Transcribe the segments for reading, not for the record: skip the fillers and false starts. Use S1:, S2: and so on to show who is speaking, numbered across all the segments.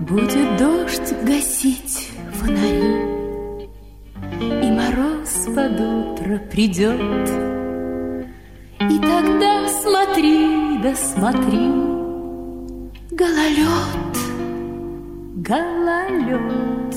S1: Будет дождь гасить фонари, и мороз под утро придет, и тогда смотри, да смотри, гололед, гололед.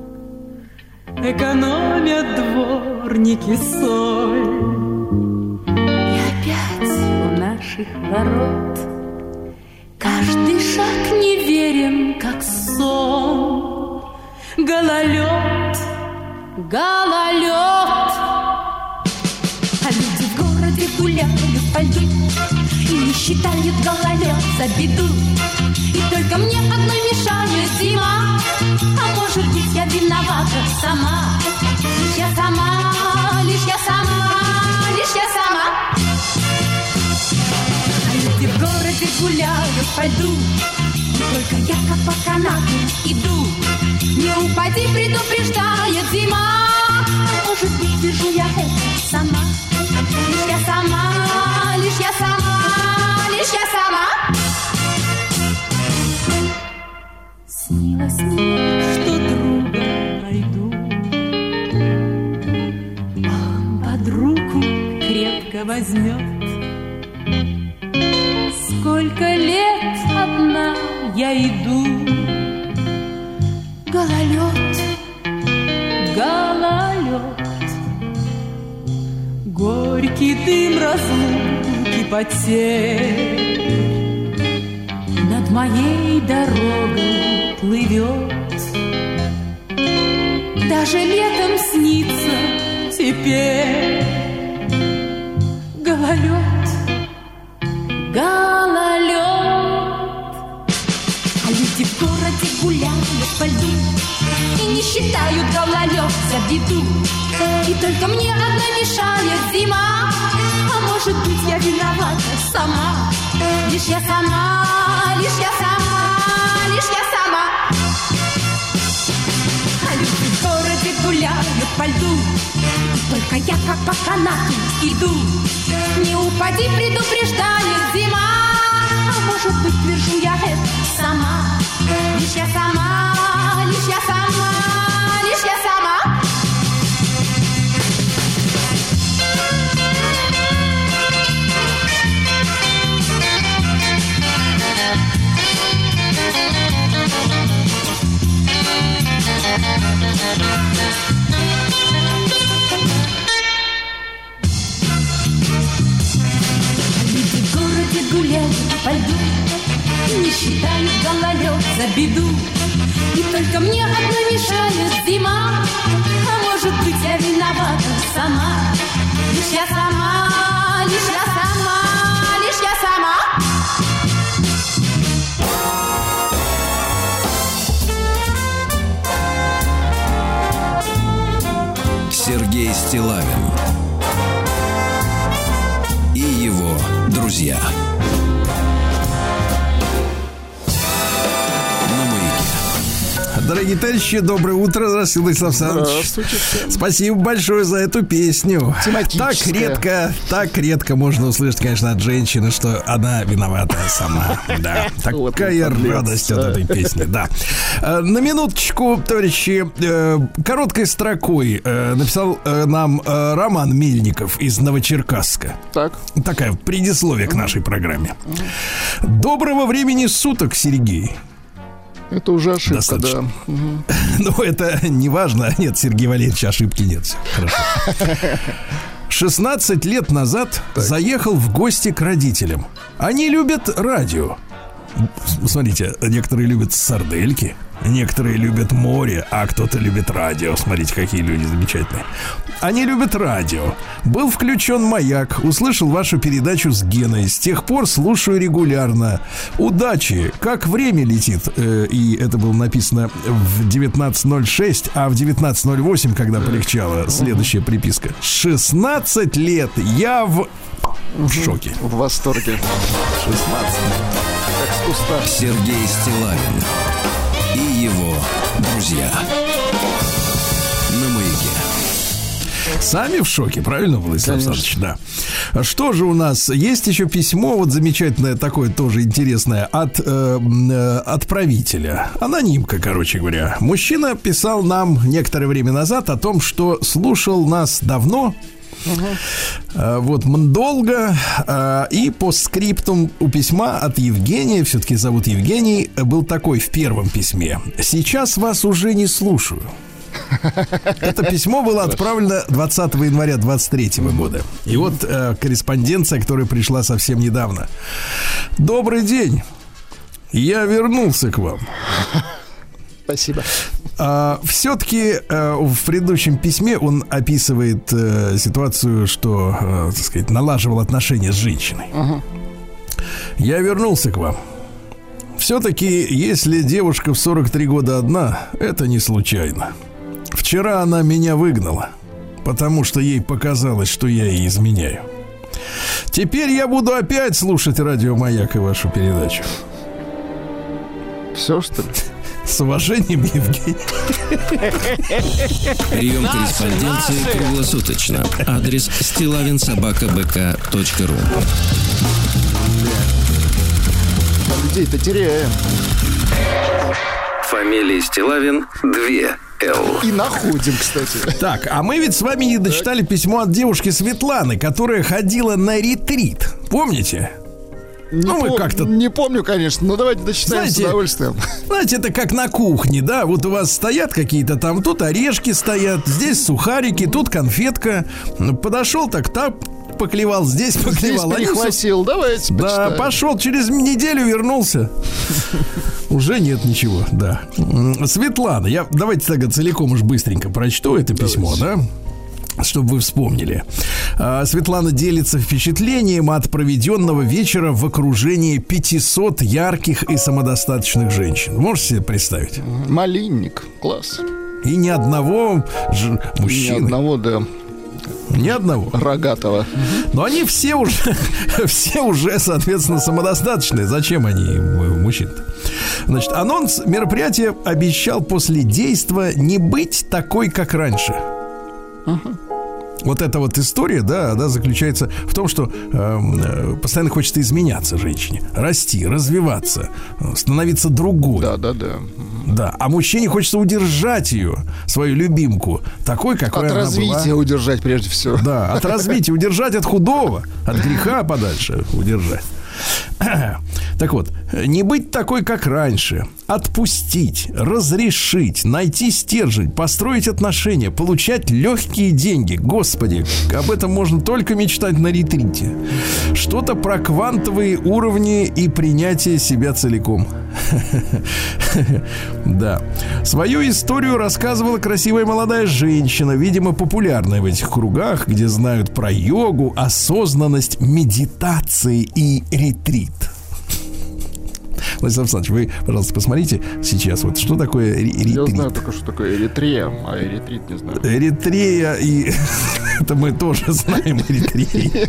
S1: Экономят дворники соль, и опять у наших ворот каждый шаг неверен, как сон. Гололед, гололед. А люди в городе гуляют по льду и не считают гололед за беду. И только мне одной мешает зима, а может быть я виновата сама. Лишь я сама, лишь я сама, лишь я сама. А люди в городе гуляют по льду, и только я как по канату иду. Не упади, предупреждает зима, а может быть вижу я это сама. Лишь я сама, лишь я сама, лишь я сама. Снилось мне, что друга найду, он под руку крепко возьмет. Сколько лет одна я иду, гололед, гололед. Горький дым разлуки потерь над моей дорогой плывет. Даже летом снится теперь гололед, гололед. А люди в городе гуляют по льду и не считают гололед за беду. И только мне одна мешает зима, а может быть я виновата сама. Лишь я сама, лишь я сама, лишь я сама. А люди в городе гуляют по льду, и только я как по канату иду. Не упади, предупреждает зима, а может быть твержу я это сама. Лишь я сама, лишь я сама, лишь я сама. Люди в городе гуляют по льду, не считают гололед за беду. И только мне одной мешает зима, а может быть я виновата сама. Лишь я сама, лишь я сама, лишь я сама.
S2: Сергей Стиллавин и его друзья.
S3: Дорогие товарищи, доброе утро. Здравствуйте, Владислав Александрович.
S4: Здравствуйте.
S3: Спасибо большое за эту песню. Так редко можно услышать, конечно, от женщины, что она виновата сама. Да, такая радость от этой песни. Да. На минуточку, товарищи, короткой строкой написал нам Роман Мельников из Новочеркасска. Такая предисловие к нашей программе. Доброго времени суток, Сергей.
S4: Это уже ошибка,
S3: достаточно.
S4: Да.
S3: Но это не важно. Нет, Сергей Валерьевич, ошибки нет. Хорошо. 16 лет назад заехал в гости к родителям. Они любят радио. Смотрите, некоторые любят сардельки, некоторые любят море, а кто-то любит радио. Смотрите, какие люди замечательные. Они любят радио. Был включен «Маяк», услышал вашу передачу с Геной. С тех пор слушаю регулярно. Удачи! Как время летит. И это было написано в 19:06, а в 19:08, когда полегчало, следующая приписка. 16 лет. Я в шоке.
S4: В восторге.
S3: 16.
S4: Как с куста.
S2: Сергей Стиллавин и его друзья. На Маяке.
S3: Сами в шоке, правильно, Владислав Александрович? Да. Что же у нас? Есть еще письмо, вот замечательное такое, тоже интересное, от отправителя. Анонимка, короче говоря. Мужчина писал нам некоторое время назад о том, что слушал нас давно, вот долго, и по скриптум у письма от Евгения, все-таки зовут Евгений, был такой в первом письме: «Сейчас вас уже не слушаю». Это письмо было отправлено 20 января 23 года. И вот корреспонденция, которая пришла совсем недавно. «Добрый день, я вернулся к вам».
S4: Спасибо.
S3: Все-таки в предыдущем письме он описывает ситуацию, что, так сказать, налаживал отношения с женщиной. «Я вернулся к вам. Все-таки, если девушка в 43 года одна, это не случайно. Вчера она меня выгнала, потому что ей показалось, что я ей изменяю. Теперь я буду опять слушать радио «Маяк» и вашу передачу».
S4: Все, что ли?
S3: С уважением, Евгений.
S2: Прием корреспонденции круглосуточно. Адрес stilavin@bk.ru.
S4: Людей-то теряем.
S2: Фамилия Стилавин 2Л.
S4: И находим, кстати.
S3: Так, а мы ведь с вами не дочитали письмо от девушки Светланы, которая ходила на ретрит. Помните?
S4: Не помню, конечно, но давайте дочитаем, знаете, с удовольствием.
S3: Знаете, это как на кухне, да? Вот у вас стоят какие-то там, тут орешки стоят, здесь сухарики, тут конфетка. Подошел так, поклевал, здесь поклевал.
S4: Здесь перехватил, давайте почитаем.
S3: Да, пошел, через неделю вернулся. Уже нет ничего, да. Светлана, давайте тогда целиком уж быстренько прочту это письмо, да? Чтобы вы вспомнили. Светлана делится впечатлением от проведенного вечера в окружении 500 ярких и самодостаточных женщин. Можете себе представить?
S4: Малинник, класс.
S3: И ни одного мужчины.
S4: Ни одного, да.
S3: Ни одного.
S4: Рогатого.
S3: Но они все уже, соответственно, самодостаточные. Зачем они мужчин-то? Значит, анонс мероприятия обещал после действа не быть такой, как раньше. Вот эта вот история, да, она заключается в том, что постоянно хочется изменяться женщине, расти, развиваться, становиться другой. Да, а мужчине хочется удержать ее, свою любимку, такой, какой она была.
S4: От развития удержать прежде всего.
S3: Да, от развития удержать, от худого, от греха подальше удержать. Так вот, не быть такой, как раньше. Отпустить, разрешить, найти стержень, построить отношения, получать легкие деньги. Господи, об этом можно только мечтать на ретрите. Что-то про квантовые уровни и принятие себя целиком. Да. Свою историю рассказывала красивая молодая женщина, видимо, популярная в этих кругах, где знают про йогу, осознанность, медитации и ретрит. Владислав Александрович, вы, пожалуйста, посмотрите сейчас, вот что такое ретрит.
S4: Я знаю только, что такое Эритрея, а ретрит не знаю.
S3: Эритрея, и это мы тоже знаем, Эритрея.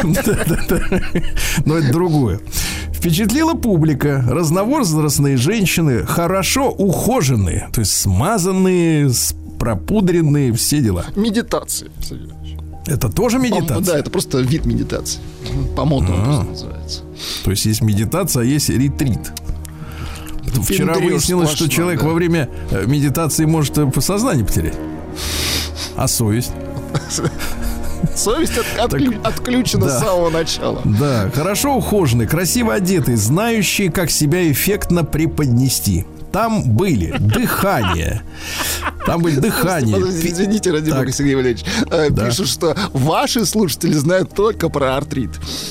S3: Но это другое. Впечатлила публика. Разновозрастные женщины, хорошо ухоженные, то есть смазанные, пропудренные, все дела.
S4: Медитация.
S3: Это тоже медитация?
S4: Да, это просто вид медитации. По-модному просто называется.
S3: То есть есть медитация, а есть ретрит. Вчера выяснилось, что человек во время медитации может сознание потерять. А совесть?
S4: Совесть отключена с самого начала.
S3: Да, хорошо ухоженный, красиво одетый, знающий, как себя эффектно преподнести. Там были дыхание.
S4: Извините, ради бога, Сергей Валерьевич. Пишут, что ваши слушатели знают только про артрит.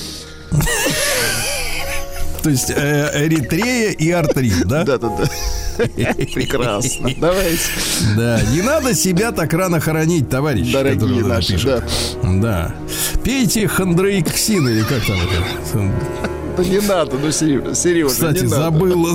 S3: То есть Эритрея и артрит, да?
S4: Да. Прекрасно. Давайте.
S3: Да, не надо себя так рано хоронить, товарищи.
S4: Дорогие наши,
S3: да. Пейте хондроиксин или как там это?
S4: Да не надо, ну серьезно.
S3: Кстати, забыл.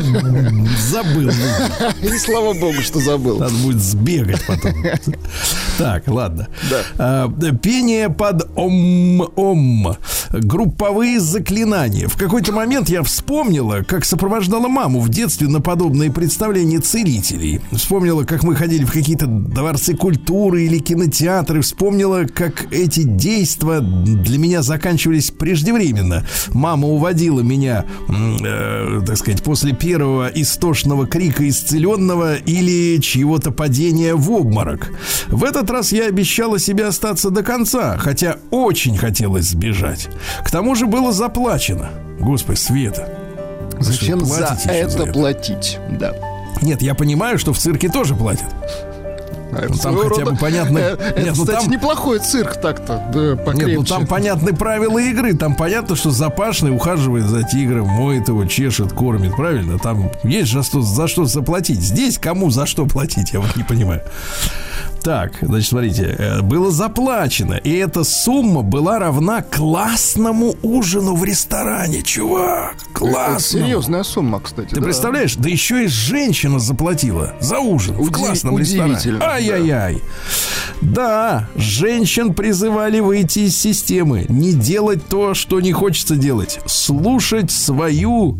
S3: И
S4: слава богу, что забыл.
S3: Надо будет сбегать потом. Так, ладно. Пение под ом-ом. Групповые заклинания. В какой-то момент я вспомнила, как сопровождала маму в детстве на подобные представления целителей. Вспомнила, как мы ходили в какие-то дворцы культуры или кинотеатры. Вспомнила, как эти действия для меня заканчивались преждевременно. Мама уводила меня, так сказать, после первого истошного крика исцеленного или чьего-то падения в обморок. В этот раз я обещала себе остаться до конца, хотя очень хотелось сбежать. К тому же было заплачено. Господи, Света,
S4: зачем за это платить? Да.
S3: Нет, я понимаю, что в цирке тоже платят. Там хотя бы понятно.
S4: Это, кстати, там неплохой цирк так-то. Да, покрепче.
S3: Нет, там понятны правила игры. Там понятно, что запашный ухаживает за тигром, моет его, чешет, кормит. Правильно? Там есть же за что заплатить. Здесь кому за что платить, я вот не понимаю. Так, значит, смотрите, было заплачено, и эта сумма была равна классному ужину в ресторане, чувак. Классно. Это
S4: серьезная сумма, кстати.
S3: Ты представляешь, да еще и женщина заплатила за ужин в классном ресторане. Ай-яй-яй. Да, женщин призывали выйти из системы, не делать то, что не хочется делать, слушать свою...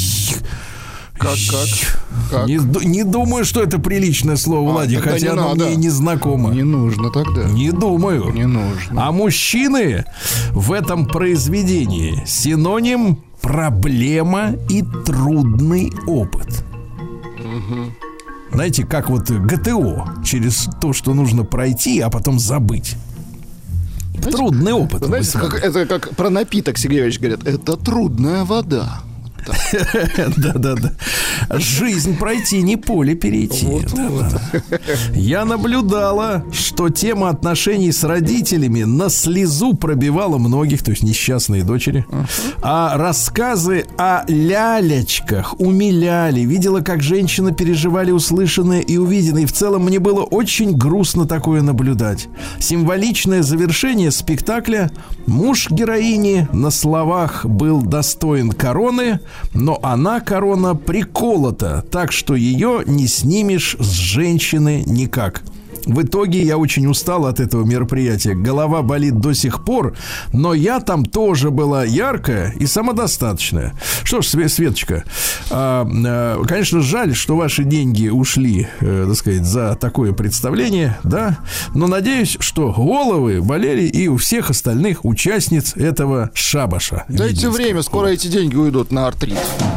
S4: Как?
S3: Не думаю, что это приличное слово, Владик, хотя оно мне и не знакомо.
S4: Не нужно тогда.
S3: Не думаю.
S4: Не нужно.
S3: А мужчины в этом произведении синоним проблема и трудный опыт. Знаете, как вот ГТО, через то, что нужно пройти, а потом забыть. Знаете, трудный опыт.
S4: Знаете, это как про напиток, Сергей Иванович говорит, это трудная вода.
S3: Да. Жизнь пройти, не поле перейти. Я наблюдала, что тема отношений с родителями на слезу пробивала многих, то есть несчастные дочери. А рассказы о лялечках умиляли. Видела, как женщины переживали услышанное и увиденное. И в целом мне было очень грустно такое наблюдать. Символичное завершение спектакля. Муж героини на словах был достоин короны, но она, корона, приколота, так что ее не снимешь с женщины никак. В итоге я очень устал от этого мероприятия. Голова болит до сих пор, но я там тоже была яркая и самодостаточная. Что ж, Светочка, конечно, жаль, что ваши деньги ушли, так сказать, за такое представление, да, но надеюсь, что головы болели и у всех остальных участниц этого шабаша.
S4: Дайте время, скоро эти деньги уйдут на артрит.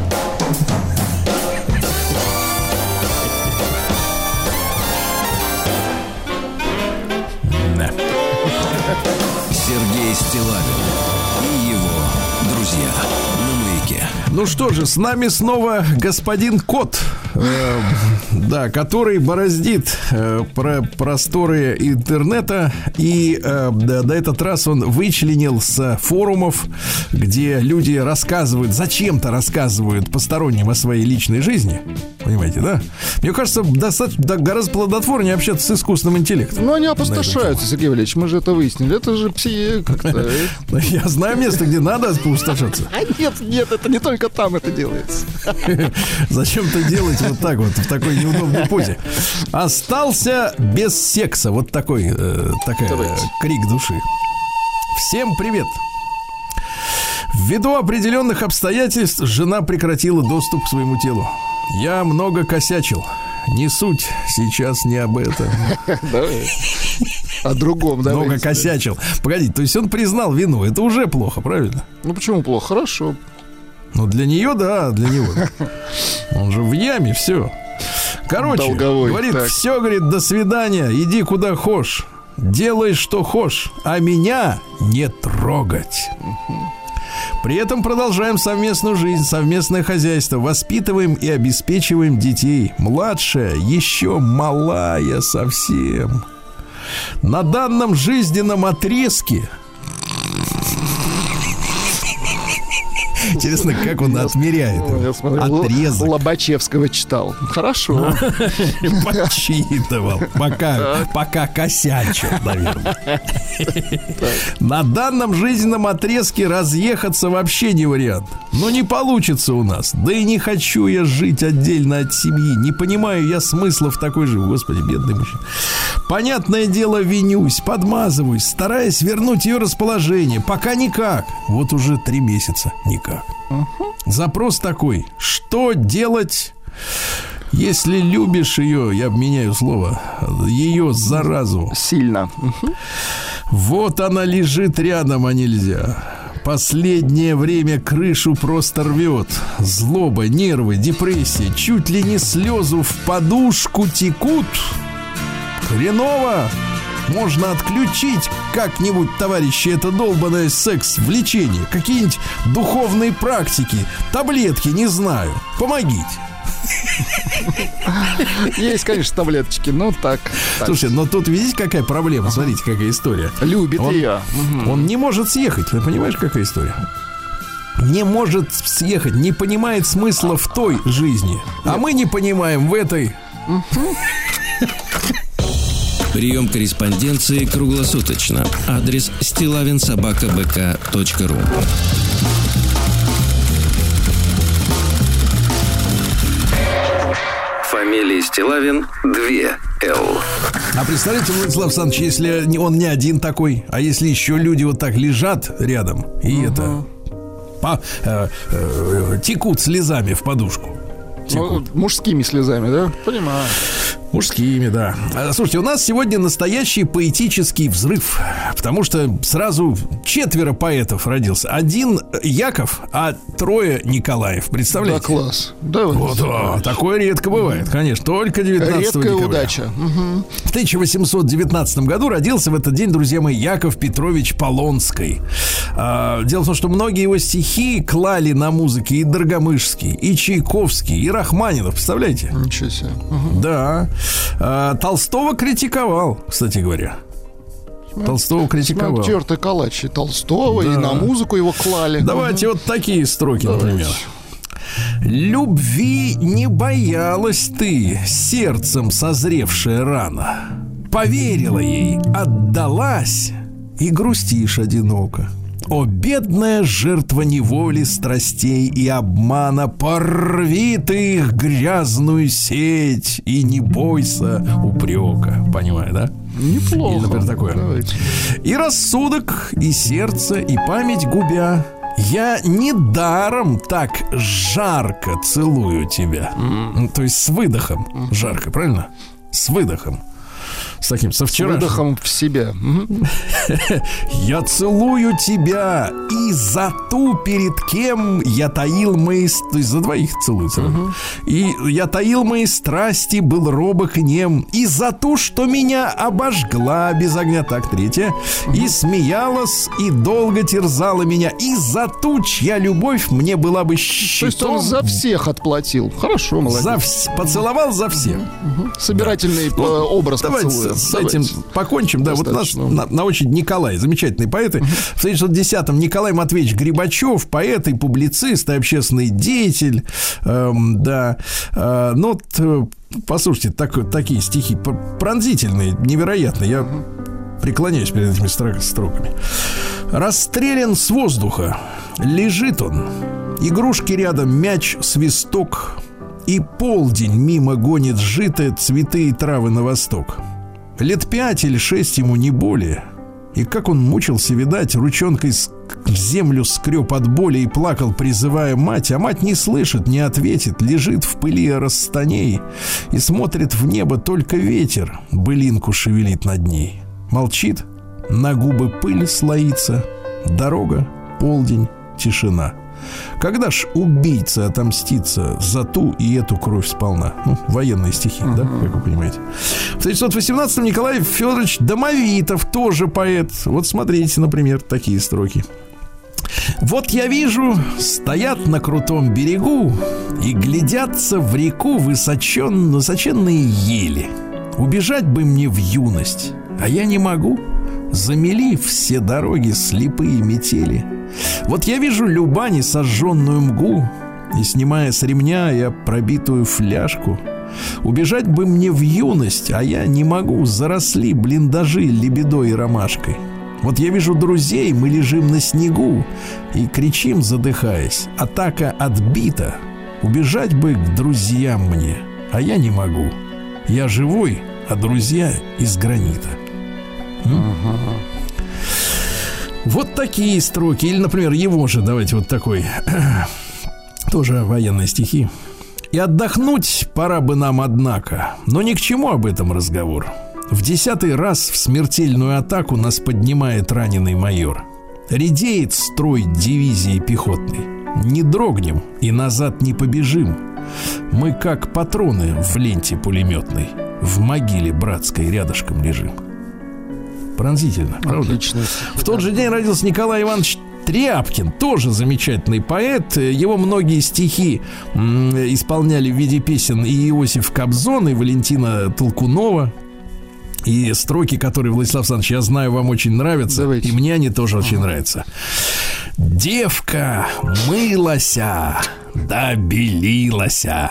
S2: Сергей Стиллавин и его друзья на Маяке.
S3: Ну что же, с нами снова господин Кот, да, который бороздит просторы интернета. И на этот раз он вычленил с форумов, где люди рассказывают, зачем-то рассказывают посторонним о своей личной жизни. Понимаете, да? Мне кажется, достаточно, гораздо плодотворнее общаться с искусственным интеллектом.
S4: Ну, они опустошаются, Сергей Валерьевич, мы же это выяснили. Это же как-то...
S3: Я знаю место, где надо опустошаться.
S4: Нет, это не только там это делается.
S3: Зачем-то делать вот так вот, в такой неудобной позе. Остался без секса. Вот такой крик души. Всем привет. Ввиду определенных обстоятельств жена прекратила доступ к своему телу. Я много косячил. Не суть, сейчас не об этом.
S4: Давай. О другом, да.
S3: Много косячил. Погодите, то есть он признал вину. Это уже плохо, правильно?
S4: Ну почему плохо? Хорошо.
S3: Ну для нее, да, для него. Он же в яме, все. Короче, долговой, говорит, так. Все, говорит, до свидания, иди куда хошь, делай, что хошь, а меня не трогать. При этом продолжаем совместную жизнь, совместное хозяйство, воспитываем и обеспечиваем детей. Младшая еще малая совсем. На данном жизненном отрезке Интересно, как он отмеряет.
S4: Я смотрел,
S3: отрезок.
S4: Лобачевского читал. Хорошо.
S3: Подсчитывал, пока косячил, наверное. На данном жизненном отрезке разъехаться вообще не вариант. Но не получится у нас. Да и не хочу я жить отдельно от семьи. Не понимаю я смысла в такой же. Господи, бедный мужчина. Понятное дело, винюсь, подмазываюсь, стараясь вернуть ее расположение. Пока никак. Вот уже 3 месяца никак. Запрос такой: что делать, если любишь ее, я обменяю слово, ее заразу
S4: сильно.
S3: Вот она лежит рядом, а нельзя. Последнее время крышу просто рвет. Злоба, нервы, депрессия, чуть ли не слезы в подушку текут. Хреново. Можно отключить как-нибудь, товарищи, это долбанное секс-влечение. Какие-нибудь духовные практики, таблетки, не знаю. Помогите.
S4: Есть, конечно, таблеточки, но так.
S3: Слушай, но тут видите, какая проблема? Смотрите, какая история.
S4: Любит ее.
S3: Он не может съехать. Ты понимаешь, какая история? Не может съехать, не понимает смысла в той жизни. А мы не понимаем в этой.
S2: Прием корреспонденции круглосуточно. Адрес stilavinsobakabk.ru. Фамилия Стилавин 2 Л.
S3: А представляете, Владислав Александрович, если он не один такой, а если еще люди вот так лежат рядом и текут слезами в подушку.
S4: Ну, мужскими слезами, да? Понимаю.
S3: Мужскими, да. Слушайте, у нас сегодня настоящий поэтический взрыв, потому что сразу 4 поэтов родился. 1 Яков, а 3 Николаев. Представляете?
S4: Да, класс. Давай.
S3: Вот, такое редко бывает, конечно. Только 19
S4: редкая
S3: декабря.
S4: Удача.
S3: В 1819 году родился в этот день, друзья мои, Яков Петрович Полонский. Дело в том, что многие его стихи клали на музыке и Драгомышский, и Чайковский, и Рахманинов. Представляете?
S4: Ничего себе.
S3: Да. Толстого критиковал, кстати говоря. Толстого критиковал.
S4: Тертый калач и Толстого, да. И на музыку его клали.
S3: Давайте вот такие строки, например. Любви не боялась ты, сердцем созревшая рано. Поверила ей, отдалась, и грустишь одиноко. О, бедная жертва неволи, страстей и обмана, порви ты их грязную сеть и не бойся упрека. Понимаю, да?
S4: Неплохо.
S3: Или, например, такое.
S4: Давайте.
S3: И рассудок, и сердце, и память губя, я недаром так жарко целую тебя. То есть с выдохом жарко, правильно? С выдохом. С таким, со вчерашним.
S4: С выдохом в себя.
S3: Я целую тебя и за ту, перед кем я таил мои... То есть за двоих целуются. И я таил мои страсти, был робок и нем. И за ту, что меня обожгла без огня. Так, 3. И смеялась, и долго терзала меня. И за ту, чья любовь мне была бы щитом.
S4: То есть он за всех отплатил. Хорошо, молодец.
S3: Поцеловал за всех.
S4: Собирательный образ поцелуя.
S3: С этим покончим. Да, вот у нас на очереди Николай, замечательные поэты. В 1910-м Николай Матвеевич Грибачев, поэт и публицист, и общественный деятель. Ну, послушайте, такие стихи пронзительные, невероятные. Я преклоняюсь перед этими строками. Расстрелян с воздуха, лежит он. Игрушки рядом, мяч, свисток. И полдень мимо гонит житые цветы и травы на восток. Лет 5 или 6 ему, не более. И как он мучился, видать, ручонкой в землю скреб от боли и плакал, призывая мать. А мать не слышит, не ответит, лежит в пыли расстаней и смотрит в небо, только ветер былинку шевелит над ней. Молчит, на губы пыль слоится, дорога, полдень, тишина. Когда ж убийца отомстится за ту и эту кровь сполна? Ну, военные стихи, да, как вы понимаете. В 1918-м Николай Федорович Домовитов, тоже поэт. Вот смотрите, например, такие строки. Вот я вижу, стоят на крутом берегу и глядятся в реку высоченные ели. Убежать бы мне в юность, а я не могу. Замели все дороги слепые метели. Вот я вижу Любани сожженную мгу, и, снимая с ремня, я пробитую фляжку. Убежать бы мне в юность, а я не могу. Заросли блиндажи лебедой и ромашкой. Вот я вижу друзей, мы лежим на снегу и кричим, задыхаясь: атака отбита. Убежать бы к друзьям мне, а я не могу. Я живой, а друзья из гранита. Вот такие строки. Или, например, его же, давайте вот такой. Тоже военные стихи. И отдохнуть пора бы нам, однако. Но ни к чему об этом разговор. В 10-й раз в смертельную атаку нас поднимает раненый майор. Редеет строй дивизии пехотной. Не дрогнем и назад не побежим. Мы как патроны в ленте пулеметной. В могиле братской рядышком лежим. Пронзительно, правда?
S4: Отлично.
S3: В тот же день родился Николай Иванович Тряпкин, тоже замечательный поэт. Его многие стихи исполняли в виде песен и Иосиф Кобзон, и Валентина Толкунова. И строки, которые, Владислав Александрович, я знаю, вам очень нравятся. Давайте. И мне они тоже очень нравятся. Девка мылася, да белилася.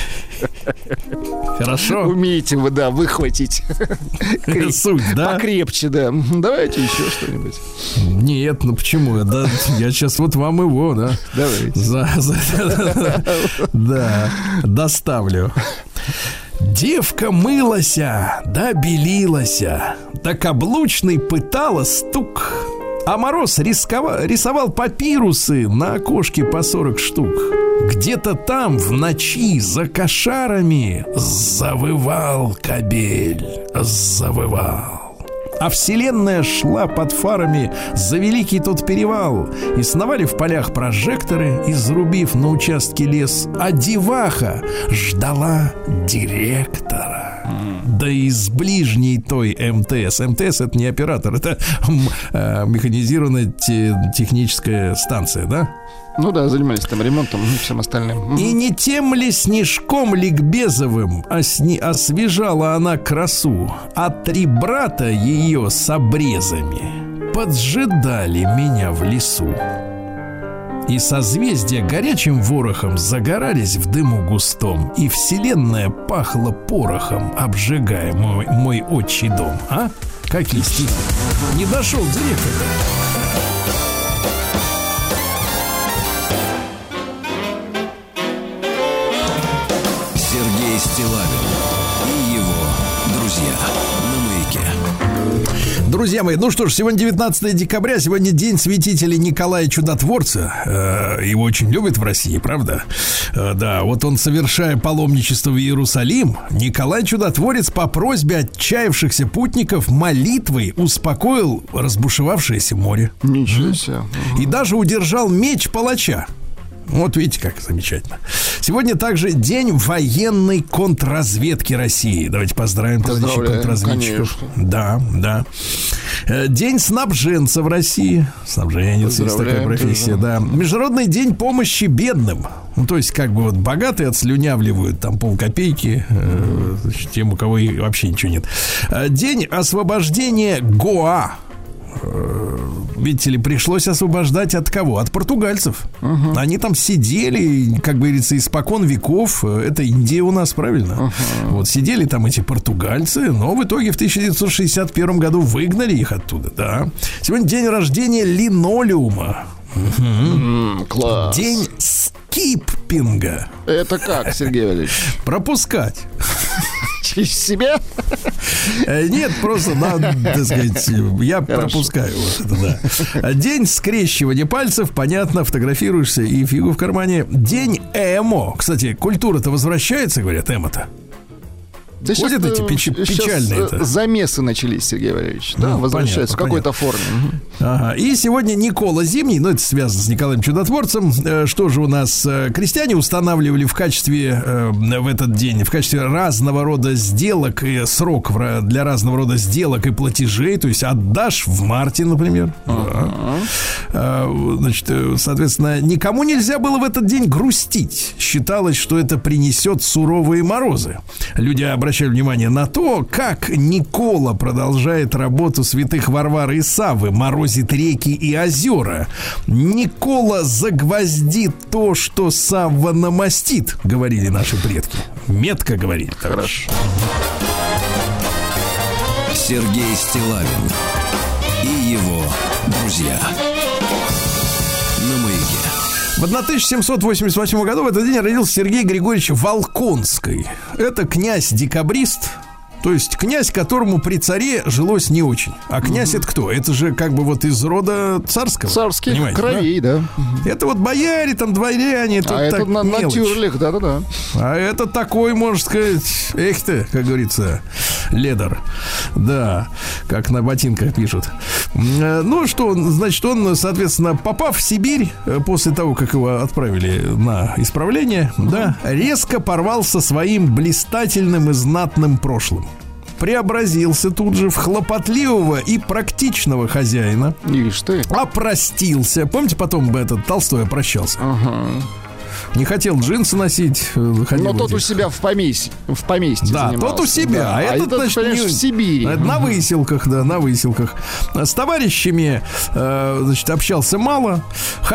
S3: Хорошо.
S4: Умеете вы, да, выхватить
S3: суть, да?
S4: Покрепче, да. Давайте еще что-нибудь.
S3: Нет, ну почему? Да, я сейчас вот вам его, да.
S4: Давайте.
S3: Да, доставлю. Девка мылася, да белилася, да каблучный пытала стук. А Мороз рисовал папирусы на окошке по 40 штук. Где-то там в ночи за кошарами завывал кобель, завывал. А вселенная шла под фарами за великий тот перевал. И сновали в полях прожекторы, изрубив на участке лес. А деваха ждала директора. Да из ближней той МТС. МТС — это не оператор, это механизированная техническая станция, да?
S4: Ну да, занимались там ремонтом и всем остальным.
S3: И не тем ли снежком ликбезовым освежала она красу, а 3 брата ее с обрезами поджидали меня в лесу. И созвездия горячим ворохом загорались в дыму густом, и вселенная пахла порохом, обжигая мой отчий дом. А? Какие стихи? Не дошел директор.
S2: Сергей Стиллавин и его друзья на Маяке.
S3: Друзья мои, ну что ж, сегодня 19 декабря, сегодня день святителя Николая Чудотворца. Его очень любят в России, правда? Да, вот он, совершая паломничество в Иерусалим, Николай Чудотворец по просьбе отчаявшихся путников молитвой успокоил разбушевавшееся море.
S4: Ничего себе.
S3: И даже удержал меч палача. Вот видите, как замечательно. Сегодня также день военной контрразведки России. Давайте поздравим товарищей контрразведчиков. Конечно. Да, да. День снабженца в России. Снабженец, есть такая профессия, да. Международный день помощи бедным. Ну, то есть, как бы вот богатые отслюнявливают там полкопейки тем, у кого и вообще ничего нет. День освобождения Гоа. Видите ли, пришлось освобождать от кого? От португальцев. Они там сидели, как говорится, испокон веков. Это Индия у нас, правильно? Вот сидели там эти португальцы, но в итоге в 1961 году выгнали их оттуда, да. Сегодня день рождения линолеума.
S4: Класс.
S3: День скиппинга.
S4: Это как, Сергей Валерьевич?
S3: Пропускать.
S4: Через себя?
S3: Нет, просто надо, так сказать, я пропускаю вот это, да. День скрещивания пальцев, понятно, фотографируешься и фигу в кармане. День эмо. Кстати, культура-то возвращается, говорят, эмо-то.
S4: Да
S3: ходят эти печальные-то
S4: замесы начались, Сергей Валерьевич. Да, возвращаются в какой-то форме.
S3: Ага. И сегодня Никола Зимний, ну, это связано с Николаем Чудотворцем. Что же у нас? Крестьяне устанавливали в качестве, в этот день, в качестве разного рода сделок, и срок для разного рода сделок и платежей. То есть отдашь в марте, например. Значит, соответственно, никому нельзя было в этот день грустить. Считалось, что это принесет суровые морозы. Люди обращались обращали внимание на то, как Никола продолжает работу святых Варвары и Саввы, морозит реки и озера. Никола загвоздит то, что Савва намостит, говорили наши предки. Метко говорили.
S4: Хорошо.
S2: Сергей Стиллавин и его друзья. На Маяке.
S3: В 1788 году в этот день родился Сергей Григорьевич Волконский. Это князь-декабрист, то есть князь, которому при царе жилось не очень. А князь это кто? Это же как бы вот из рода царского.
S4: Царских кровей, да?
S3: Это вот бояре, там, дворяне.
S4: А это натюрлих, да-да-да.
S3: А это такой, можно сказать, эх ты, как говорится, ледер. Да, как на ботинках пишут. Ну что, значит, он, соответственно, попав в Сибирь, после того, как его отправили на исправление, да, резко порвал со своим блистательным и знатным прошлым. Преобразился тут же в хлопотливого и практичного хозяина.
S4: Ишь ты.
S3: Опростился. Помните, потом этот Толстой опрощался?
S4: Ага.
S3: Не хотел джинсы носить.
S4: Но тот у себя в поместье
S3: да,
S4: занимался.
S3: Тот у себя.
S4: Да.
S3: А этот, значит,
S4: в Сибири.
S3: На выселках, да, на выселках. С товарищами, значит, общался мало.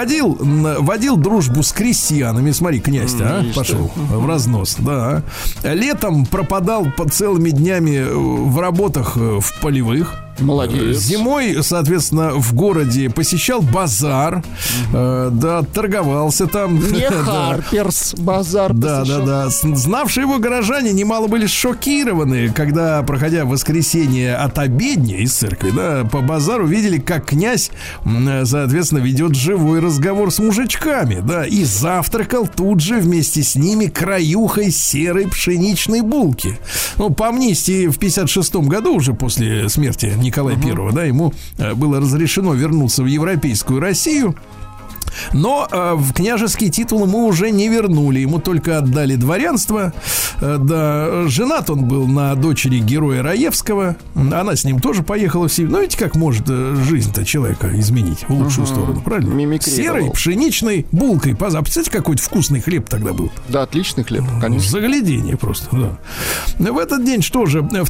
S3: Водил дружбу с крестьянами. Смотри, князь-то, пошел в разнос, да. Летом пропадал по целыми днями в работах в полевых.
S4: Молодец.
S3: Зимой, соответственно, в городе посещал базар, да, торговался там.
S4: Не Харперс базар.
S3: Да. Знавшие его горожане немало были шокированы, когда, проходя в воскресенье от обедни из церкви, да, по базару видели, как князь, соответственно, ведет живой разговор с мужичками, да, и завтракал тут же вместе с ними краюхой серой пшеничной булки. Ну, по амнистии в 56-м году, уже после смерти Николая I, да, ему было разрешено вернуться в европейскую Россию. Но в княжеский титул ему уже не вернули. Ему только отдали дворянство. Да, женат он был на дочери героя Раевского. Она с ним тоже поехала в Сибирь. Ну, видите, как может жизнь-то человека изменить в лучшую сторону, правильно? Серой пшеничной булкой. Представляете, какой-то вкусный хлеб тогда был?
S4: Да, отличный хлеб, конечно.
S3: Заглядение просто, да. В этот день, что же, в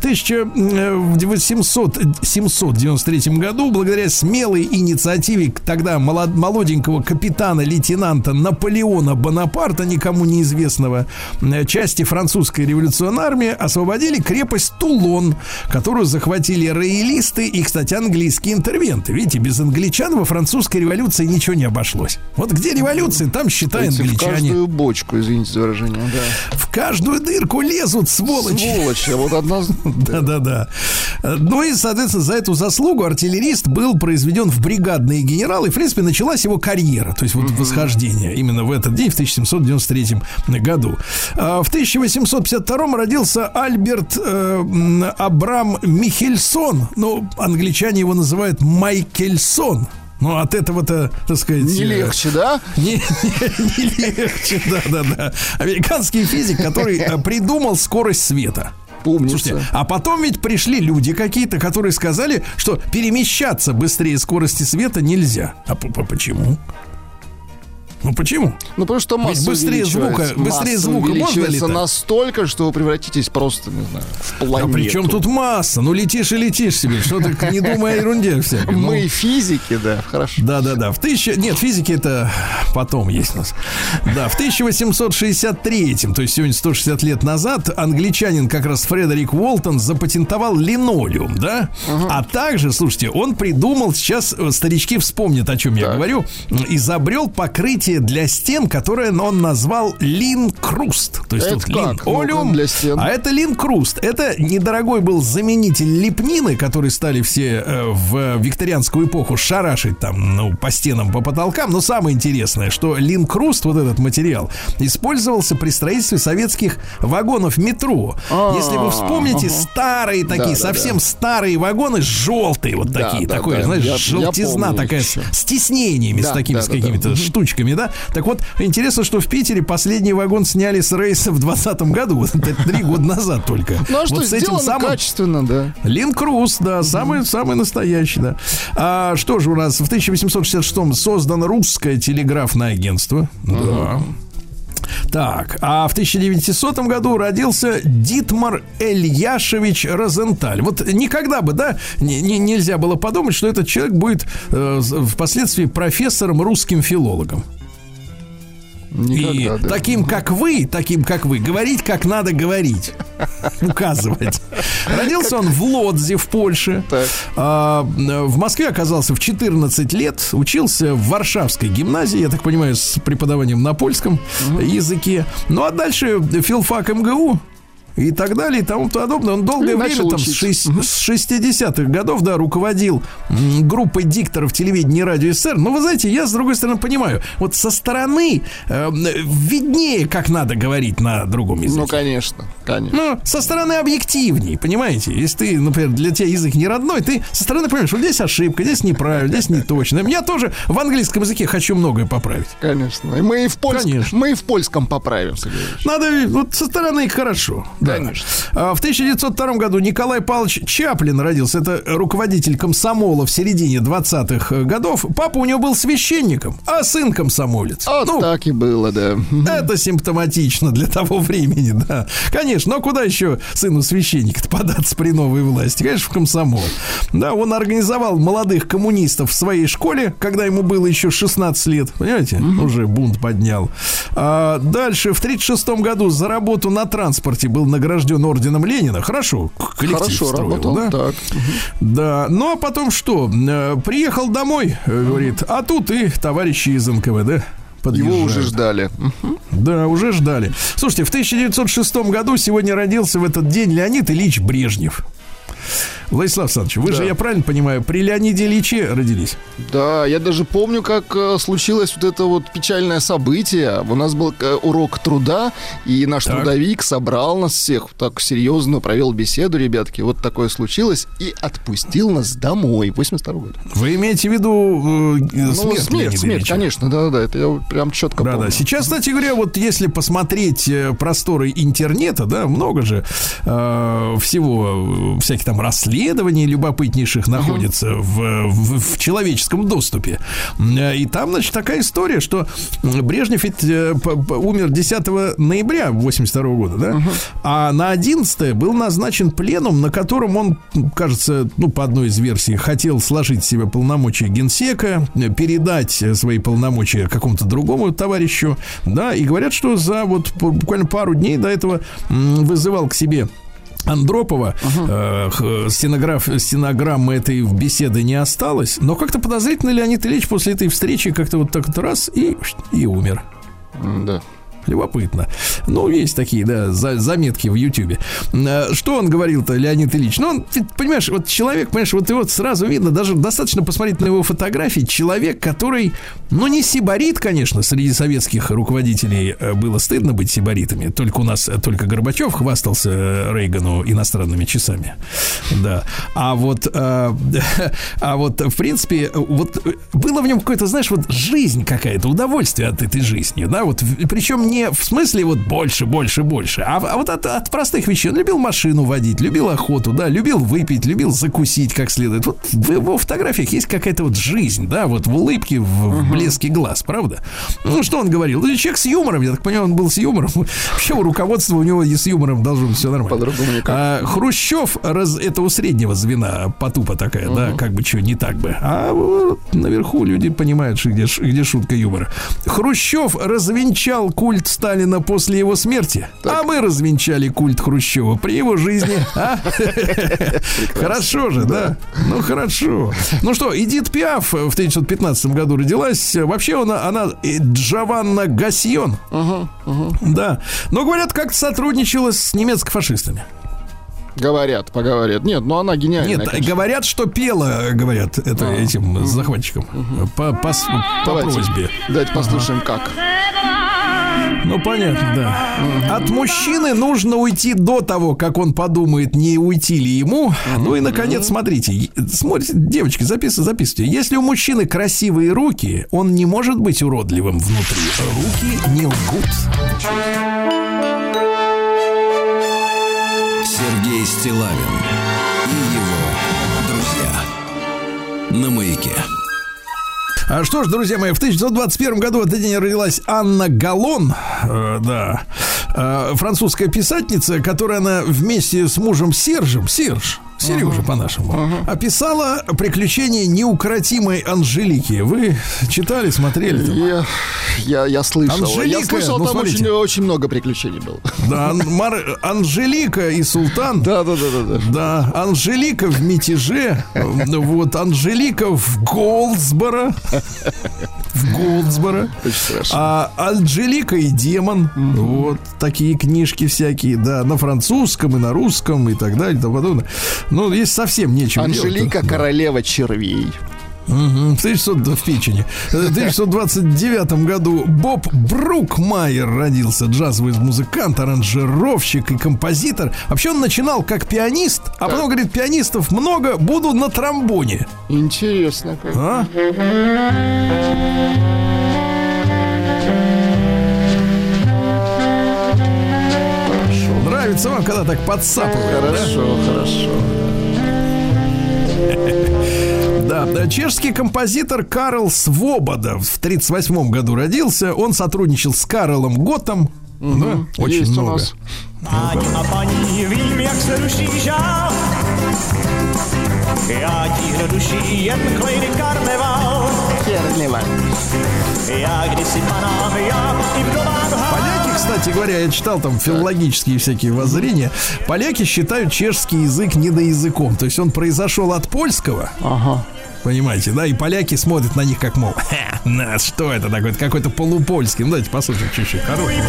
S3: 1793 году, благодаря смелой инициативе тогда молоденького капитана-лейтенанта Наполеона Бонапарта, никому неизвестного, части французской революционной армии освободили крепость Тулон, которую захватили роялисты и, кстати, английские интервенты. Видите, без англичан во французской революции ничего не обошлось. Вот где революция, там, считай, англичане.
S4: В каждую бочку, извините за выражение, да.
S3: В каждую дырку лезут, сволочи.
S4: Сволочи, вот одна...
S3: Да. Ну и, соответственно, за эту заслугу артиллерист был произведен в бригадные генералы, и, в принципе, началась его карьера, то есть вот восхождение именно в этот день, в 1793 году. В 1852 родился Альберт Абрам Михельсон. Ну, англичане его называют Майкельсон. Ну, от этого-то, так сказать...
S4: Не легче, да?
S3: Не легче, да. Американский физик, который придумал скорость света. Слушайте, а потом ведь пришли люди какие-то, которые сказали, что перемещаться быстрее скорости света нельзя. А почему? Ну почему?
S4: Ну потому что масса
S3: быстрее звука можно летать?
S4: Настолько, что вы превратитесь просто, не знаю, в планету.
S3: А при чем тут масса? Ну летишь и летишь себе. Что ты не думай о ерунде всякой.
S4: Мы физики, да, хорошо.
S3: Да. Нет, физики это потом есть у нас. Да, в 1863, то есть сегодня 160 лет назад, англичанин как раз Фредерик Уолтон запатентовал линолеум, да? А также, слушайте, он придумал, сейчас старички вспомнят, о чем я говорю, изобрел покрытие для стен, которое он назвал линкруст. То есть
S4: это
S3: тут линолеум для стен. А это линкруст. Это недорогой был заменитель лепнины, которые стали все в викторианскую эпоху шарашить там, ну, по стенам, по потолкам. Но самое интересное, что линкруст, вот этот материал, использовался при строительстве советских вагонов метро. Если вы вспомните, старые такие, совсем старые вагоны, желтые вот такие, такое, знаешь, желтизна такая, с тиснениями, с такими, с какими-то штучками, да? Так вот, интересно, что в Питере последний вагон сняли с рейса в 2020 году, 3 года назад только.
S4: Ну, а что, вот с этим самым качественно, да.
S3: Линкруст, да, самый настоящий, да. А что же у нас в 1866-м создано русское телеграфное агентство. Да. Так, а в 1900 году родился Дитмар Ильяшевич Розенталь. Вот никогда бы, да, нельзя было подумать, что этот человек будет впоследствии профессором, русским филологом. Никогда, и да. таким, как вы, говорить, как надо говорить. Указывать. Родился он в Лодзе, в Польше. В Москве оказался в 14 лет. Учился в Варшавской гимназии, я так понимаю, с преподаванием на польском языке. Ну, а дальше филфак МГУ и так далее, и тому подобное. Он долгое время, там, с 60-х годов, да, руководил группой дикторов телевидения и радио СССР. Но вы знаете, я, с другой стороны, понимаю, вот со стороны виднее, как надо говорить на другом языке.
S4: Ну, конечно.
S3: Но со стороны объективней, понимаете? Если ты, например, для тебя язык не родной, ты со стороны понимаешь, что здесь ошибка, здесь неправильно, здесь не точно. Я тоже в английском языке хочу многое поправить.
S4: Конечно. И мы и в польском поправимся.
S3: Надо, вот со стороны хорошо.
S4: Конечно.
S3: В 1902 году Николай Павлович Чаплин родился. Это руководитель комсомола в середине 20-х годов. Папа у него был священником, а сын комсомолец.
S4: Вот так и было, да.
S3: Это симптоматично для того времени, да. Конечно, но куда еще сыну священника-то податься при новой власти? Конечно, в комсомол. Да, он организовал молодых коммунистов в своей школе, когда ему было еще 16 лет. Понимаете? Уже бунт поднял. Дальше, в 1936 году за работу на транспорте был награжден орденом Ленина. Хорошо, коллектив строил, работал, да? Так. Да, ну а потом что? Приехал домой, говорит, а тут и товарищи из НКВД подъезжают.
S4: Его уже ждали.
S3: Да, уже ждали. Слушайте, в 1906 году сегодня родился в этот день Леонид Ильич Брежнев. Владислав Александрович, вы же, я правильно понимаю, при Леониде Ильиче родились?
S4: Да, я даже помню, как случилось вот это вот печальное событие. У нас был урок труда, и наш трудовик собрал нас всех, так серьезно провел беседу, ребятки, вот такое случилось, и отпустил нас домой, 82 года.
S3: Вы имеете в виду
S4: смерть, конечно, да, это я прям четко помню.
S3: Да. Сейчас, кстати говоря, вот если посмотреть просторы интернета, да, много же всего, всяких там расследований любопытнейших находится в человеческом доступе. И там, значит, такая история, что Брежнев ведь умер 10 ноября 82 года, да? А на 11 был назначен пленум, на котором он, кажется, по одной из версий, хотел сложить в себя полномочия генсека, передать свои полномочия какому-то другому товарищу, да, и говорят, что за вот буквально пару дней до этого вызывал к себе Андропова, стенограммы этой беседы не осталось, но как-то подозрительно Леонид Ильич после этой встречи как-то вот так раз и умер.
S4: Да.
S3: Любопытно. Ну, есть такие, да, заметки в Ютьюбе. Что он говорил-то, Леонид Ильич? Ну, он, понимаешь, вот человек, понимаешь, вот его сразу видно, даже достаточно посмотреть на его фотографии. Человек, который, не сибарит, конечно, среди советских руководителей было стыдно быть сибаритами. Только у нас, только Горбачев хвастался Рейгану иностранными часами. Да. А вот, в принципе, вот было в нем какое-то, знаешь, вот жизнь какая-то, удовольствие от этой жизни, да, вот, причем не в смысле вот больше, а вот от простых вещей. Он любил машину водить, любил охоту, да, любил выпить, любил закусить как следует. Вот в его фотографиях есть какая-то вот жизнь, да, вот в улыбке, в блеске глаз, правда? Ну, что он говорил? Ну, человек с юмором, я так понимаю, он был с юмором. Вообще руководство у него и с юмором должно быть все нормально.
S4: По-другому никак.
S3: Хрущев, это у среднего звена потупа такая, да, как бы что, не так бы. А вот наверху люди понимают, где шутка юмора. Хрущев развенчал культ Сталина после его смерти, а мы развенчали культ Хрущева при его жизни. Хорошо же, да? Ну, хорошо. Ну что, Эдит Пиаф в 1915 году родилась. Вообще она Джованна Гассион. Да. Но, говорят, как-то сотрудничала с немецко-фашистами.
S4: Поговорят. Нет, она гениальная.
S3: Нет, конечно. Говорят, что пела, этим захватчикам. По просьбе.
S4: Давайте послушаем, как.
S3: Ну, понятно, да. От мужчины нужно уйти до того, как он подумает, не уйти ли ему. Ну и, наконец, смотрите, девочки, записывайте. Если у мужчины красивые руки, он не может быть уродливым внутри. Руки не лгут.
S2: Сергей Стиллавин и его друзья на Маяке.
S3: Что ж, друзья мои, в 1921 году в этот день родилась Анна Галлон, французская писательница, которая она вместе с мужем Сережа по-нашему, описала приключения неукротимой Анжелики. Вы читали, смотрели?
S4: Я слышал.
S3: Анжелика,
S4: я слышал, там очень много приключений было.
S3: Да, Анжелика и Султан. Да, Анжелика в мятеже. Вот, Анжелика в Голдсборо. А Анжелика и демон. Вот такие книжки всякие, да, на французском и на русском и так далее и тому подобное. Ну, здесь совсем нечего
S4: Анжелика,
S3: делать.
S4: королева червей.
S3: В 1929 году Боб Брукмайер родился, джазовый музыкант, аранжировщик и композитор. Вообще он начинал как пианист, а потом говорит: пианистов много, буду на тромбоне.
S4: Интересно как.
S3: Нравится вам, когда так подсапывают?
S4: Хорошо.
S3: Да, чешский композитор Карл Свобода в 1938 году родился. Он сотрудничал с Карлом Готом. Да, очень
S4: есть
S3: много.
S4: У нас.
S3: Поляки, кстати говоря, я читал там филологические всякие воззрения. Поляки считают чешский язык недоязыком. То есть он произошел от польского. Понимаете, да? И поляки смотрят на них как, мол, что это такое? Это какой-то полупольский. Ну, давайте послушаем чуть-чуть. Хороший.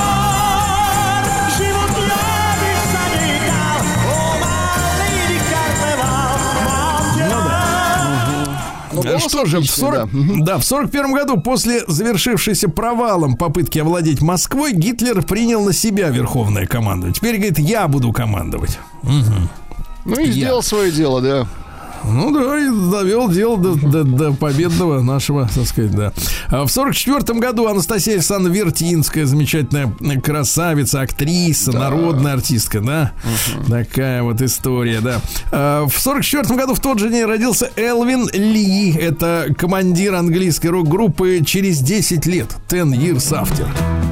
S3: Что же, в 41 году, после завершившейся провалом попытки овладеть Москвой, Гитлер принял на себя верховное командование. Теперь, говорит, я буду командовать.
S4: Ну и сделал свое дело, да.
S3: Ну да, и довел дело до победного нашего, так сказать, да. В 1944 году Анастасия Александровна Вертинская, замечательная красавица, актриса, народная артистка, да. Такая вот история, да. В 1944 году в тот же день родился Элвин Ли. Это командир английской рок-группы «Через 10 лет». 10 years after.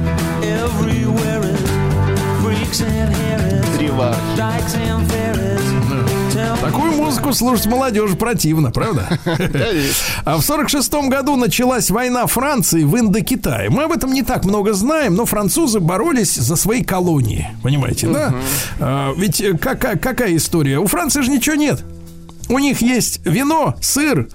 S3: Такую музыку слушать молодежи противно, правда? А в 1946 году началась война Франции в Индокитае. Мы об этом не так много знаем, но французы боролись за свои колонии. Понимаете, да? Ведь какая история? У Франции же ничего нет. У них есть вино, сыр,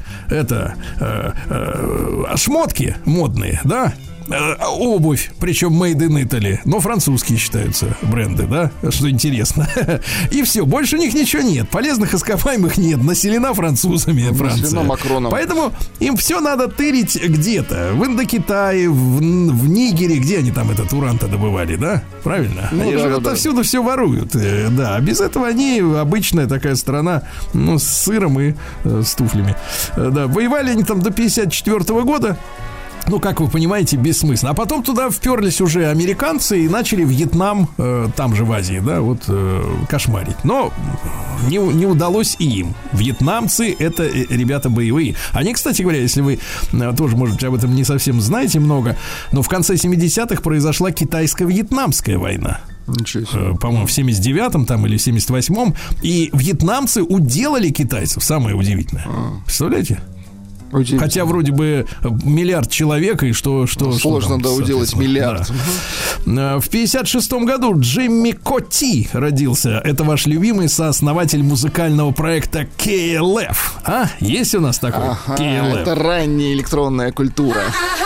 S3: шмотки модные, да? Обувь, причем made in Italy, но французские считаются бренды, да, что интересно. И все, больше у них ничего нет. Полезных ископаемых нет, населена французами Франция. Поэтому им все надо тырить где-то. В Индокитае, в Нигере, где они там этот уран-то добывали, да? Правильно? Они же отовсюду все воруют. Да, без этого они обычная такая страна, ну, с сыром и с туфлями. Да, воевали они там до 1954 года. Ну, как вы понимаете, бессмысленно. А потом туда вперлись уже американцы и начали Вьетнам, там же в Азии, да, вот кошмарить. Но не удалось и им. Вьетнамцы — это ребята боевые. Они, кстати говоря, если вы тоже, может быть, об этом не совсем знаете много, но в конце 70-х произошла китайско-вьетнамская война. По-моему, в 79-м там или в 78-м. И вьетнамцы уделали китайцев. Самое удивительное. Представляете? Хотя вроде бы миллиард человек, и что
S4: сложно, там, да, уделать миллиард.
S3: Да. В 56-м году Джимми Котти родился. Это ваш любимый сооснователь музыкального проекта KLF. А? Есть у нас такой KLF?
S4: Это ранняя электронная культура.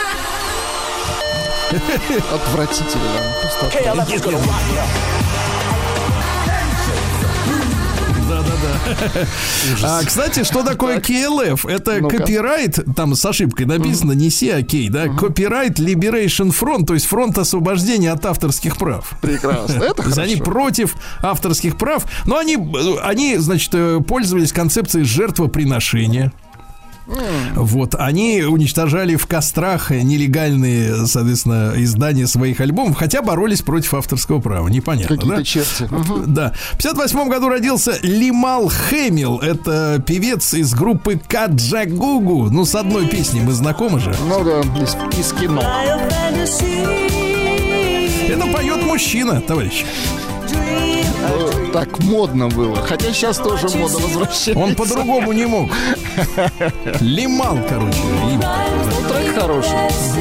S4: Отвратительно.
S3: Кстати, что такое KLF? Это копирайт, там с ошибкой написано не C, а K, да? Copyright Liberation Front, то есть фронт освобождения от авторских прав.
S4: Прекрасно, это хорошо.
S3: Они против авторских прав, но они, значит, пользовались концепцией жертвоприношения. Вот, они уничтожали в кострах нелегальные, соответственно, издания своих альбомов, хотя боролись против авторского права. Непонятно,
S4: какие-то
S3: да?
S4: черти.
S3: Да. В 58 году родился Лимал Хэмилл. Это певец из группы Каджагугу. Ну, с одной песней мы знакомы же.
S4: Ну да, из кино.
S3: Это поет мужчина, товарищ.
S4: Так модно было. Хотя сейчас тоже мода возвращается.
S3: Он по-другому не мог. Лимал, короче.
S4: Трек хороший.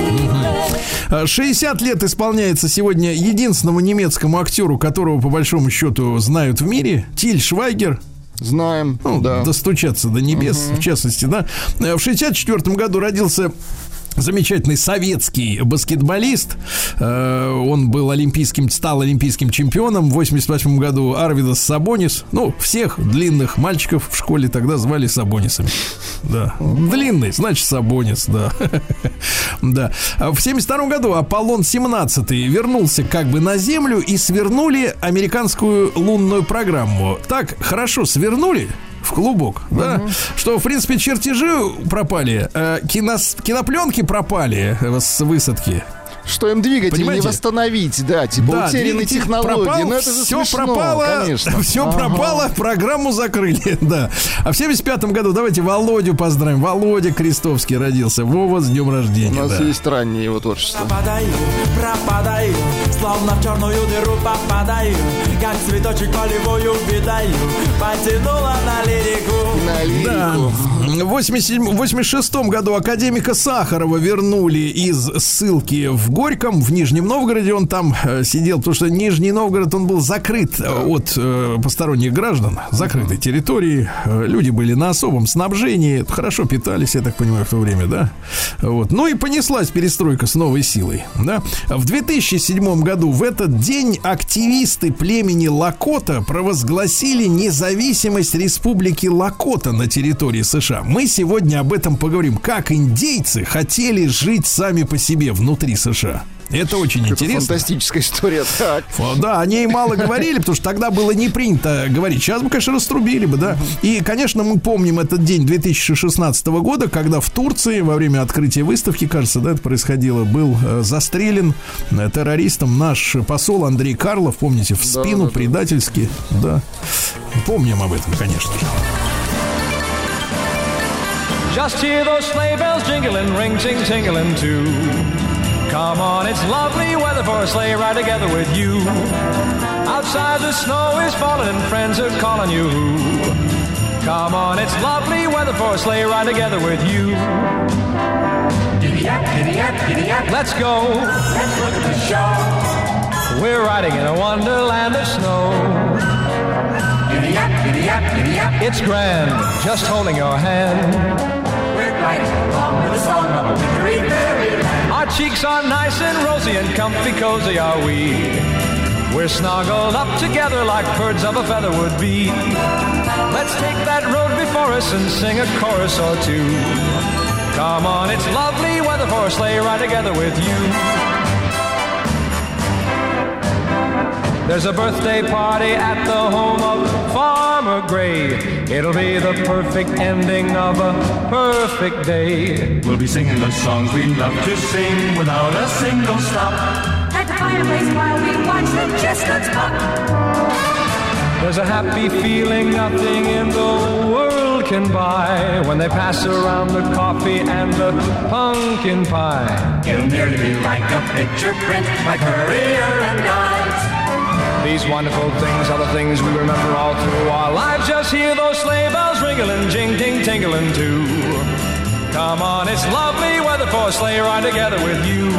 S3: 60 лет исполняется сегодня единственному немецкому актеру, которого, по большому счету, знают в мире. Тиль Швайгер.
S4: Знаем, да.
S3: Достучаться до небес, в частности, да. В 64 году родился замечательный советский баскетболист. Он был стал олимпийским чемпионом в 88 году. Арвидас Сабонис. Ну, всех длинных мальчиков в школе тогда звали Сабонисами. Да. Длинный, значит, Сабонис, да. Да. В 72 году Аполлон-17 вернулся как бы на Землю и свернули американскую лунную программу. Так хорошо свернули в клубок, да, что, в принципе, чертежи пропали, кинопленки пропали с высадки.
S4: Что им двигатель
S3: Понимаете?
S4: не восстановить, да, типа
S3: Да,
S4: утерянные технологии.
S3: пропал,
S4: Но это же
S3: все
S4: смешно,
S3: пропало,
S4: конечно.
S3: все пропало, программу закрыли, да. А в 75-м году давайте Володю поздравим. Володя Крестовский родился. Вова, с днем рождения.
S4: У нас
S3: да.
S4: есть раннее его творчество.
S5: Пропадаю, словно в черную дыру попадаю, как цветочек полевую видаю, потянула на лирику.
S4: На лирику.
S3: Да. В 86-м году академика Сахарова вернули из ссылки в Горьком, в Нижнем Новгороде. Он там сидел, потому что Нижний Новгород, он был закрыт от посторонних граждан, закрытой территории. Люди были на особом снабжении, хорошо питались, я так понимаю, в то время, да. Вот. Ну и понеслась перестройка с новой силой, да. В 2007 году в этот день активисты племени Лакота провозгласили независимость республики Лакота на территории США. Мы сегодня об этом поговорим, как индейцы хотели жить сами по себе внутри США. Это очень интересно.
S4: Фантастическая история. Так.
S3: Да, о ней мало говорили, потому что тогда было не принято говорить. Сейчас бы, конечно, раструбили бы, да. И, конечно, мы помним этот день 2016 года, когда в Турции во время открытия выставки, кажется, да, это происходило, был застрелен террористом наш посол Андрей Карлов, помните, в спину предательски, да. Помним об этом, конечно.
S6: Just hear those sleigh bells jingling, ring, ting, tingling too. Come on, it's lovely weather for a sleigh ride together with you. Outside the snow is falling and friends are calling you. Come on, it's lovely weather for a sleigh ride together with you.
S5: Giddy-yap, giddy-yap, giddy-yap.
S6: Let's go.
S5: Let's look at the show.
S6: We're riding in a wonderland of snow.
S5: Giddy-yap, giddy-yap, giddy-yap.
S6: It's grand, just holding your hand.
S5: We're gliding along with the song of a wintry fairyland.
S6: Our cheeks are nice and rosy and comfy cozy are we. We're snuggled up together like birds of a feather would be. Let's take that road before us and sing a chorus or two. Come on, it's lovely weather for a sleigh ride together with you. There's a birthday party at the home of Farmer Gray. It'll be the perfect ending of a perfect day.
S5: We'll be singing the songs we love to sing without a single stop.
S1: At the fireplace while we watch the chestnuts pop.
S6: There's a happy feeling nothing in the world can buy when they pass around the coffee and the pumpkin pie.
S5: It'll nearly be like a picture print, like Courier and Guides.
S6: These wonderful things are the things we remember all through our lives. Just hear those sleigh bells ringling, jing, ting, tingling too. Come on, it's lovely weather for a sleigh ride together with you.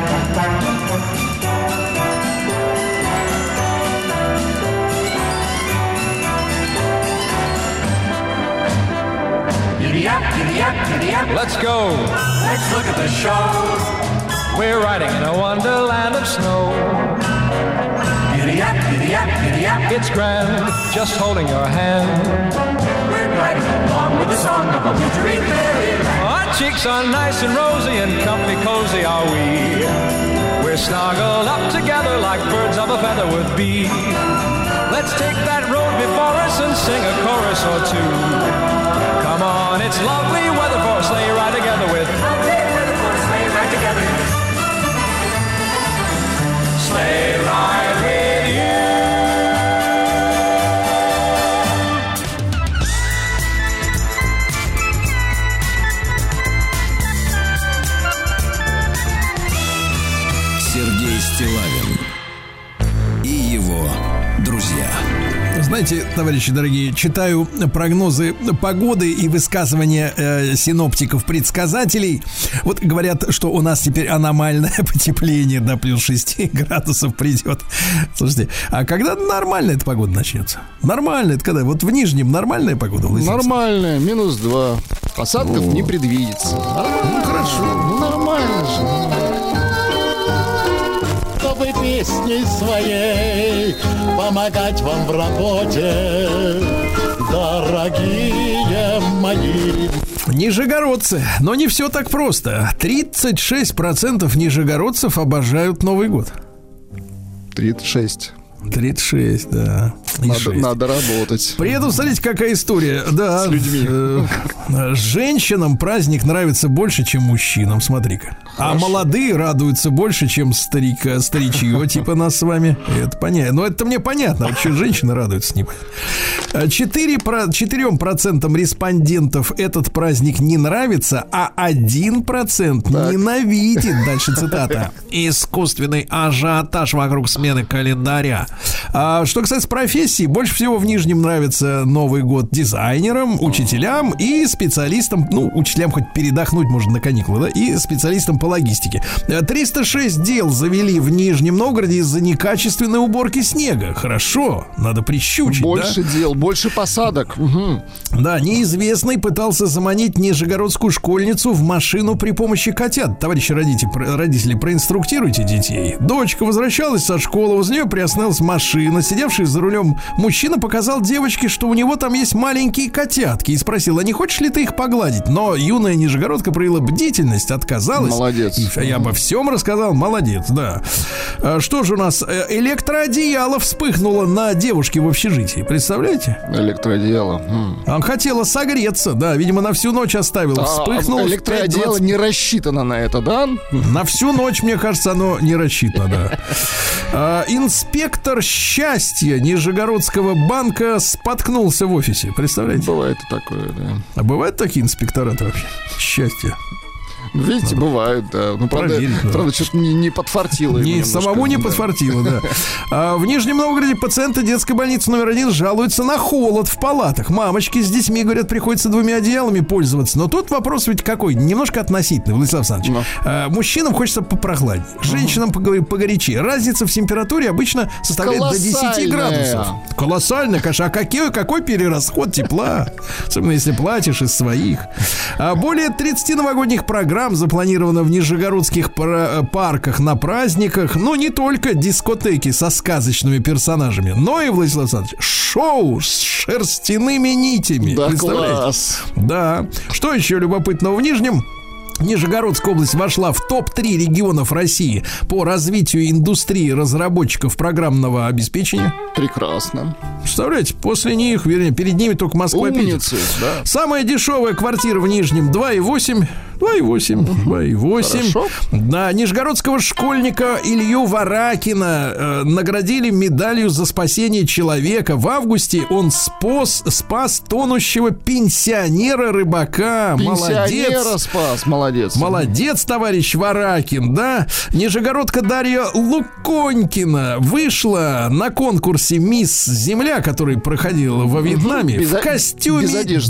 S5: Giddy-yap, giddy-yap, giddy-yap.
S6: Let's go.
S5: Let's look at the show.
S6: We're riding in a wonderland of snow.
S5: Giddy-yap, giddy-yap, giddy-yap.
S6: It's grand, just holding your hand.
S5: We're gliding along with the song of a wintry fairyland.
S6: Our cheeks are nice and rosy and comfy cozy are we. We're snuggled up together like birds of a feather would be. Let's take that road before us and sing a chorus or two. Come on, it's lovely weather for a sleigh ride together with. Lovely weather for a sleigh ride together. Sleigh ride with you.
S2: Сергей Стиллавин и его друзья.
S3: Знаете, товарищи дорогие, читаю прогнозы погоды и высказывания синоптиков-предсказателей. Вот говорят, что у нас теперь аномальное потепление до плюс 6 градусов придет. Слушайте, а когда нормальная эта погода начнется? Нормальная, это когда? Вот в Нижнем нормальная погода?
S4: Нормальная, -2. Осадков не предвидится.
S3: Ну, хорошо.
S4: Ну, нормально же.
S7: Чтобы песней своей помогать вам в работе, дорогие мои.
S3: Нижегородцы, но не все так просто. 36% нижегородцев обожают Новый год.
S4: 36,
S3: да.
S4: Надо работать.
S3: При этом, смотрите, какая история. Да,
S4: с людьми.
S3: Женщинам праздник нравится больше, чем мужчинам. Смотри-ка. А молодые радуются больше, чем старичье, типа нас с вами. Это понятно. Но это мне понятно. А что женщины радуются, не понятно. 4% респондентов этот праздник не нравится, а 1% ненавидит. Дальше цитата. Искусственный ажиотаж вокруг смены календаря. Что касается профессии, больше всего в Нижнем нравится Новый год дизайнерам, учителям и специалистам. Ну, учителям хоть передохнуть можно на каникулы, да? И специалистам по логистике. 306 дел завели в Нижнем Новгороде из-за некачественной уборки снега. Хорошо, надо прищучить.
S4: Больше дел, больше посадок. Угу.
S3: Да, неизвестный пытался заманить нижегородскую школьницу в машину при помощи котят. Товарищи родители, проинструктируйте детей. Дочка возвращалась со школы, возле нее приостановилась машина. Сидевший за рулем мужчина показал девочке, что у него там есть маленькие котятки, и спросил: а не хочешь ли ты их погладить? Но юная нижегородка проявила бдительность, отказалась.
S4: Молодец.
S3: И я обо всем рассказал. Молодец, да. Что же у нас? Электроодеяло вспыхнуло на девушке в общежитии. Представляете?
S4: Электроодеяло.
S3: Она хотела согреться, да. Видимо, на всю ночь оставила. Вспыхнуло.
S4: Электроодеяло не рассчитано на это, да?
S3: На всю ночь, мне кажется, оно не рассчитано, да. Инспектор счастья Нижегородского банка споткнулся в офисе. Представляете?
S4: Бывает и такое, да.
S3: А бывают такие инспектораты вообще? Счастье.
S4: Видите, бывают, да. Ну, правда, что-то не подфартило.
S3: Самому не подфартило, да. В Нижнем Новгороде пациенты детской больницы номер 1 жалуются на холод в палатах. Мамочки с детьми, говорят, приходится 2 одеялами пользоваться. Но тут вопрос ведь какой? Немножко относительный, Владислав Александрович. Мужчинам хочется попрохладнее, женщинам погорячее. Разница в температуре обычно составляет до 10 градусов. Колоссальная, конечно. А какой перерасход тепла? Особенно если платишь из своих. Более 30 новогодних программ запланировано в нижегородских парках на праздниках. Но не только дискотеки со сказочными персонажами, но и, Владислав Александрович, шоу с шерстяными нитями.
S4: Да, класс.
S3: Да. Что еще любопытного в Нижнем? Нижегородская область вошла в топ-3 регионов России по развитию индустрии разработчиков программного обеспечения.
S4: Прекрасно.
S3: Представляете, после них, вернее, перед ними только Москва, Питер.
S4: Да.
S3: Самая дешевая квартира в Нижнем 2,8.
S4: Хорошо.
S3: Да, нижегородского школьника Илью Варакина наградили медалью за спасение человека. В августе он спас тонущего пенсионера-рыбака.
S4: Пенсионера спас, молодец.
S3: Молодец, товарищ Варакин, да. Нижегородка Дарья Луконькина вышла на конкурсе «Мисс Земля», который проходил во Вьетнаме, в костюме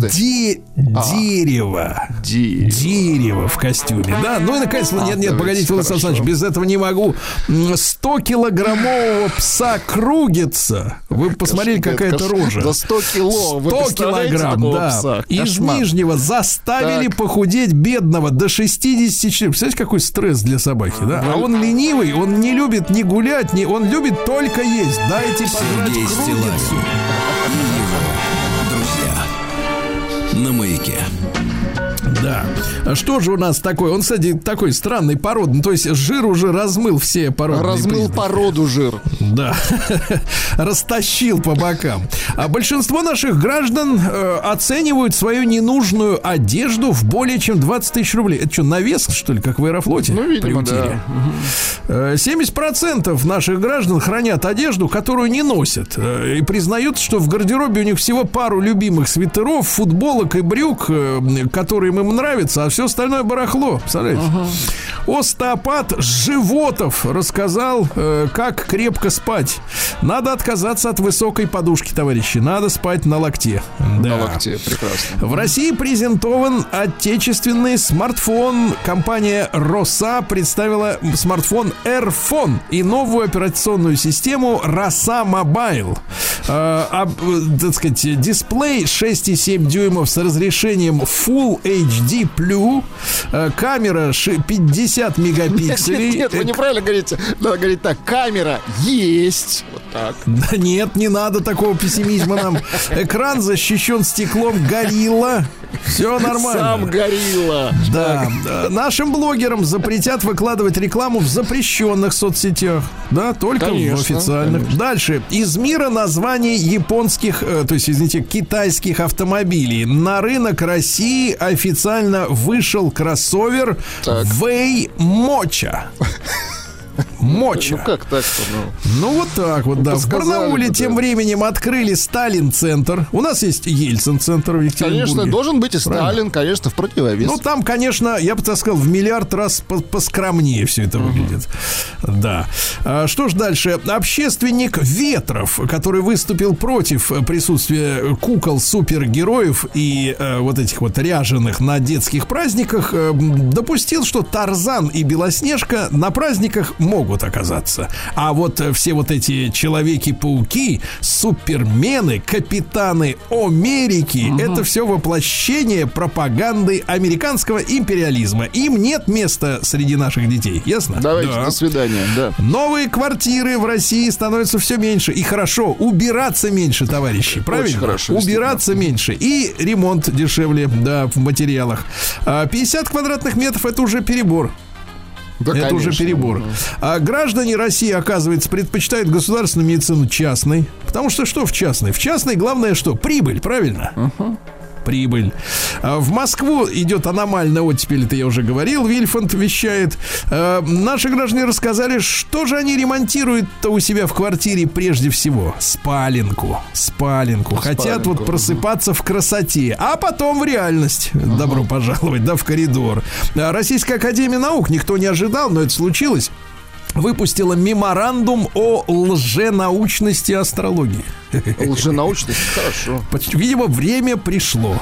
S3: дерева. Дерево в костюме, да. Ну и наконец, нет, погодите, Владислав Александрович, без этого не могу. 100-килограммового пса Кругица. Вы посмотрели, какая-то рожа.
S4: За 100 кило.
S3: 100 килограмм, да. Из Нижнего заставили похудеть бедного до 64. Представляете, какой стресс для собаки, да? А он ленивый, он не любит ни гулять, он любит только есть. Дайте пожрать Кругицу.
S2: Друзья на Маяке.
S3: Да. Что же у нас такое? Он, кстати, такой странный породный. То есть жир уже размыл все породные
S4: Размыл
S3: признаки.
S4: породу жир.
S3: Да. Растащил по бокам. А большинство наших граждан оценивают свою ненужную одежду в более чем 20 тысяч рублей. Это что, навес, что ли, как в Аэрофлоте?
S4: Ну, видимо, да.
S3: 70% наших граждан хранят одежду, которую не носят. И признают, что в гардеробе у них всего пару любимых свитеров, футболок и брюк, которые им нравятся, а все остальное барахло. Представляете? Остеопат Животов рассказал, как крепко спать. Надо отказаться от высокой подушки, товарищи. Надо спать на локте. Да.
S4: На локте, прекрасно.
S3: В России презентован отечественный смартфон. Компания Роса представила смартфон AirPhone и новую операционную систему Rosa Mobile. Так сказать, дисплей 6,7 дюймов с разрешением Full HD+, камера 50 мегапикселей.
S4: Нет, вы неправильно говорите. Надо говорить так: камера есть. Вот так.
S3: Да нет, не надо такого пессимизма нам. Экран защищен стеклом Gorilla. Все нормально.
S4: Сам Горилла.
S3: Да. Нашим блогерам запретят выкладывать рекламу в запрещенных соцсетях. Да, только
S4: конечно,
S3: в официальных. Конечно. Дальше. Из мира названий японских, то есть, извините, китайских автомобилей. На рынок России официально вышел кроссовер Вэй Моча. Моча.
S4: Ну как так-то?
S3: Ну вот так вот, да. В Барнауле тем временем открыли Сталин-центр. У нас есть Ельцин-центр в Екатеринбурге.
S4: Конечно, должен быть и Сталин, конечно, в противовес.
S3: Ну там, конечно, я бы так сказал, в миллиард раз поскромнее все это выглядит. Да. Что ж дальше? Общественник Ветров, который выступил против присутствия кукол-супергероев и вот этих вот ряженых на детских праздниках, допустил, что Тарзан и Белоснежка на праздниках могут оказаться. А вот все вот эти Человеки-пауки, Супермены, Капитаны Америки, это все воплощение пропаганды американского империализма. Им нет места среди наших детей. Ясно?
S4: Давайте, до свидания. Да.
S3: Новые квартиры в России становятся все меньше. И хорошо, убираться меньше, товарищи. Правильно?
S4: Очень хорошо.
S3: Убираться меньше. И ремонт дешевле, да, в материалах. 50 квадратных метров — это уже перебор.
S4: Да,
S3: это
S4: конечно,
S3: уже перебор. А граждане России, оказывается, предпочитают государственную медицину частной. Потому что что в частной? В частной главное что? Прибыль, правильно? Прибыль. В Москву идет аномальная оттепель, это я уже говорил, Вильфанд вещает. Наши граждане рассказали, что же они ремонтируют-то у себя в квартире прежде всего. Спаленку. Хотят вот просыпаться в красоте, а потом в реальность. Добро пожаловать, да, в коридор. Российская академия наук, никто не ожидал, но это случилось, выпустила меморандум о лженаучности астрологии.
S4: Лженаучность, хорошо.
S3: Видимо, время пришло,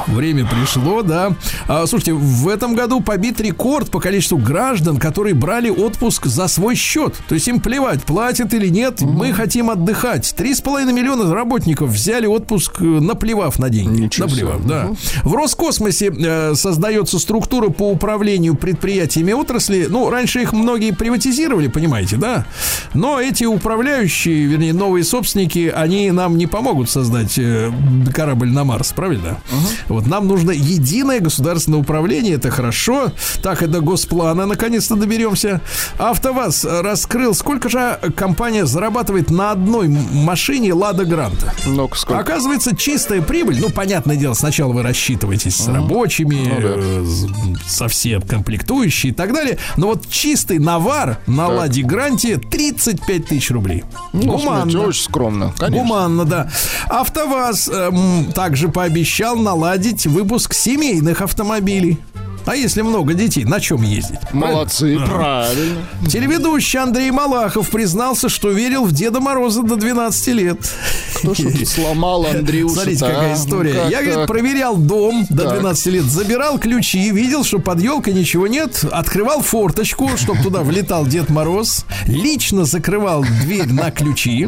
S3: да. Слушайте, в этом году побит рекорд по количеству граждан, которые брали отпуск за свой счет. То есть им плевать, платят или нет, мы хотим отдыхать. 3,5 миллиона работников взяли отпуск, наплевав на деньги. Да. В Роскосмосе создается структура по управлению предприятиями отрасли. Ну, раньше их многие приватизировали, понимаете, да? Но эти управляющие, вернее, новые собственники, они нам не помогут создать корабль на Марс, правильно? Вот нам нужно единое государственное управление, это хорошо. Так и до госплана наконец-то доберемся. АвтоВАЗ раскрыл, сколько же компания зарабатывает на одной машине Лада Гранта.
S4: Ну-ка, сколько?
S3: Оказывается, чистая прибыль, ну, понятное дело, сначала вы рассчитываетесь с рабочими, со все комплектующие и так далее, но вот чистый навар на Ладе Гранте 35 тысяч рублей.
S4: Гуманно. Смотрите, очень скромно, конечно.
S3: Гуманно, да. АвтоВАЗ также пообещал наладить выпуск семейных автомобилей. А если много детей, на чем ездить?
S4: Молодцы, правильно.
S3: Телеведущий Андрей Малахов признался, что верил в Деда Мороза до 12 лет.
S4: Кто что тут сломал Андрюша?
S3: Смотрите, какая история. Я, говорит, проверял дом до 12 лет, забирал ключи, видел, что под елкой ничего нет, открывал форточку, чтобы туда влетал Дед Мороз, лично закрывал дверь на ключи.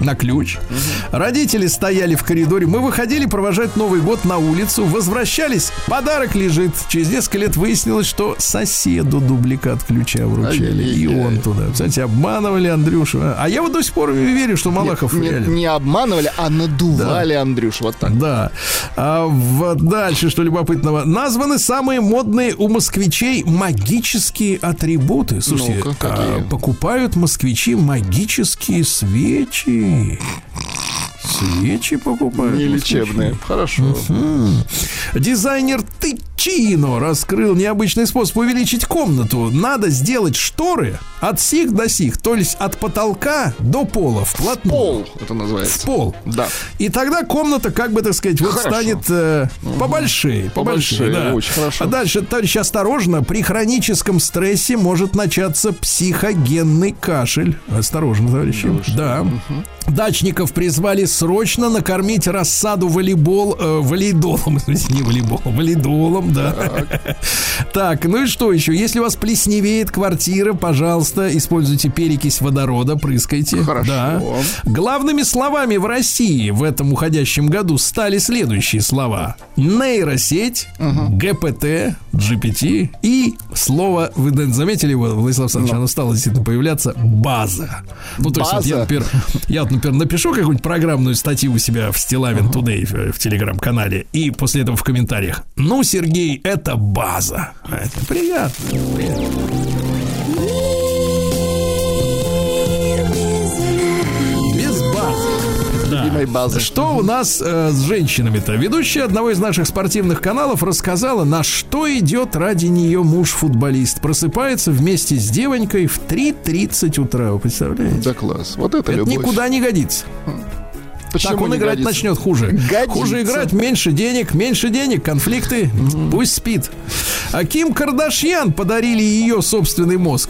S3: на ключ. Родители стояли в коридоре. Мы выходили провожать Новый год на улицу. Возвращались. Подарок лежит. Через несколько лет выяснилось, что соседу дубликат ключа вручали. И он туда. Кстати, обманывали Андрюшу. А я вот до сих пор верю, что Малахов реально.
S4: Не обманывали, а надували Андрюшу. Вот так.
S3: Да. Дальше, что любопытного. Названы самые модные у москвичей магические атрибуты. Слушайте, покупают москвичи магические свечи. Свечи покупают.
S4: Не лечебные. Хорошо.
S3: Дизайнер Тычино раскрыл необычный способ увеличить комнату. Надо сделать шторы от сих до сих, то есть от потолка до пола вплотную.
S4: Пол, это называется.
S3: В пол.
S4: Да.
S3: И тогда комната, как бы так сказать, вот станет побольшее.
S4: Побольшее,
S3: да.
S4: очень хорошо.
S3: А дальше, товарищ, осторожно, при хроническом стрессе может начаться психогенный кашель. Осторожно, товарищи. Да. Дачников призвали срочно накормить рассаду валидолом, не волейболом, валидолом, да. Так, ну и что еще? Если у вас плесневеет квартира, пожалуйста, используйте перекись водорода, прыскайте.
S4: Хорошо.
S3: Да. Главными словами в России в этом уходящем году стали следующие слова: нейросеть, ГПТ, GPT и слово, вы заметили его, Владислав Александрович, оно стало действительно появляться, база. Ну, то есть вот я, например, напишу какую-нибудь программную статью у себя в Стилавин Today в телеграм-канале, и после этого в комментариях: ну, Сергей, это база. Это приятно. Без базы.
S4: Любимой базы.
S3: Что у нас с женщинами-то? Ведущая одного из наших спортивных каналов рассказала, на что идет ради нее муж-футболист. Просыпается вместе с девонькой в 3:30 утра. Вы представляете?
S4: Да класс. Вот это любовь.
S3: Никуда не годится.
S4: Почему
S3: так он
S4: не
S3: играть
S4: годится?
S3: начнет хуже.
S4: Годится.
S3: Хуже играть, меньше денег, конфликты. Пусть спит. А Ким Кардашьян подарили ее собственный мозг.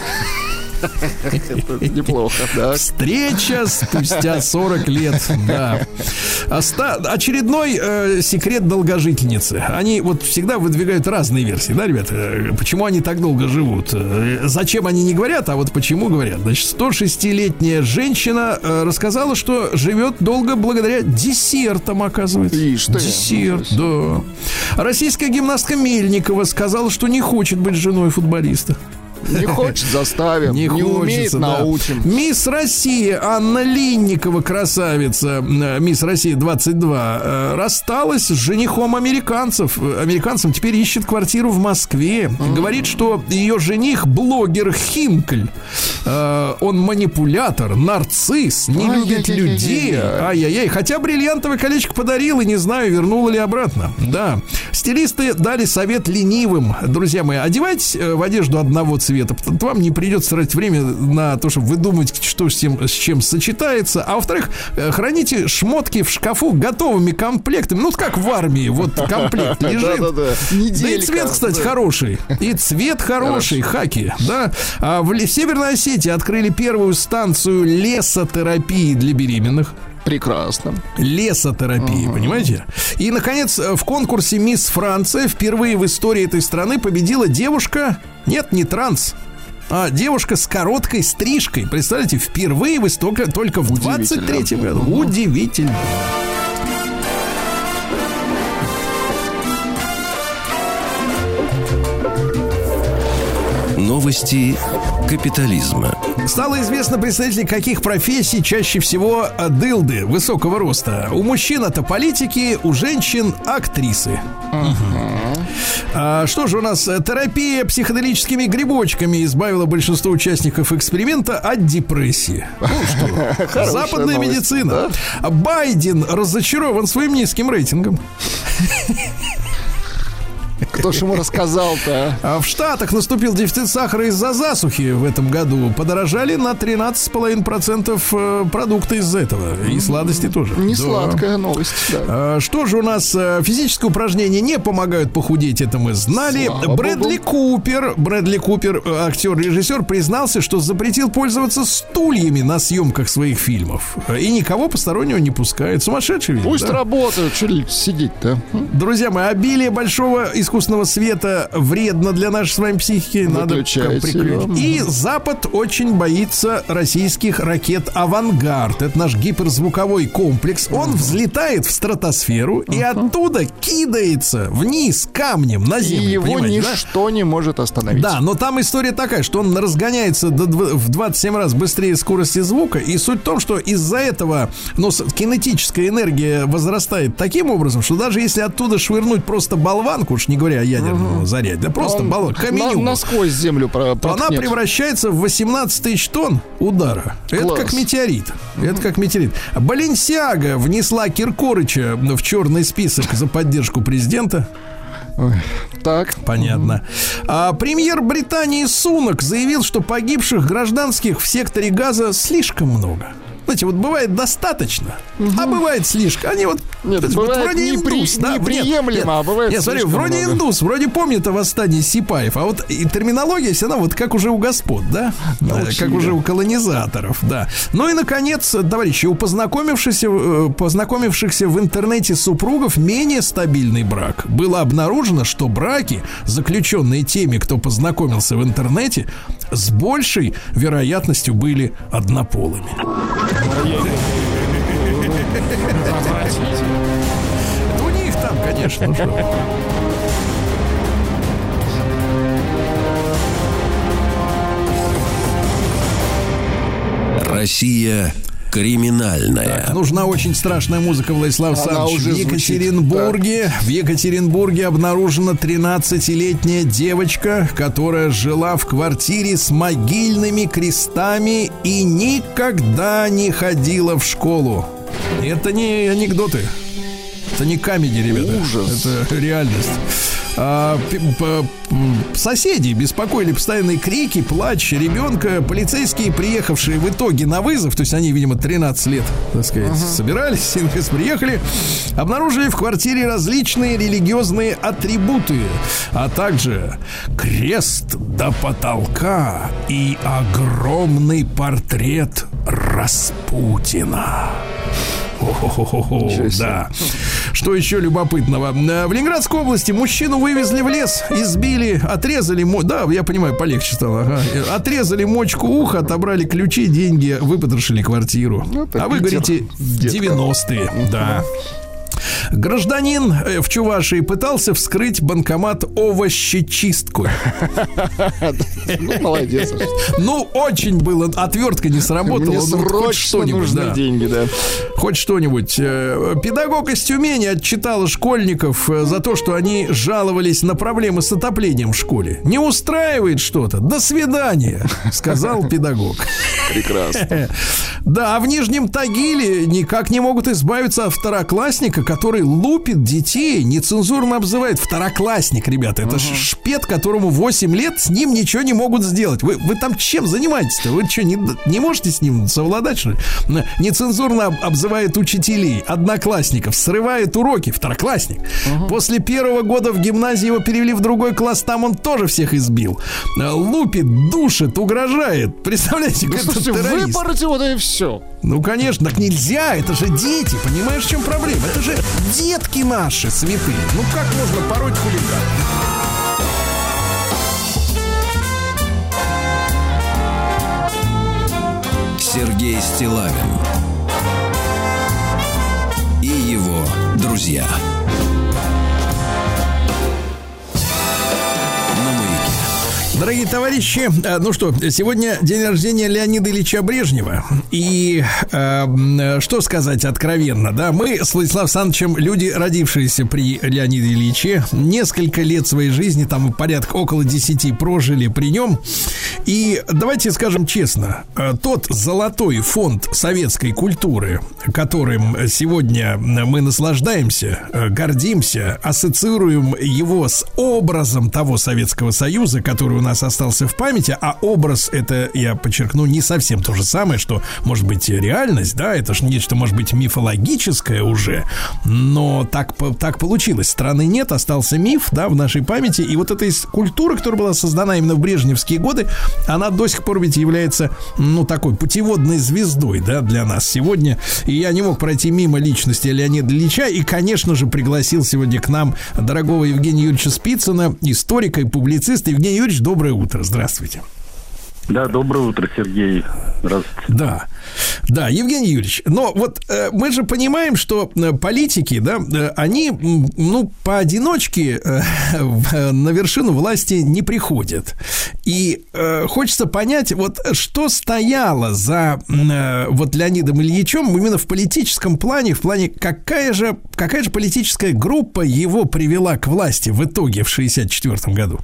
S4: Это неплохо, да.
S3: Встреча спустя 40 лет. Да. Очередной секрет долгожительницы. Они вот всегда выдвигают разные версии, да, ребята? Почему они так долго живут? Зачем они не говорят, а вот почему говорят? Значит, 106-летняя женщина рассказала, что живет долго благодаря десертам, оказывается.
S4: Ишь ты.
S3: Десерт, да. Российская гимнастка Мельникова сказала, что не хочет быть женой футболиста.
S4: Не хочет, заставим. Не умеет, научим.
S3: Мисс Россия Анна Линникова, красавица, Мисс Россия 22, рассталась с женихом американцем, теперь ищет квартиру в Москве. Говорит, что ее жених блогер Хинкль. Он манипулятор, нарцисс, не любит людей. Ай-яй-яй. Хотя бриллиантовое колечко подарил, и не знаю, вернула ли обратно. Да. Стилисты дали совет ленивым. Друзья мои, одевайтесь в одежду одного цвета. Вам не придется тратить время на то, чтобы выдумать, что с чем сочетается. А во-вторых, храните шмотки в шкафу готовыми комплектами. Ну, как в армии. Вот комплект лежит. Да и цвет, кстати, хороший. И цвет хороший. Хаки. Да. А в Северной Осетии открыли первую станцию лесотерапии для беременных.
S4: Прекрасно.
S3: Лесотерапии, понимаете? И, наконец, в конкурсе «Мисс Франция» впервые в истории этой страны победила девушка... Нет, не транс, а девушка с короткой стрижкой. Представляете, впервые только в 23-м году. Удивительно.
S2: Новости капитализма.
S3: Стало известно, представители каких профессий чаще всего дылды высокого роста. У мужчин это политики, у женщин актрисы. Что же у нас? Терапия психоделическими грибочками избавила большинство участников эксперимента от депрессии. Ну что, западная медицина. Да? Байден разочарован своим низким рейтингом.
S4: Кто ж ему рассказал-то?
S3: А в Штатах наступил дефицит сахара из-за засухи в этом году. Подорожали на 13,5% продукты из-за этого. И сладости тоже.
S4: Не сладкая новость, да.
S3: Что же у нас? Физические упражнения не помогают похудеть, это мы знали. Брэдли Купер, актер-режиссер, признался, что запретил пользоваться стульями на съемках своих фильмов. И никого постороннего не пускает. Сумасшедший ведь.
S4: Пусть работают, что ли сидеть-то?
S3: Друзья мои, обилие большого искусственного солнечного света вредно для нашей с вами психики. Надо приключить. И Запад очень боится российских ракет «Авангард». Это наш гиперзвуковой комплекс. Он взлетает в стратосферу и оттуда кидается вниз камнем на землю.
S4: И его ничто не может остановить.
S3: Да, но там история такая, что он разгоняется в 27 раз быстрее скорости звука. И суть в том, что из-за этого кинетическая энергия возрастает таким образом, что даже если оттуда швырнуть просто болванку, уж не говоря о ядерном заряде, да просто болванку, каменюку,
S4: насквозь землю
S3: то она превращается в 18 тысяч тонн удара. Это как метеорит. Это как метеорит. Баленсиага внесла Киркорыча в черный список за поддержку президента.
S4: Так.
S3: Понятно. Премьер Британии Сунак заявил, что погибших гражданских в секторе Газа слишком много. Знаете, вот бывает достаточно, а бывает слишком. Они вот,
S4: бывает
S3: вроде индус,
S4: неприемлемо, а бывает
S3: нет, смотри, вроде много. Индус, вроде помнит о восстании сипаев, а вот и терминология всегда вот как уже у господ, да? Как уже у колонизаторов, да. Ну и, наконец, товарищи, у познакомившихся в интернете супругов менее стабильный брак. Было обнаружено, что браки, заключенные теми, кто познакомился в интернете, с большей вероятностью были однополыми. Это у них там, конечно.
S2: Россия криминальная.
S3: Так, нужна очень страшная музыка, Владислав Александрович. В Екатеринбурге обнаружена 13-летняя девочка, которая жила в квартире с могильными крестами и никогда не ходила в школу. Это не анекдоты. Это не камеди, ребята.
S4: Ужас.
S3: Это реальность. Соседи беспокоили постоянные крики, плач ребенка. Полицейские, приехавшие в итоге на вызов, то есть они, видимо, 13 лет, так сказать, собирались, приехали, обнаружили в квартире различные религиозные атрибуты, а также крест до потолка и огромный портрет Распутина. Да. Что еще любопытного? В Ленинградской области мужчину вывезли в лес, избили, отрезали, да, я понимаю, полегче стало, отрезали мочку уха, отобрали ключи, деньги, выпотрошили квартиру. А вы говорите 90-е, да. Гражданин в Чувашии пытался вскрыть банкомат овощечистку.
S4: Ну, молодец.
S3: Ну, очень было. Отвертка не сработала.
S4: Мне срочно нужны деньги, да.
S3: Хоть что-нибудь. Педагог из Тюмени отчитала школьников за то, что они жаловались на проблемы с отоплением в школе. Не устраивает что-то? До свидания, сказал педагог.
S4: Прекрасно.
S3: Да, а в Нижнем Тагиле никак не могут избавиться от второклассника, который лупит детей, нецензурно обзывает. Второклассник, ребята, это шпет, которому 8 лет, с ним ничего не могут сделать. Вы там чем занимаетесь-то? Вы что, не можете с ним совладать, что ли? Нецензурно обзывает учителей, одноклассников, срывает уроки. Второклассник. После 1-го года в гимназии его перевели в другой класс, там он тоже всех избил. Лупит, душит, угрожает. Представляете, как это террорист.
S4: Выпороть его, да и все.
S3: Ну, конечно, так нельзя, это же дети, понимаешь, в чем проблема? Это же детки наши святые. Ну, как можно пороть хулигана?
S2: Сергей Стиллавин и его друзья.
S3: Дорогие товарищи, ну что, сегодня день рождения Леонида Ильича Брежнева. И что сказать откровенно, да? Мы с Владиславом Александровичем, люди, родившиеся при Леониде Ильиче, несколько лет своей жизни, там порядка около 10 прожили при нем. И давайте скажем честно, тот золотой фонд советской культуры, которым сегодня мы наслаждаемся, гордимся, ассоциируем его с образом того Советского Союза, который у нас нас остался в памяти, а образ это, я подчеркну, не совсем то же самое, что может быть реальность, да, это же нечто, может быть, мифологическое уже, но так получилось. Страны нет, остался миф, да, в нашей памяти, и вот эта культура, которая была создана именно в брежневские годы, она до сих пор ведь является, ну, такой путеводной звездой, да, для нас сегодня, и я не мог пройти мимо личности Леонида Ильича, и, конечно же, пригласил сегодня к нам дорогого Евгения Юрьевича Спицына, историка и публициста. Евгений Юрьевич, доброе утро, здравствуйте.
S8: Да, доброе утро, Сергей. Здравствуйте. Да, Евгений Юрьевич, но вот мы же понимаем, что политики, да, они, ну, поодиночке на вершину власти не приходят. И хочется понять, вот что стояло за вот Леонидом Ильичем именно в политическом плане, в плане какая же политическая группа его привела к власти в итоге в 1964 году?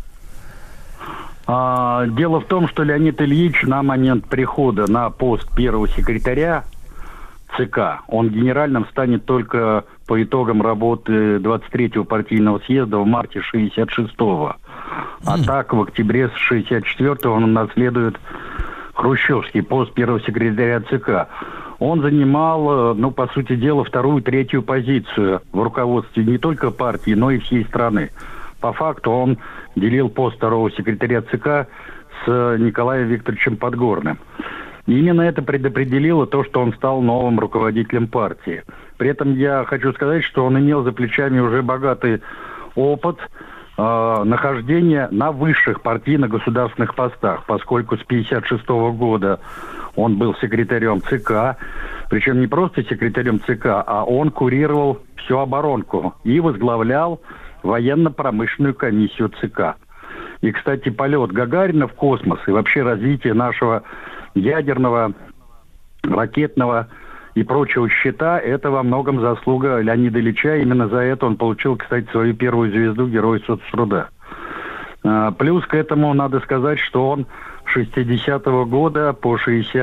S9: Дело в том, что Леонид Ильич на момент прихода на пост первого секретаря ЦК, он генеральным станет только по итогам работы 23-го партийного съезда в марте 66-го. А так в октябре 64-го он наследует хрущевский пост первого секретаря ЦК. Он занимал, ну, по сути дела, вторую, третью позицию в руководстве не только партии, но и всей страны. По факту он делил пост второго секретаря ЦК с Николаем Викторовичем Подгорным. И именно это предопределило то, что он стал новым руководителем партии. При этом я хочу сказать, что он имел за плечами уже богатый опыт нахождения на высших партийно-государственных постах, поскольку с 1956 года он был секретарем ЦК, причем не просто секретарем ЦК, а он курировал всю оборонку и возглавлял военно-промышленную комиссию ЦК. И, кстати, полет Гагарина в космос и вообще развитие нашего ядерного, ракетного и прочего щита, это во многом заслуга Леонида Ильича. Именно за это он получил, кстати, свою первую звезду Героя соцтруда. Плюс к этому надо сказать, что он с 60-го года по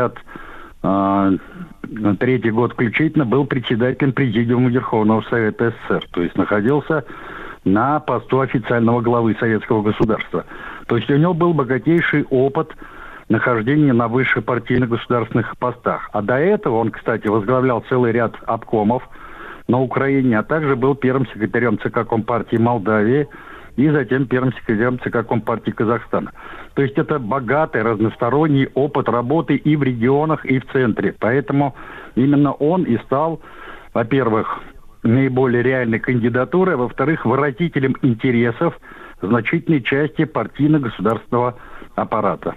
S9: 63-й год включительно был председателем Президиума Верховного Совета СССр. То есть находился на посту официального главы советского государства. То есть у него был богатейший опыт нахождения на высших партийно-государственных постах. А до этого он, кстати, возглавлял целый ряд обкомов на Украине, а также был первым секретарем ЦК Компартии Молдавии и затем первым секретарем ЦК Компартии Казахстана. То есть это богатый, разносторонний опыт работы и в регионах, и в центре. Поэтому именно он и стал, во-первых, наиболее реальной кандидатурой, а во-вторых, выразителем интересов значительной части партийно-государственного аппарата.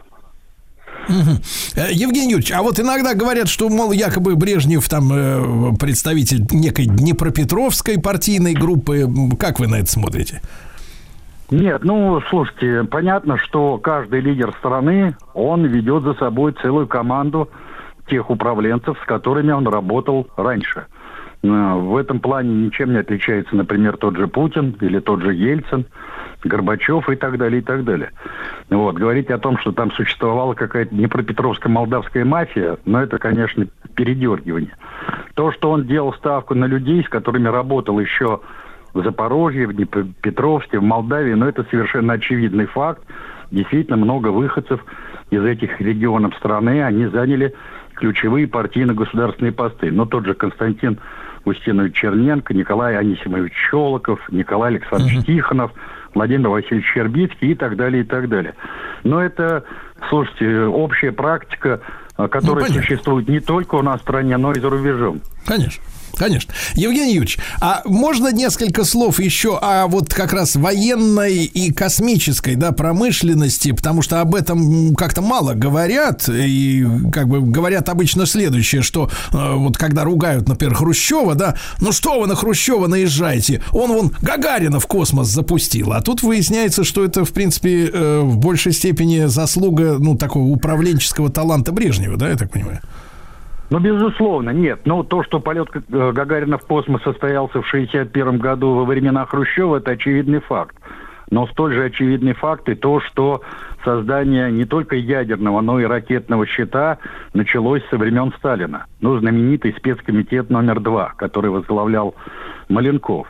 S3: Евгений Юрьевич, а вот иногда говорят, что, мол, якобы Брежнев там представитель некой Днепропетровской партийной группы. Как вы на это смотрите?
S9: Нет, ну, слушайте, понятно, что каждый лидер страны, он ведет за собой целую команду тех управленцев, с которыми он работал раньше. В этом плане ничем не отличается, например, тот же Путин или тот же Ельцин, Горбачев и так далее, и так далее. Вот. Говорить о том, что там существовала какая-то днепропетровская молдавская мафия, ну, это, конечно, передергивание. То, что он делал ставку на людей, с которыми работал еще в Запорожье, в Днепропетровске, в Молдавии, но это совершенно очевидный факт. Действительно, много выходцев из этих регионов страны, они заняли ключевые партийно-государственные посты. Но тот же Константин Устинович Черненко, Николай Анисимович Щелоков, Николай Александрович Тихонов, Владимир Васильевич Щербицкий и так далее, и так далее. Но это, слушайте, общая практика, которая существует не только у нас в стране, но и за рубежом.
S3: Конечно. Конечно. Евгений Юрьевич, а можно несколько слов еще о вот как раз военной и космической, да, промышленности, потому что об этом как-то мало говорят, и как бы говорят обычно следующее, что вот когда ругают, например, Хрущева, да, ну что вы на Хрущева наезжаете, он вон Гагарина в космос запустил, а тут выясняется, что это, в принципе, в большей степени заслуга, ну, такого управленческого таланта Брежнева, да, я так понимаю?
S9: Ну, безусловно, нет. Но то, что полет Гагарина в космос состоялся в 1961 году во времена Хрущева, это очевидный факт. Но столь же очевидный факт и то, что создание не только ядерного, но и ракетного щита началось со времен Сталина. Ну, знаменитый спецкомитет номер 2, который возглавлял Маленков.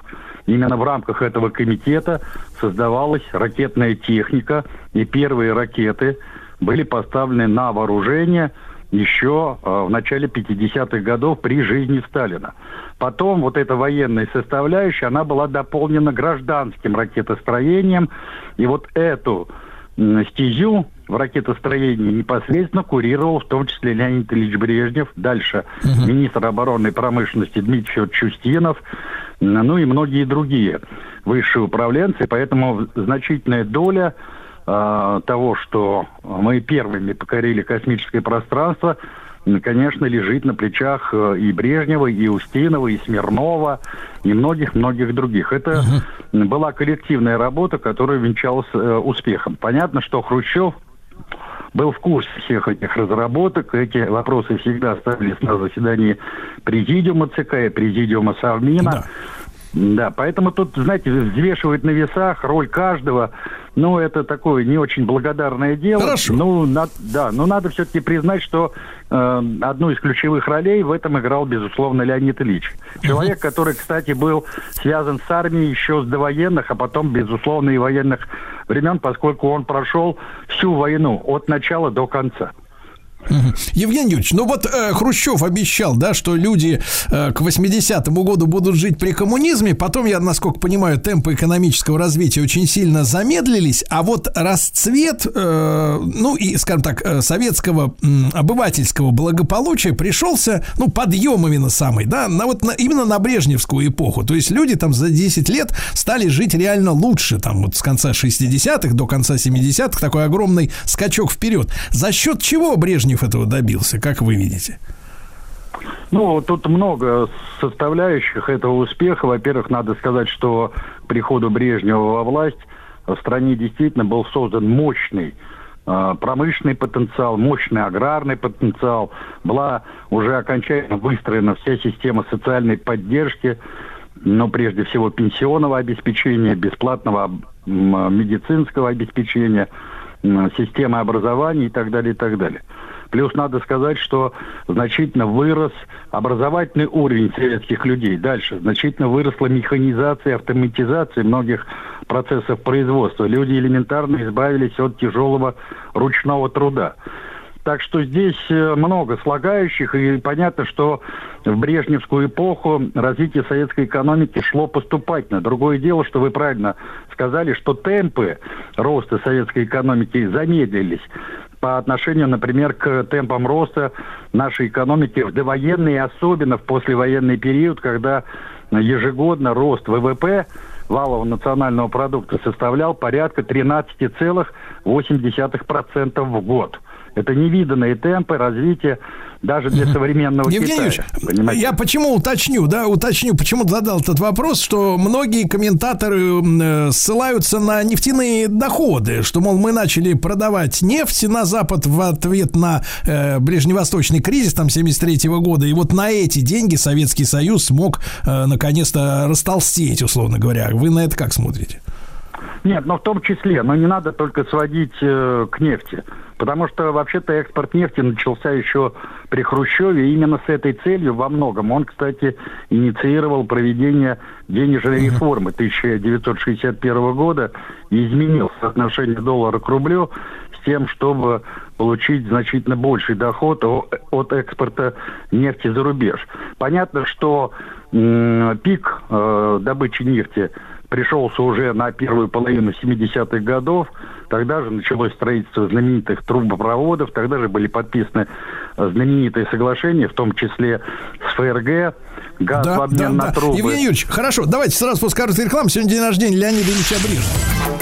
S9: Именно в рамках этого комитета создавалась ракетная техника, и первые ракеты были поставлены на вооружение еще в начале 50-х годов при жизни Сталина. Потом вот эта военная составляющая, она была дополнена гражданским ракетостроением, и вот эту стезю в ракетостроении непосредственно курировал в том числе Леонид Ильич Брежнев, дальше министр оборонной промышленности Дмитрий Федорович Устинов, ну и многие другие высшие управленцы, поэтому значительная доля того, что мы первыми покорили космическое пространство, конечно, лежит на плечах и Брежнева, и Устинова, и Смирнова, и многих-многих других. Это была коллективная работа, которая венчалась успехом. Понятно, что Хрущев был в курсе всех этих разработок. Эти вопросы всегда ставились на заседании Президиума ЦК и Президиума Совмина. Да, поэтому тут, знаете, взвешивать на весах роль каждого, ну, это такое не очень благодарное дело.
S8: Хорошо.
S9: Ну, но надо все-таки признать, что одну из ключевых ролей в этом играл, безусловно, Леонид Ильич. Человек, который, кстати, был связан с армией еще с довоенных, а потом, безусловно, и военных времен, поскольку он прошел всю войну от начала до конца.
S8: Евгений Юрьевич, ну вот Хрущев обещал, да, что люди к 80-му году будут жить при коммунизме. Потом, я, насколько понимаю, темпы экономического развития очень сильно замедлились. А вот расцвет, ну и, скажем так, советского обывательского благополучия пришелся, ну, подъем именно самый, да, именно на брежневскую эпоху. То есть люди там за 10 лет стали жить реально лучше. Там вот с конца 60-х до конца 70-х такой огромный скачок вперед. За счет чего Брежнев этого добился, как вы видите?
S9: Ну, тут много составляющих этого успеха. Во-первых, надо сказать, что к приходу Брежнева во власть в стране действительно был создан мощный промышленный потенциал, мощный аграрный потенциал. Была уже окончательно выстроена вся система социальной поддержки, но прежде всего пенсионного обеспечения, бесплатного медицинского обеспечения, системы образования и так далее, и так далее. Плюс надо сказать, что значительно вырос образовательный уровень советских людей. Дальше значительно выросла механизация, автоматизация многих процессов производства. Люди элементарно избавились от тяжелого ручного труда. Так что здесь много слагающих, и понятно, что в брежневскую эпоху развитие советской экономики шло поступательно. Другое дело, что вы правильно сказали, что темпы роста советской экономики замедлились по отношению, например, к темпам роста нашей экономики в довоенный и особенно в послевоенный период, когда ежегодно рост ВВП, валового национального продукта, составлял порядка 13,8% в год. Это невиданные темпы развития даже для современного
S8: Евгений
S9: Китая.
S8: Евгеньевич, я почему уточню, почему задал этот вопрос, что многие комментаторы ссылаются на нефтяные доходы, что, мол, мы начали продавать нефть на Запад в ответ на ближневосточный кризис там 73-го года, и вот на эти деньги Советский Союз смог наконец-то растолстеть, условно говоря. Вы на это как смотрите?
S9: Нет, но в том числе, но не надо только сводить к нефти. Потому что, вообще-то, экспорт нефти начался еще при Хрущеве, и именно с этой целью во многом. Он, кстати, инициировал проведение денежной реформы 1961 года и изменил соотношение доллара к рублю с тем, чтобы получить значительно больший доход от экспорта нефти за рубеж. Понятно, что пик добычи нефти пришелся уже на первую половину 70-х годов. Тогда же началось строительство знаменитых трубопроводов, тогда же были подписаны знаменитые соглашения, в том числе с ФРГ, газ в обмен на трубы.
S8: Евгений Юрьевич, хорошо, давайте сразу после короткой рекламы. Сегодня день рождения Леонида Ильича Брежнева.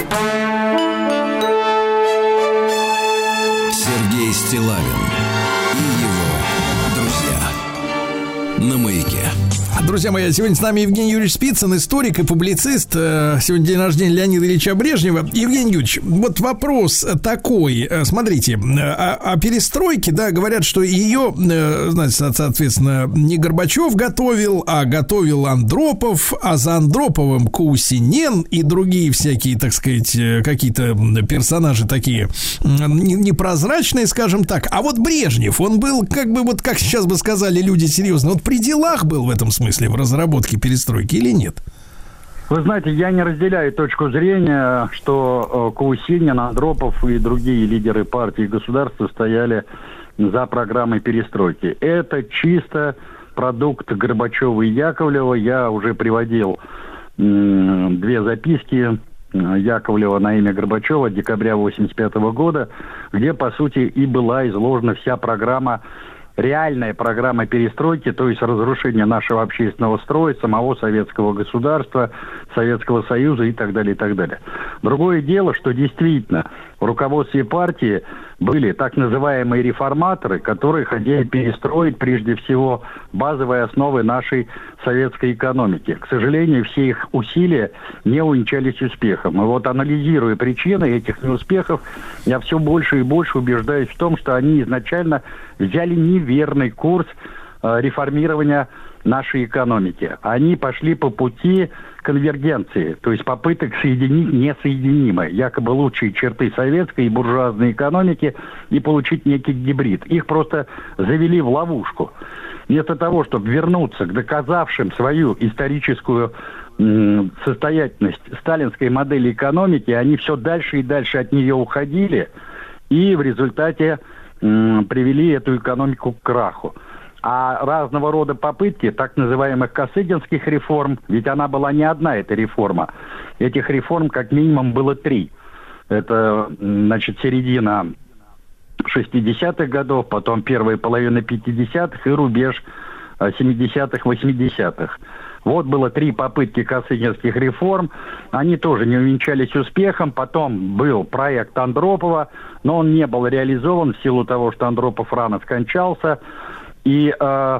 S2: Сергей Стиллавин и его друзья на Маяке.
S8: Друзья мои, сегодня с нами Евгений Юрьевич Спицын, историк и публицист. Сегодня день рождения Леонида Ильича Брежнева. Евгений Юрьевич, вот вопрос такой. Смотрите, о перестройке, да, говорят, что ее, значит, соответственно, не Горбачев готовил, а готовил Андропов, а за Андроповым Каусинен и другие всякие, так сказать, какие-то персонажи такие непрозрачные, скажем так. А вот Брежнев, он был, как бы, вот как сейчас бы сказали люди серьезно, вот при делах был в этом смысле, в разработке перестройки или нет?
S9: Вы знаете, я не разделяю точку зрения, что Каусинин, Андропов и другие лидеры партии и государства стояли за программой перестройки. Это чисто продукт Горбачева и Яковлева. Я уже приводил 2 записки Яковлева на имя Горбачева декабря 1985 года, где, по сути, и была изложена вся программа, реальная программа перестройки, то есть разрушение нашего общественного строя, самого советского государства, Советского Союза и так далее, и так далее. Другое дело, что действительно в руководстве партии были так называемые реформаторы, которые хотели перестроить прежде всего базовые основы нашей советской экономики. К сожалению, все их усилия не увенчались успехом. И вот, анализируя причины этих неуспехов, я все больше и больше убеждаюсь в том, что они изначально взяли неверный курс реформирования нашей экономики. Они пошли по пути конвергенции, то есть попыток соединить несоединимое, якобы лучшие черты советской и буржуазной экономики и получить некий гибрид. Их просто завели в ловушку. Вместо того, чтобы вернуться к доказавшим свою историческую состоятельность сталинской модели экономики, они все дальше и дальше от нее уходили и в результате привели эту экономику к краху. А разного рода попытки так называемых косыгинских реформ, ведь она была не одна, эта реформа. Этих реформ как минимум было 3. Это, значит, середина 60-х годов, потом первая половина 50-х и рубеж 70-х, 80-х. Вот было 3 попытки косыгинских реформ, они тоже не увенчались успехом. Потом был проект Андропова, но он не был реализован в силу того, что Андропов рано скончался. И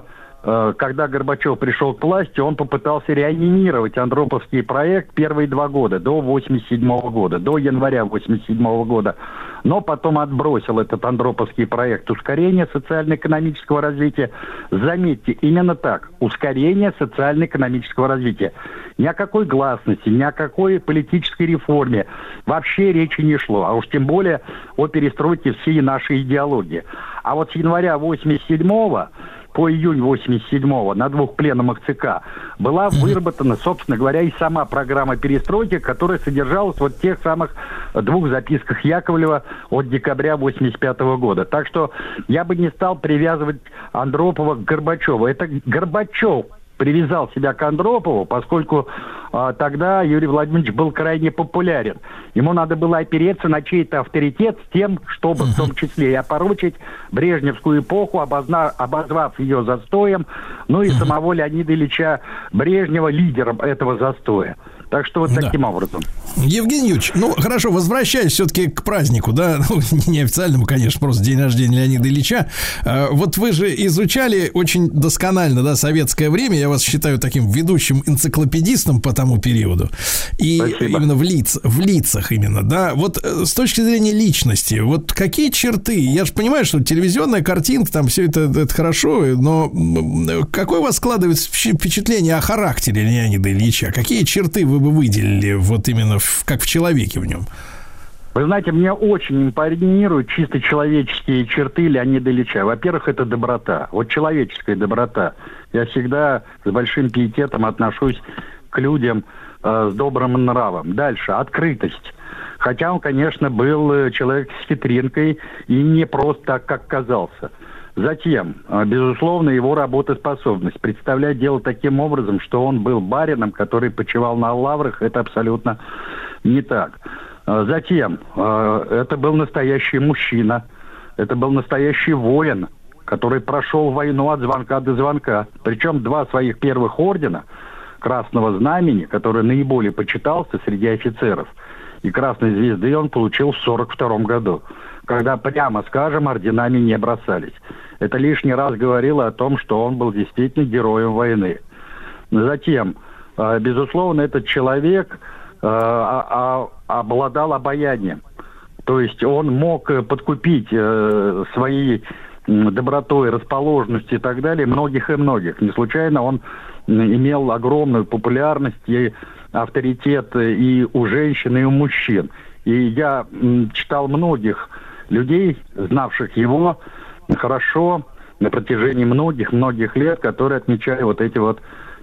S9: когда Горбачев пришел к власти, он попытался реанимировать андроповский проект первые 2 года, до 1987 года, до января 1987 года. Но потом отбросил этот андроповский проект ускорения социально-экономического развития. Заметьте, именно так, ускорение социально-экономического развития. Ни о какой гласности, ни о какой политической реформе вообще речи не шло, а уж тем более о перестройке всей нашей идеологии. А вот с января 1987 по июнь 1987 на 2 пленумах ЦК была выработана, собственно говоря, и сама программа перестройки, которая содержалась вот в тех самых 2 записках Яковлева от декабря 1985 года. Так что я бы не стал привязывать Андропова к Горбачеву. Это Горбачев привязал себя к Андропову, поскольку тогда Юрий Владимирович был крайне популярен. Ему надо было опереться на чей-то авторитет с тем, чтобы в том числе и опорочить брежневскую эпоху, обозвав ее застоем, ну и самого Леонида Ильича Брежнева лидером этого застоя. Так что вот таким образом.
S8: Евгений Юрьевич, ну хорошо, возвращаясь все-таки к празднику, да, ну, неофициальному, конечно, просто день рождения Леонида Ильича. Вот вы же изучали очень досконально, да, советское время. Я вас считаю таким ведущим энциклопедистом по тому периоду. И спасибо. Именно в лицах именно, да. Вот с точки зрения личности, вот какие черты? Я же понимаю, что телевизионная картинка, там все это хорошо, но какое у вас складывается впечатление о характере Леонида Ильича? Какие черты вы бы выделили вот именно как в человеке в нем?
S9: Вы знаете, мне очень импонируют чисто человеческие черты Леонида Ильича. Во-первых, это доброта. Вот человеческая доброта. Я всегда с большим пиететом отношусь к людям с добрым нравом. Дальше, открытость. Хотя он, конечно, был человек с хитринкой и не просто так, как казался. Затем, безусловно, его работоспособность. Представлять дело таким образом, что он был барином, который почивал на лаврах, это абсолютно не так. Затем, это был настоящий мужчина, это был настоящий воин, который прошел войну от звонка до звонка. Причем 2 своих первых ордена Красного Знамени, который наиболее почитался среди офицеров, и Красной Звезды он получил в 1942 году, когда, прямо скажем, орденами не бросались. Это лишний раз говорило о том, что он был действительно героем войны. Затем, безусловно, этот человек обладал обаянием. То есть он мог подкупить своей добротой, расположенностью и так далее многих и многих. Не случайно он имел огромную популярность и авторитет и у женщин, и у мужчин. И я читал многих людей, знавших его хорошо на протяжении многих лет, которые отмечали вот эти вот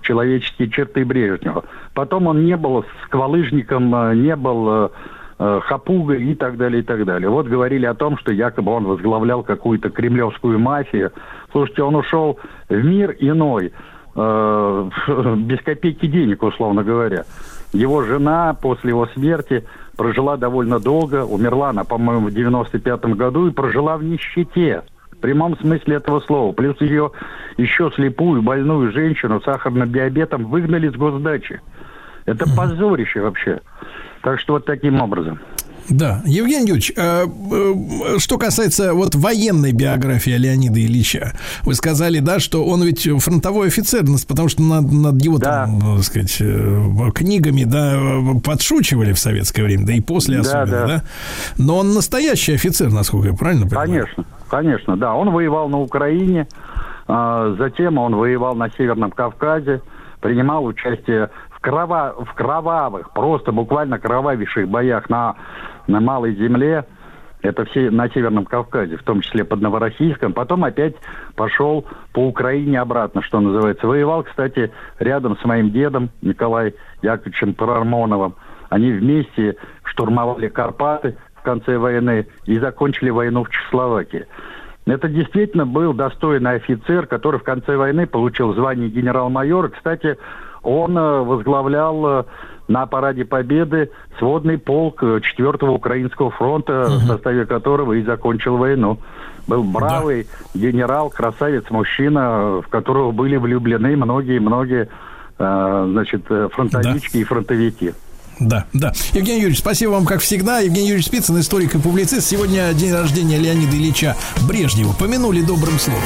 S9: человеческие черты Брежнева. Потом он не был сквалыжником, не был хапугой и так далее, и так далее. Вот говорили о том, что якобы он возглавлял какую-то кремлевскую мафию. Слушайте, он ушел в мир иной, без копейки денег, условно говоря. Его жена после его смерти прожила довольно долго, умерла она, по-моему, в 95-м году и прожила в нищете. В прямом смысле этого слова. Плюс ее еще слепую, больную женщину с сахарным диабетом выгнали с госдачи. Это позорище вообще. Так что вот таким образом.
S8: Да, Евгений Юрьевич, что касается вот военной биографии Леонида Ильича, вы сказали, да, что он ведь фронтовой офицер, потому что над его, там, так сказать, книгами, да, подшучивали в советское время, да и после особенно, да. Но он настоящий офицер, насколько я правильно понимаю?
S9: Конечно, да. Он воевал на Украине, затем он воевал на Северном Кавказе, принимал участие в кровавых, просто буквально кровавейших боях на Малой Земле. Это все на Северном Кавказе, в том числе под Новороссийском. Потом опять пошел по Украине обратно, что называется. Воевал, кстати, рядом с моим дедом Николаем Яковлевичем Парамоновым. Они вместе штурмовали Карпаты в конце войны и закончили войну в Чехословакии. Это действительно был достойный офицер, который в конце войны получил звание генерал-майора. Кстати, он возглавлял на параде Победы сводный полк 4-го Украинского фронта, в составе которого и закончил войну. Был бравый генерал, красавец, мужчина, в которого были влюблены многие, фронтовички и фронтовики.
S8: Да. Евгений Юрьевич, спасибо вам, как всегда. Евгений Юрьевич Спицын, историк и публицист. Сегодня день рождения Леонида Ильича Брежнева. Помянули добрым словом.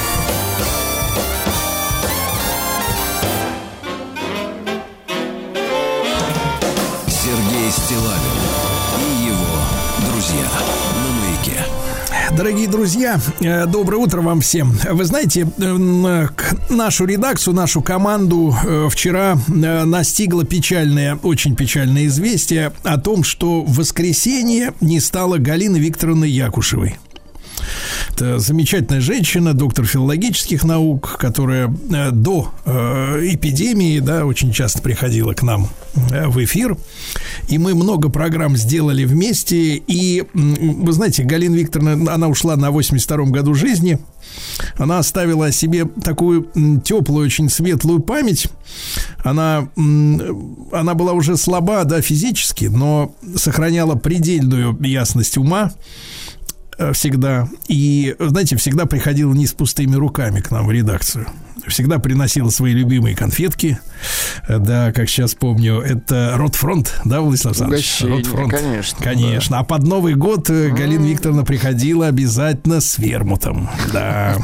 S2: Сергей Стиллавин и его друзья на Маяке.
S8: Дорогие друзья, доброе утро вам всем. Вы знаете, нашу редакцию, нашу команду вчера настигло очень печальное известие о том, что в воскресенье не стало Галины Викторовны Якушевой. Это замечательная женщина, доктор филологических наук, которая до эпидемии, да, очень часто приходила к нам в эфир. И мы много программ сделали вместе. И, вы знаете, Галина Викторовна, она ушла на 82-м году жизни. Она оставила о себе такую теплую, очень светлую память. Она была уже слаба, да, физически, но сохраняла предельную ясность ума всегда. И, знаете, всегда приходила не с пустыми руками к нам в редакцию. Всегда приносила свои любимые конфетки. Да, как сейчас помню, это Ротфронт, да, Владислав Александрович?
S4: Ротфронт.
S8: Конечно. Да. А под Новый год Галина Викторовна приходила обязательно с вермутом. Да.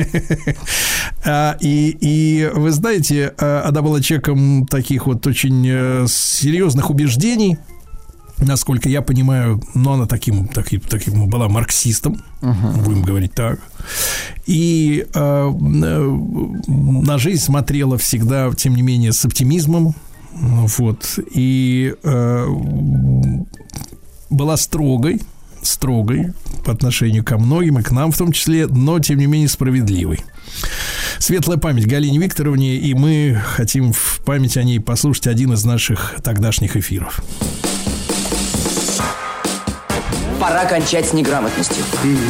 S8: И вы знаете, она была человеком таких вот очень серьезных убеждений. Насколько я понимаю, но она таким была марксистом, будем говорить так. И на жизнь смотрела всегда, тем не менее, с оптимизмом. Вот. И была строгой по отношению ко многим, и к нам в том числе, но, тем не менее, справедливой. Светлая память Галине Викторовне, и мы хотим в память о ней послушать один из наших тогдашних эфиров.
S10: Пора кончать с неграмотностью.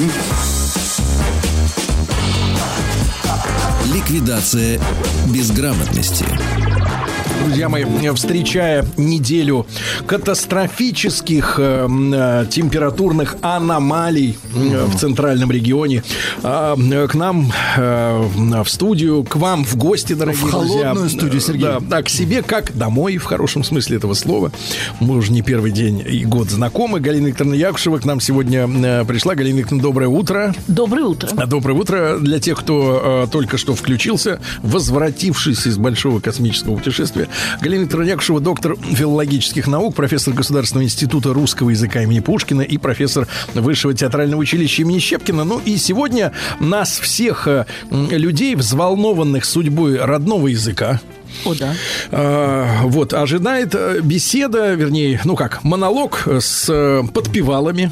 S2: Ликвидация безграмотности.
S8: Друзья мои, встречая неделю катастрофических температурных аномалий в центральном регионе, к нам в студию, к вам в гости, дорогие друзья. В
S4: холодную студию, Сергей.
S8: Да, к себе как домой, в хорошем смысле этого слова. Мы уже не первый день и год знакомы. Галина Викторовна Якушева к нам сегодня пришла. Галина Викторовна, доброе утро.
S11: Доброе утро.
S8: Доброе утро. Для тех, кто только что включился, возвратившись из большого космического путешествия, Галина Викторовна Якушева, доктор филологических наук, профессор Государственного института русского языка имени Пушкина и профессор Высшего театрального училища имени Щепкина. Ну и сегодня нас всех людей, взволнованных судьбой родного языка,
S11: О, да.
S8: Вот, ожидает беседа, вернее, монолог с подпевалами.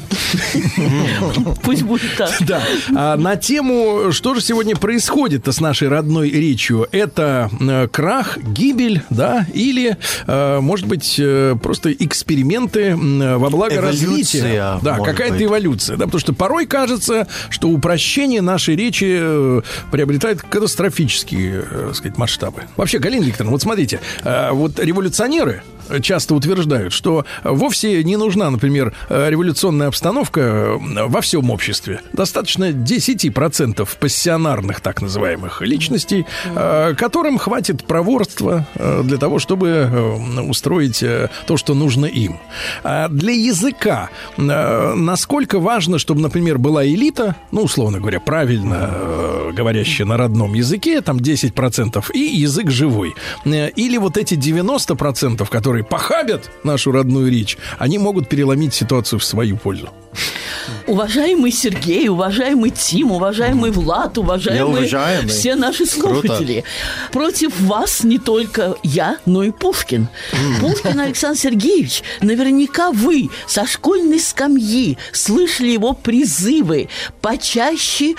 S11: Пусть будет так.
S8: Да. На тему, что же сегодня происходит с нашей родной речью. Это крах, гибель, да, или, может быть, просто эксперименты во благо развития. Да, какая-то эволюция. Да, потому что порой кажется, что упрощение нашей речи приобретает катастрофические, так сказать, масштабы. Вообще, Галина Викторовна, вот смотрите, вот революционеры часто утверждают, что вовсе не нужна, например, революционная обстановка во всем обществе. Достаточно 10% пассионарных, так называемых, личностей, которым хватит проворства для того, чтобы устроить то, что нужно им. А для языка насколько важно, чтобы, например, была элита, условно говоря, правильно говорящая на родном языке, там 10%, и язык живой. Или вот эти 90%, которые похабят нашу родную речь, они могут переломить ситуацию в свою пользу.
S11: Уважаемый Сергей, уважаемый Тим, уважаемый Влад, уважаемые все наши слушатели. Круто. Против вас не только я, но и Пушкин. Пушкин Александр Сергеевич, наверняка вы со школьной скамьи слышали его призывы почаще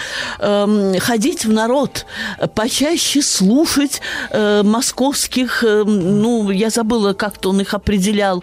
S11: ходить в народ, почаще слушать московских, я забыла, как-то он их определял,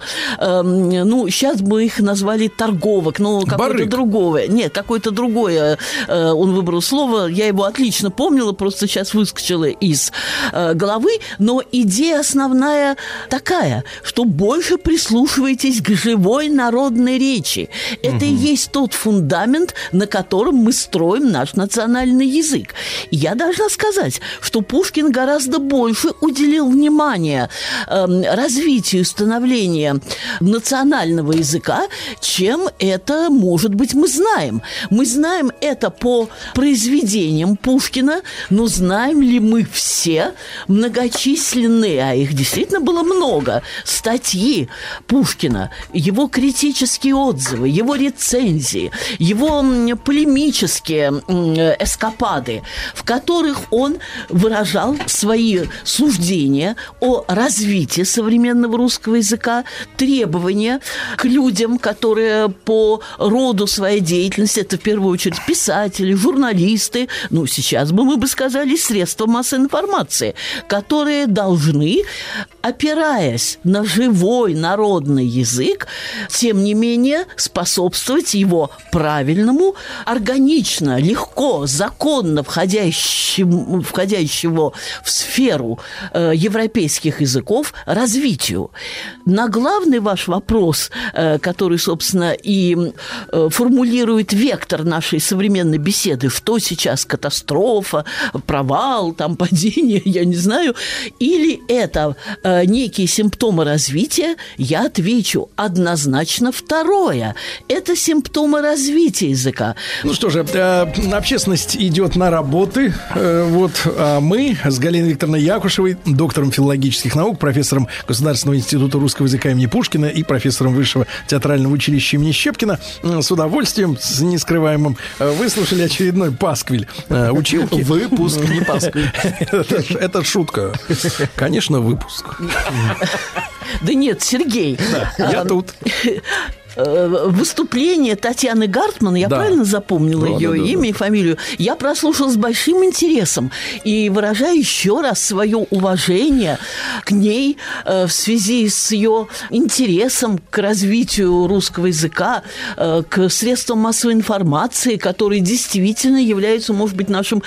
S11: сейчас бы их назвали торговок, какое-то другое. Нет, какое-то другое он выбрал слово. Я его отлично помнила, просто сейчас выскочила из головы. Но идея основная такая, что больше прислушивайтесь к живой народной речи. Это и есть тот фундамент, на котором мы строим наш национальный язык. И я должна сказать, что Пушкин гораздо больше уделил внимания развитию, становлению национального языка, чем это, может быть, мы знаем. Мы знаем это по произведениям Пушкина, но знаем ли мы все многочисленные, а их действительно было много, статьи Пушкина, его критические отзывы, его рецензии, его полемические эскапады, в которых он выражал свои суждения о развитии современного русского языка, требования к людям, которые по роду своей деятельности, это в первую очередь писатели, журналисты, сейчас бы мы сказали, средства массовой информации, которые должны, опираясь на живой народный язык, тем не менее способствовать его правильному, органично, легко, законно входящего в сферу европейских языков развитию. На главный ваш вопрос, который, собственно, и формулирует вектор нашей современной беседы, что сейчас катастрофа, провал, падение, я не знаю, или это некие симптомы развития, я отвечу однозначно второе. Это симптомы развития языка.
S8: Что же, общественность идет на работы, а мы с Галиной Викторовной Якушевой, доктором филологических наук, профессором Государственного института русского языка имени Пушкина и профессором Высшего театрального училища имени Щепкина, с удовольствием, с нескрываемым, выслушали очередной пасквиль училки.
S4: Выпуск, не пасквиль.
S8: Это шутка. Конечно, выпуск.
S11: Да нет, Сергей.
S8: Я тут.
S11: Выступление Татьяны Гартман, я правильно запомнила ее имя и фамилию, я прослушала с большим интересом и выражаю еще раз свое уважение к ней в связи с ее интересом к развитию русского языка, к средствам массовой информации, которые действительно являются, может быть, нашим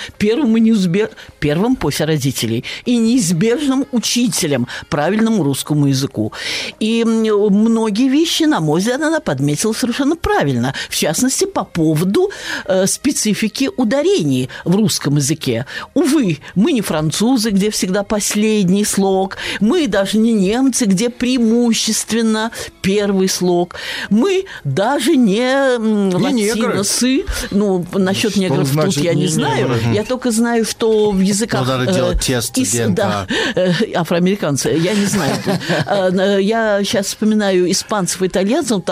S11: первым после родителей и неизбежным учителем правильному русскому языку. И многие вещи, на мой взгляд, она подметила совершенно правильно. В частности, по поводу специфики ударений в русском языке. Увы, мы не французы, где всегда последний слог. Мы даже не немцы, где преимущественно первый слог. Мы даже не латиносы. Насчет негров тут я не знаю. Я только знаю, что в языках...
S12: Надо делать тест ДНК.
S11: Афроамериканцы. Я не знаю. Я сейчас вспоминаю испанцев и итальянцев, там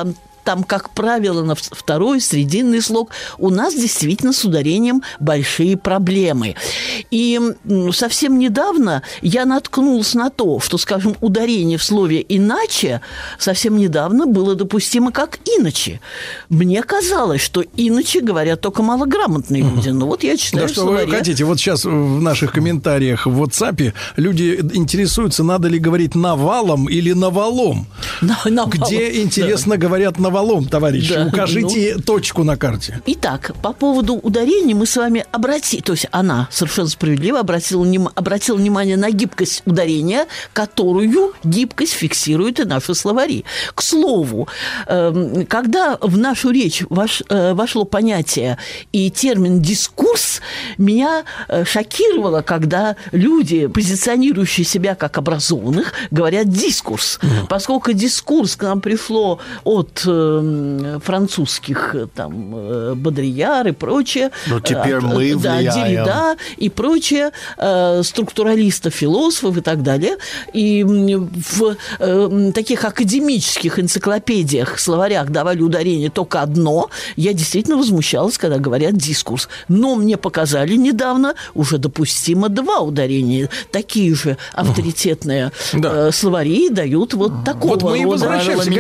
S11: там, как правило, на второй, срединный слог. У нас действительно с ударением большие проблемы. И совсем недавно я наткнулась на то, что, скажем, ударение в слове «иначе» совсем недавно было допустимо как «иначе». Мне казалось, что «иначе» говорят только малограмотные люди. Но вот я читаю
S8: да что вы хотите, вот сейчас в наших комментариях в WhatsApp люди интересуются, надо ли говорить «навалом» или «навалом». Где, интересно, говорят «навалом», товарищи? Да, укажите точку на карте.
S11: Итак, по поводу ударений мы с вами то есть она совершенно справедливо обратила внимание на гибкость ударения, которую гибкость фиксирует и наши словари. К слову, когда в нашу речь вошло понятие и термин «дискурс», меня шокировало, когда люди, позиционирующие себя как образованных, говорят «дискурс». Поскольку дискурс к нам пришло от французских там Бодрияр и прочее.
S12: Но теперь мы влияем.
S11: Деррида и прочее, структуралистов, философов и так далее. И в таких академических энциклопедиях, словарях давали ударение только одно. Я действительно возмущалась, когда говорят «дискурс». Но мне показали недавно уже допустимо 2 ударения. Такие же авторитетные словари дают вот такого
S8: рода. Вот мы и возвращаемся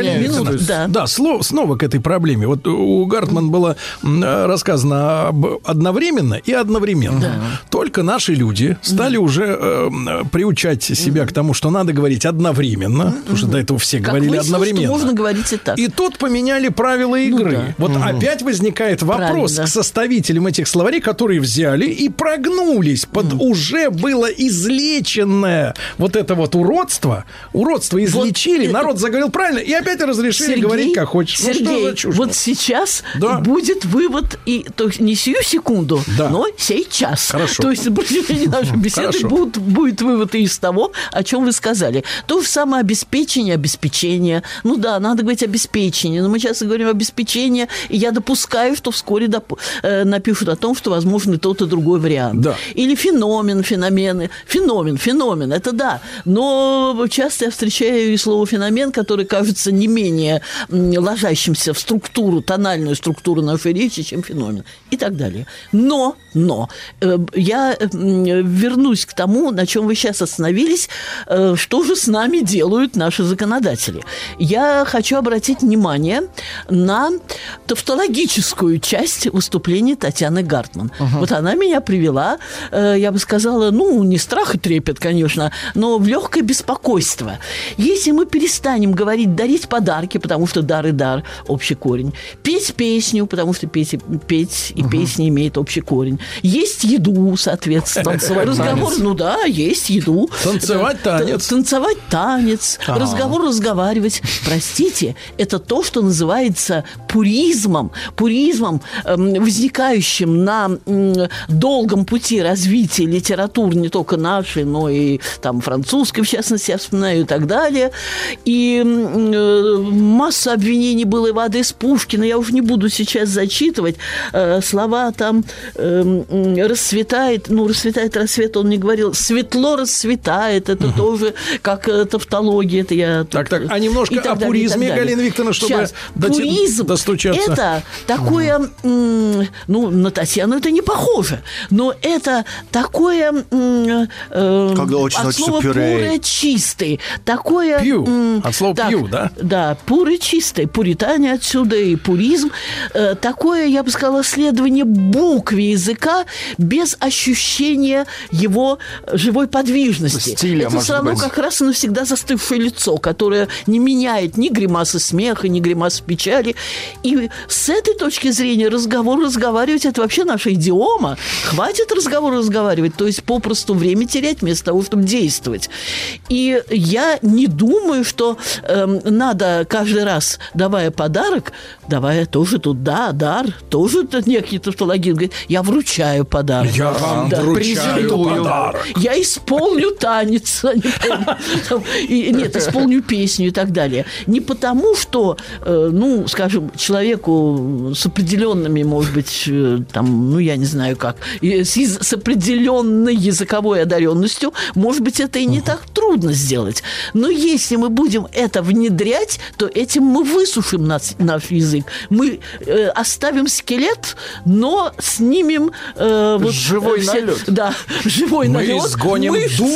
S8: снова к этой проблеме. Вот у Гартман было рассказано одновременно и одновременно. Да. Только наши люди стали уже приучать себя к тому, что надо говорить одновременно, потому что до этого все говорили одновременно.
S11: Что можно говорить и так.
S8: И тут поменяли правила игры. Вот опять возникает вопрос к составителям этих словарей, которые взяли и прогнулись под уже было излеченное вот это вот уродство. Уродство излечили, народ заговорил правильно, и опять разрешили говорить как хочешь.
S11: Сергей, вот сейчас будет вывод, и то есть не сию секунду, но сейчас.
S8: Хорошо.
S11: То есть в продолжении нашей беседы будет вывод и из того, о чем вы сказали. То же самое обеспечение. Ну да, надо говорить обеспечение, но мы часто говорим обеспечение, и я допускаю, что вскоре напишут о том, что возможно и тот, и другой вариант. Да. Или феномены. Феномен, это да. Но часто я встречаю и слово «феномен», которое кажется не менее ложащимся в структуру, тональную структуру нашей речи, чем феномен. И так далее. Но я вернусь к тому, на чем вы сейчас остановились, что же с нами делают наши законодатели. Я хочу обратить внимание на тавтологическую часть выступления Татьяны Гартман. Вот она меня привела, я бы сказала, не страх и трепет, конечно, но в легкое беспокойство. Если мы перестанем говорить «дарить подарки», потому что дар и дар – общий корень, петь песню, потому что петь и песня имеет общий корень, есть еду, соответственно, разговор, есть еду.
S8: Танцевать
S11: танец, разговаривать. Простите, это то, что называется пуризмом, возникающим на долгом пути развития литературы не только нашей, но и там французской, в частности, я вспоминаю, и так далее. И масса обвинений было и в адрес Пушкина. Я уже не буду сейчас зачитывать слова там расцветает рассвет, он не говорил, светло расцветает, это тоже как тавтология, это я...
S8: Так, а немножко о пуризме, Галина Викторовна, чтобы достучаться.
S11: Это такое, на Татьяну это не похоже, но это такое от слова пуре чистый, такое...
S8: От слова пью, да?
S11: Да, пуре чистый, пуритане отсюда и пуризм, такое, я бы сказала, следование букве языка без ощущения его живой подвижности.
S4: Стиля,
S11: это все равно как раз и навсегда застывшее лицо, которое не меняет ни гримасы смеха, ни гримасы печали. И с этой точки зрения разговаривать – это вообще наша идиома. Хватит разговаривать, то есть попросту время терять вместо того, чтобы действовать. И я не думаю, что надо каждый раз, давая подарок, давая тоже тут, дар, тоже некие тавтологии, говорит, я вручаю подарок.
S8: Я вам вручаю подарок.
S11: Я исполню танец. Нет, исполню песню и так далее. Не потому, что, скажем, человеку с определенными, может быть, я не знаю как, с определенной языковой одаренностью, может быть, это и не так трудно сделать. Но если мы будем это внедрять, то этим мы высушим высушим наш язык, мы оставим скелет, но снимем
S4: живой налет.
S11: Да, живой налет.
S8: Мы изгоним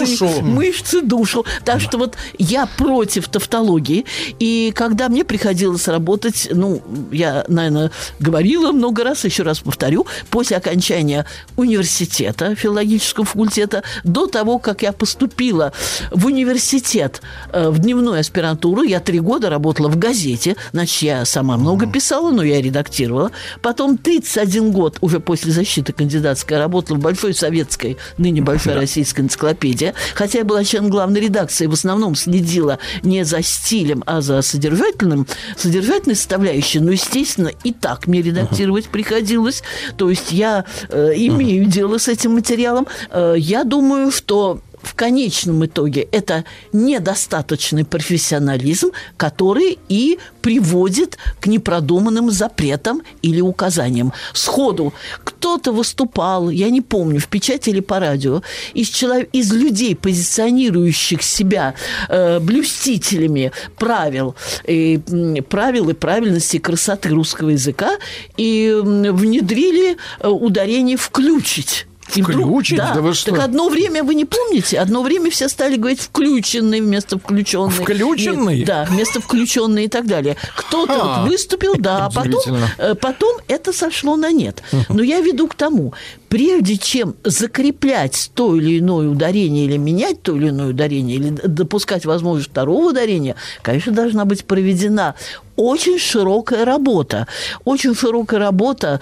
S11: мышцы, душу. Так что вот я против тавтологии. И когда мне приходилось работать, я, наверное, говорила много раз, еще раз повторю, после окончания университета, филологического факультета, до того, как я поступила в университет, в дневную аспирантуру, я 3 года работала в газете, значит, я сама много писала, но я редактировала. Потом 31 год, уже после защиты кандидатской, работала в Большой советской, ныне Большой российской энциклопедии, хотя я была членом главной редакции, в основном следила не за стилем, а за содержательной составляющей, но, естественно, и так мне редактировать приходилось. То есть я имею дело с этим материалом. Я думаю, что в конечном итоге это недостаточный профессионализм, который и приводит к непродуманным запретам или указаниям. Сходу кто-то выступал, я не помню, в печати или по радио, из людей, позиционирующих себя блюстителями правил и правильности, и красоты русского языка, и внедрили ударение «включить».
S8: Включить?
S11: Да вы что? Так одно время, вы не помните? Одно время все стали говорить «включенный» вместо «включенный».
S8: «Включенный»?
S11: Да, вместо «включенный» и так далее. Кто-то выступил, да, а потом это сошло на нет. Но я веду к тому, прежде чем закреплять то или иное ударение, или менять то или иное ударение, или допускать возможность второго ударения, конечно, должна быть проведена очень широкая работа. Очень широкая работа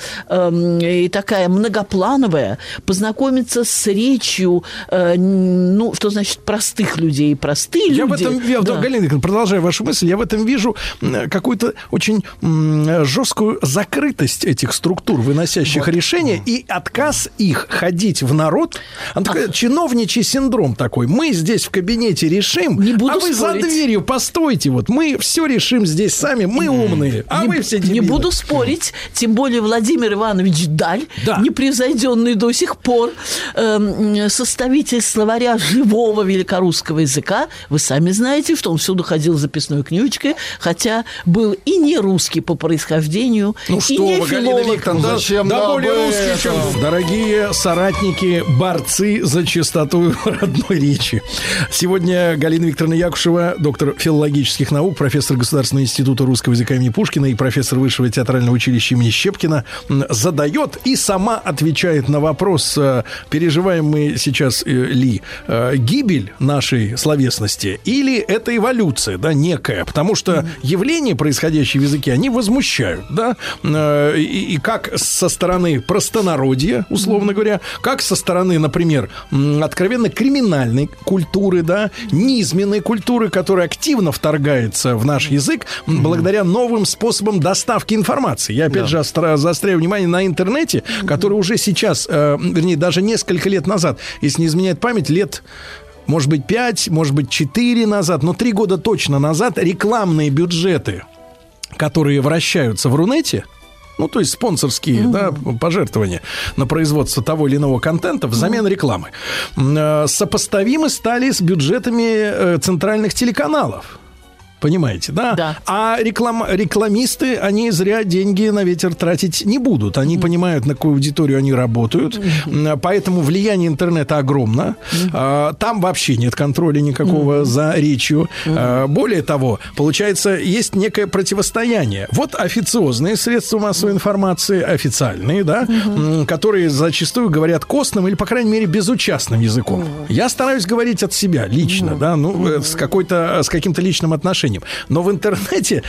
S11: и такая многоплановая. Познакомиться с речью, что значит простых людей, простые люди.
S8: Галина Викторовна, продолжая вашу мысль, я в этом вижу какую-то очень жесткую закрытость этих структур, выносящих решения, и отказ их ходить в народ. Чиновничий синдром такой. Мы здесь в кабинете решим, вы за дверью постойте. Мы все решим здесь сами. Мы умные, вы все дебилы.
S11: Не буду спорить. Тем более Владимир Иванович Даль, непревзойденный до сих пор составитель словаря живого великорусского языка. Вы сами знаете, что он всюду ходил с записной книжечкой, хотя был и не русский по происхождению, и не филолог.
S8: Более русский, чем... Дорогие соратники, борцы за чистоту родной речи. Сегодня Галина Викторовна Якушева, доктор филологических наук, профессор Государственного института русского языка имени Пушкина и профессор Высшего театрального училища имени Щепкина, задает и сама отвечает на вопрос, переживаем мы сейчас ли гибель нашей словесности или это эволюция, некая, потому что явления, происходящие в языке, они возмущают, и как со стороны простонародья, условно говоря, как со стороны, например, откровенно криминальной культуры, низменной культуры, которая активно вторгается в наш язык благодаря новым способам доставки информации. Я, опять же, заостряю внимание на интернете, который уже сейчас, вернее, даже несколько лет назад, если не изменяет память, лет... может быть, 5, может быть, 4 назад, но 3 года точно назад рекламные бюджеты, которые вращаются в Рунете, то есть спонсорские пожертвования на производство того или иного контента взамен рекламы, сопоставимы стали с бюджетами центральных телеканалов. Понимаете, да? А рекламисты, они зря деньги на ветер тратить не будут. Они понимают, на какую аудиторию они работают. Поэтому влияние интернета огромно. Там вообще нет контроля никакого за речью. Более того, получается, есть некое противостояние. Вот официозные средства массовой информации, официальные, которые зачастую говорят костным или, по крайней мере, безучастным языком. Я стараюсь говорить от себя лично, с каким-то личным отношением. Но в интернете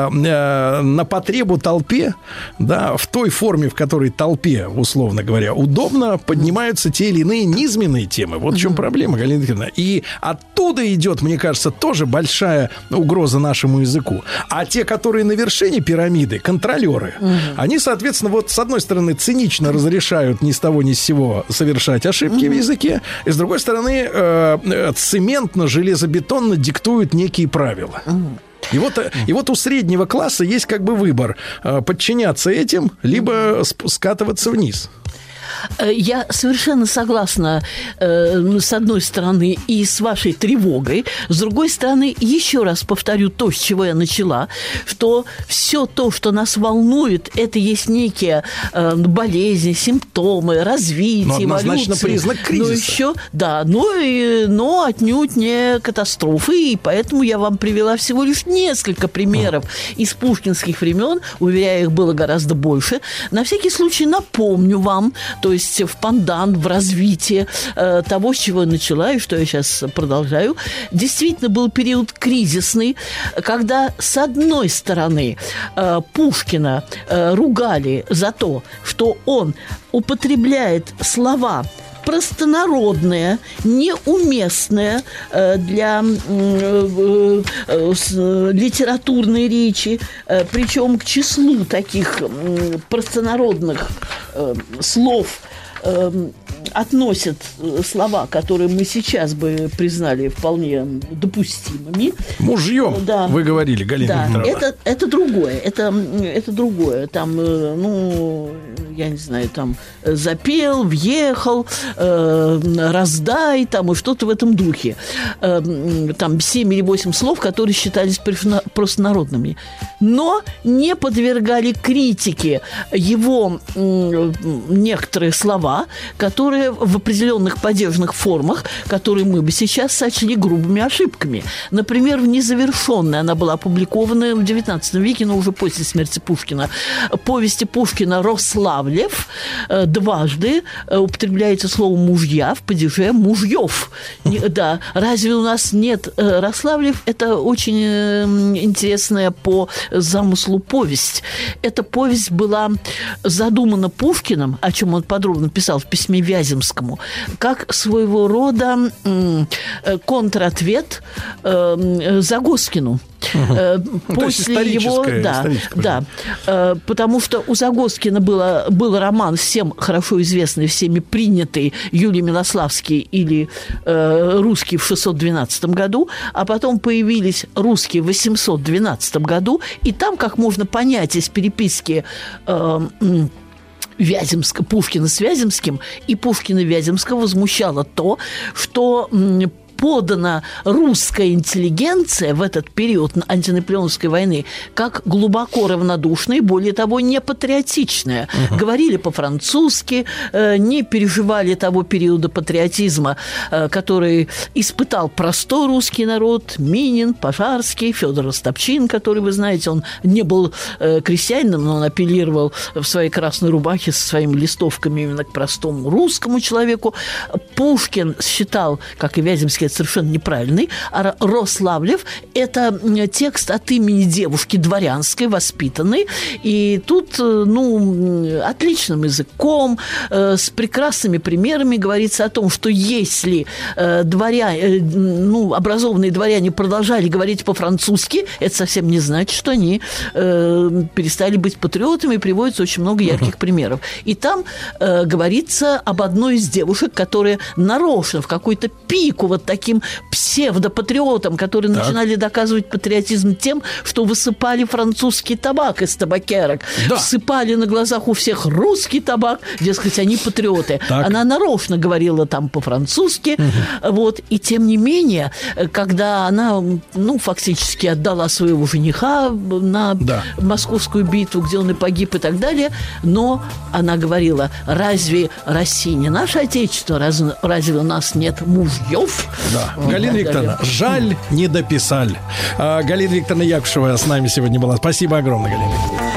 S8: на потребу толпе, в той форме, в которой толпе, условно говоря, удобно, поднимаются те или иные низменные темы. Вот в чем проблема, Галина Викторовна. И оттуда идет, мне кажется, тоже большая угроза нашему языку. А те, которые на вершине пирамиды, контролеры, они, соответственно, с одной стороны, цинично разрешают ни с того ни с сего совершать ошибки в языке, и с другой стороны, цементно-железобетонно диктуют некие правила. И вот у среднего класса есть выбор: подчиняться этим, либо скатываться вниз.
S11: Я совершенно согласна, с одной стороны, и с вашей тревогой. С другой стороны, еще раз повторю то, с чего я начала, что все то, что нас волнует, это есть некие болезни, симптомы, развитие, эволюции.
S8: Признак кризиса.
S11: Но еще, да, но отнюдь не катастрофы. И поэтому я вам привела всего лишь несколько примеров из пушкинских времен. Уверяю, их было гораздо больше. На всякий случай напомню вам, то есть в пандан, в развитии того, с чего я начала и что я сейчас продолжаю, действительно был период кризисный, когда, с одной стороны, Пушкина ругали за то, что он употребляет слова простонародные, неуместные для литературной речи, причем к числу таких простонародных слов относят слова, которые мы сейчас бы признали вполне допустимыми.
S8: Мужьем, да. Вы говорили, Галина
S11: Викторовна. Это другое. Это другое. Там, я не знаю, там запел, въехал, раздай, там и что-то в этом духе. Там 7 или 8 слов, которые считались простонародными. Но не подвергали критике его некоторые слова, которые в определенных падежных формах, которые мы бы сейчас сочли грубыми ошибками. Например, в «Незавершенной», она была опубликована в XIX веке, но уже после смерти Пушкина, повести Пушкина «Рославлев» дважды употребляется слово «мужья» в падеже «мужьев». Да, разве у нас нет Рославлев? Это очень интересная по замыслу повесть. Эта повесть была задумана Пушкиным, о чем он подробно писал в письме Вяземскому, как своего рода контратвет Загоскину. После его, потому что у Загоскина был роман всем хорошо известный, всеми принятый Юлий Милославский или русский в 612 году, а потом появились русские в 812 году, и там, как можно понять из переписки Пушкина с Вяземским, и Пушкина Вяземского возмущало то, что подана русская интеллигенция в этот период антинаполеоновской войны как глубоко равнодушная и, более того, непатриотичная. Говорили по-французски, не переживали того периода патриотизма, который испытал простой русский народ: Минин, Пожарский, Федор Ростопчин, который, вы знаете, он не был крестьянином, но он апеллировал в своей красной рубахе со своими листовками именно к простому русскому человеку. Пушкин считал, как и Вяземский, совершенно неправильный. А Рославлев – это текст от имени девушки дворянской, воспитанной. И тут, отличным языком, с прекрасными примерами говорится о том, что если образованные дворяне продолжали говорить по-французски, это совсем не значит, что они перестали быть патриотами, и приводится очень много ярких примеров. И там говорится об одной из девушек, которая нарочно в какой-то пику вот таким псевдопатриотам, которые начинали доказывать патриотизм тем, что высыпали французский табак из табакерок, всыпали на глазах у всех русский табак, дескать, они патриоты. Она нарочно говорила там по-французски, и тем не менее, когда она, фактически отдала своего жениха на Московскую битву, где он и погиб и так далее, но она говорила: разве Россия не наше отечество, разве у нас нет мужьев?
S8: Галина Викторовна, жаль, не дописали. Галина Викторовна Якушева с нами сегодня была. Спасибо огромное, Галина Викторовна.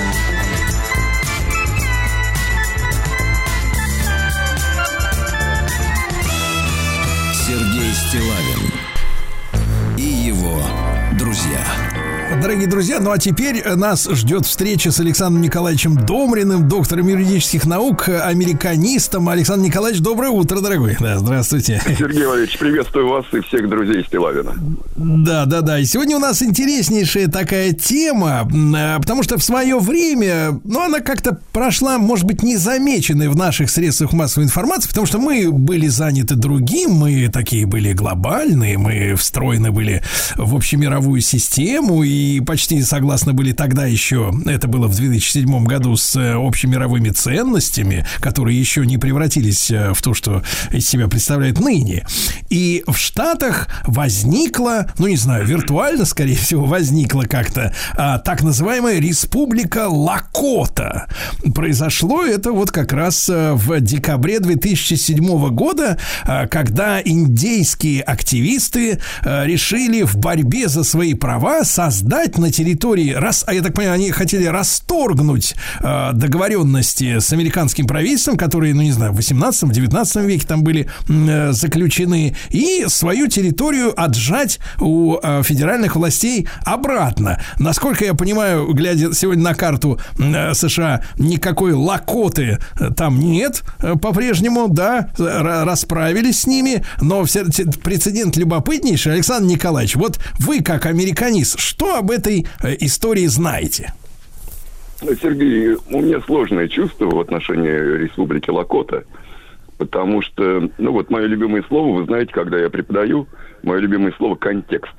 S2: Сергей Стиллавин и его друзья.
S3: Дорогие друзья, ну а теперь нас ждет встреча с Александром Николаевичем Домриным, доктором юридических наук, американистом. Александр Николаевич, доброе утро, дорогой. Да, здравствуйте.
S13: Сергей Валерьевич, приветствую вас и всех друзей Стиллавина.
S3: Да. И сегодня у нас интереснейшая такая тема, потому что в свое время, она как-то прошла, может быть, незамеченной в наших средствах массовой информации, потому что мы были заняты другим, мы такие были глобальные, мы встроены были в общемировую систему, и
S8: и почти согласны были тогда еще, это было в 2007 году, с общемировыми ценностями, которые еще не превратились в то, что из себя представляют ныне. И в Штатах возникла, ну не знаю, виртуально, скорее всего, возникла как-то так называемая Республика Лакота. Произошло это вот как раз в декабре 2007 года, когда индейские активисты решили в борьбе за свои права создать на территории, я так понимаю, они хотели расторгнуть договоренности с американским правительством, которые, ну не знаю, в 18-19 веке там были заключены, и свою территорию отжать у федеральных властей обратно. Насколько я понимаю, глядя сегодня на карту США, никакой Лакоты там нет по-прежнему, да, расправились с ними, но прецедент любопытнейший. Александр Николаевич, вот вы, как американист, что об этой истории знаете?
S13: Сергей, у меня сложное чувство в отношении Республики Лакота, потому что, ну вот мое любимое слово, вы знаете, когда я преподаю, мое любимое слово «контекст».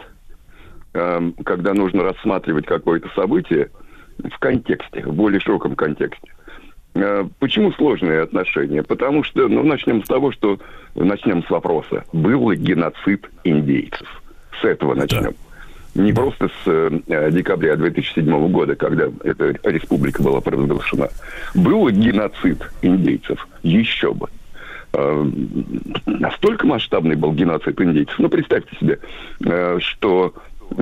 S13: Когда нужно рассматривать какое-то событие в контексте, в более широком контексте. Почему сложные отношения? Потому что, начнем с того, что начнем с вопроса. Был ли геноцид индейцев? С этого начнем. Не просто с декабря 2007 года, когда эта республика была провозглашена. Был ли геноцид индейцев? Еще бы. Настолько масштабный был геноцид индейцев. Ну, представьте себе, что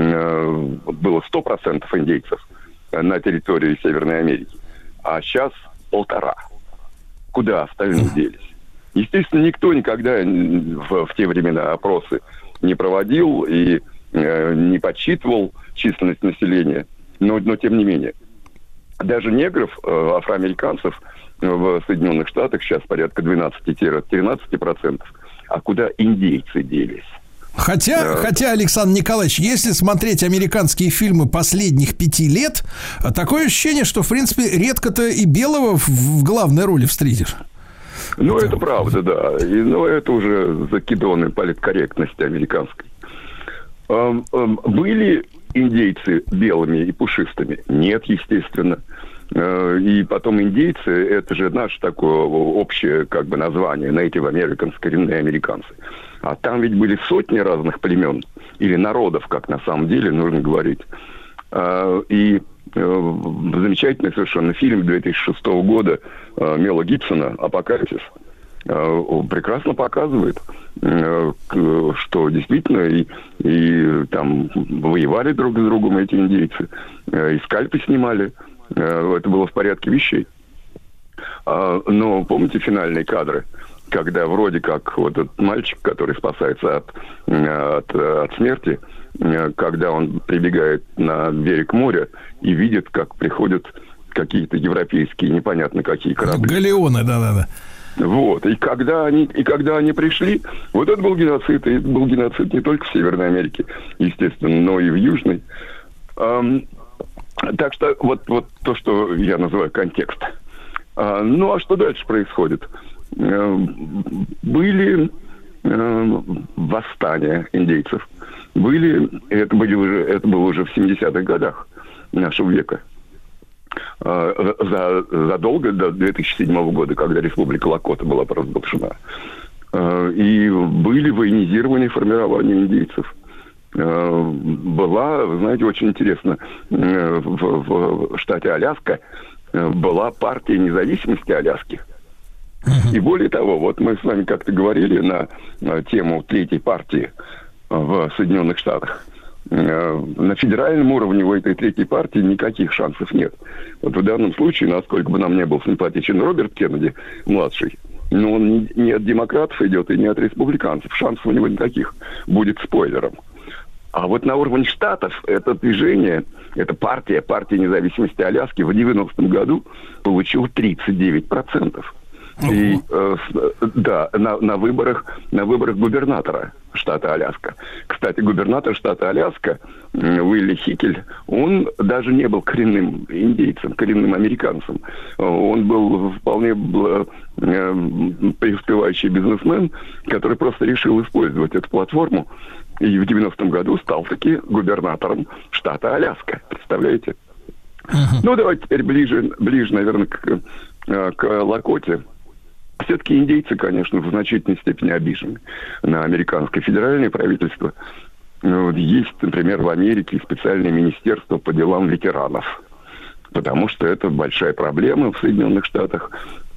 S13: было 100% индейцев на территории Северной Америки, а сейчас 1,5. Куда остальные делись? Естественно, никто никогда в те времена опросы не проводил и не подсчитывал численность населения, но тем не менее. Даже негров, афроамериканцев в Соединенных Штатах сейчас порядка 12-13%. А куда индейцы делись?
S8: Хотя, Александр Николаевич, если смотреть американские фильмы последних 5 лет, такое ощущение, что, в принципе, редко-то и белого в главной роли встретишь.
S13: Ну, это правда, да. Но это уже закидоны политкорректности американской. Были индейцы белыми и пушистыми? Нет, естественно. И потом индейцы, это же наше такое общее как бы название, Native Americans, коренные американцы. А там ведь были сотни разных племен или народов, как на самом деле нужно говорить. И замечательный совершенно фильм 2006 года Мела Гибсона «Апокалипсис» прекрасно показывает, что действительно и там воевали друг с другом эти индейцы, и скальпы снимали. Это было в порядке вещей. Но помните финальные кадры, когда вроде как вот этот мальчик, который спасается от смерти, когда он прибегает на берег моря и видит, как приходят какие-то европейские, непонятно какие корабли.
S8: Галеоны, да-да-да.
S13: Вот. И когда они пришли, вот это был геноцид. И это был геноцид не только в Северной Америке, естественно, но и в Южной. Так что вот то, что я называю контекст. Ну, а что дальше происходит? Были восстания индейцев. Это было уже в 70-х годах нашего века. Задолго до 2007 года, когда Республика Лакота была провозглашена. И были военизированные формирования индейцев. Была, вы знаете, очень интересно, в штате Аляска была партия независимости Аляски. И более того, вот мы с вами как-то говорили на тему третьей партии в Соединенных Штатах. На федеральном уровне у этой третьей партии никаких шансов нет. Вот в данном случае, насколько бы нам не был симпатичен Роберт Кеннеди, младший, но он не от демократов идет и не от республиканцев. Шансов у него никаких. Будет спойлером. А вот на уровне штатов это движение, эта партия независимости Аляски в 90-м году получила 39%. И на выборах губернатора штата Аляска. Кстати, губернатор штата Аляска Уилли Хикель, он даже не был коренным индейцем, коренным американцем. Он был вполне преуспевающий бизнесмен, который просто решил использовать эту платформу И в 90-м году стал таки губернатором штата Аляска. Представляете? Ну, давайте теперь ближе, наверное, к Лакоте. Все-таки индейцы, конечно, в значительной степени обижены на американское федеральное правительство. Есть, например, в Америке специальное министерство по делам ветеранов. Потому что это большая проблема в Соединенных Штатах.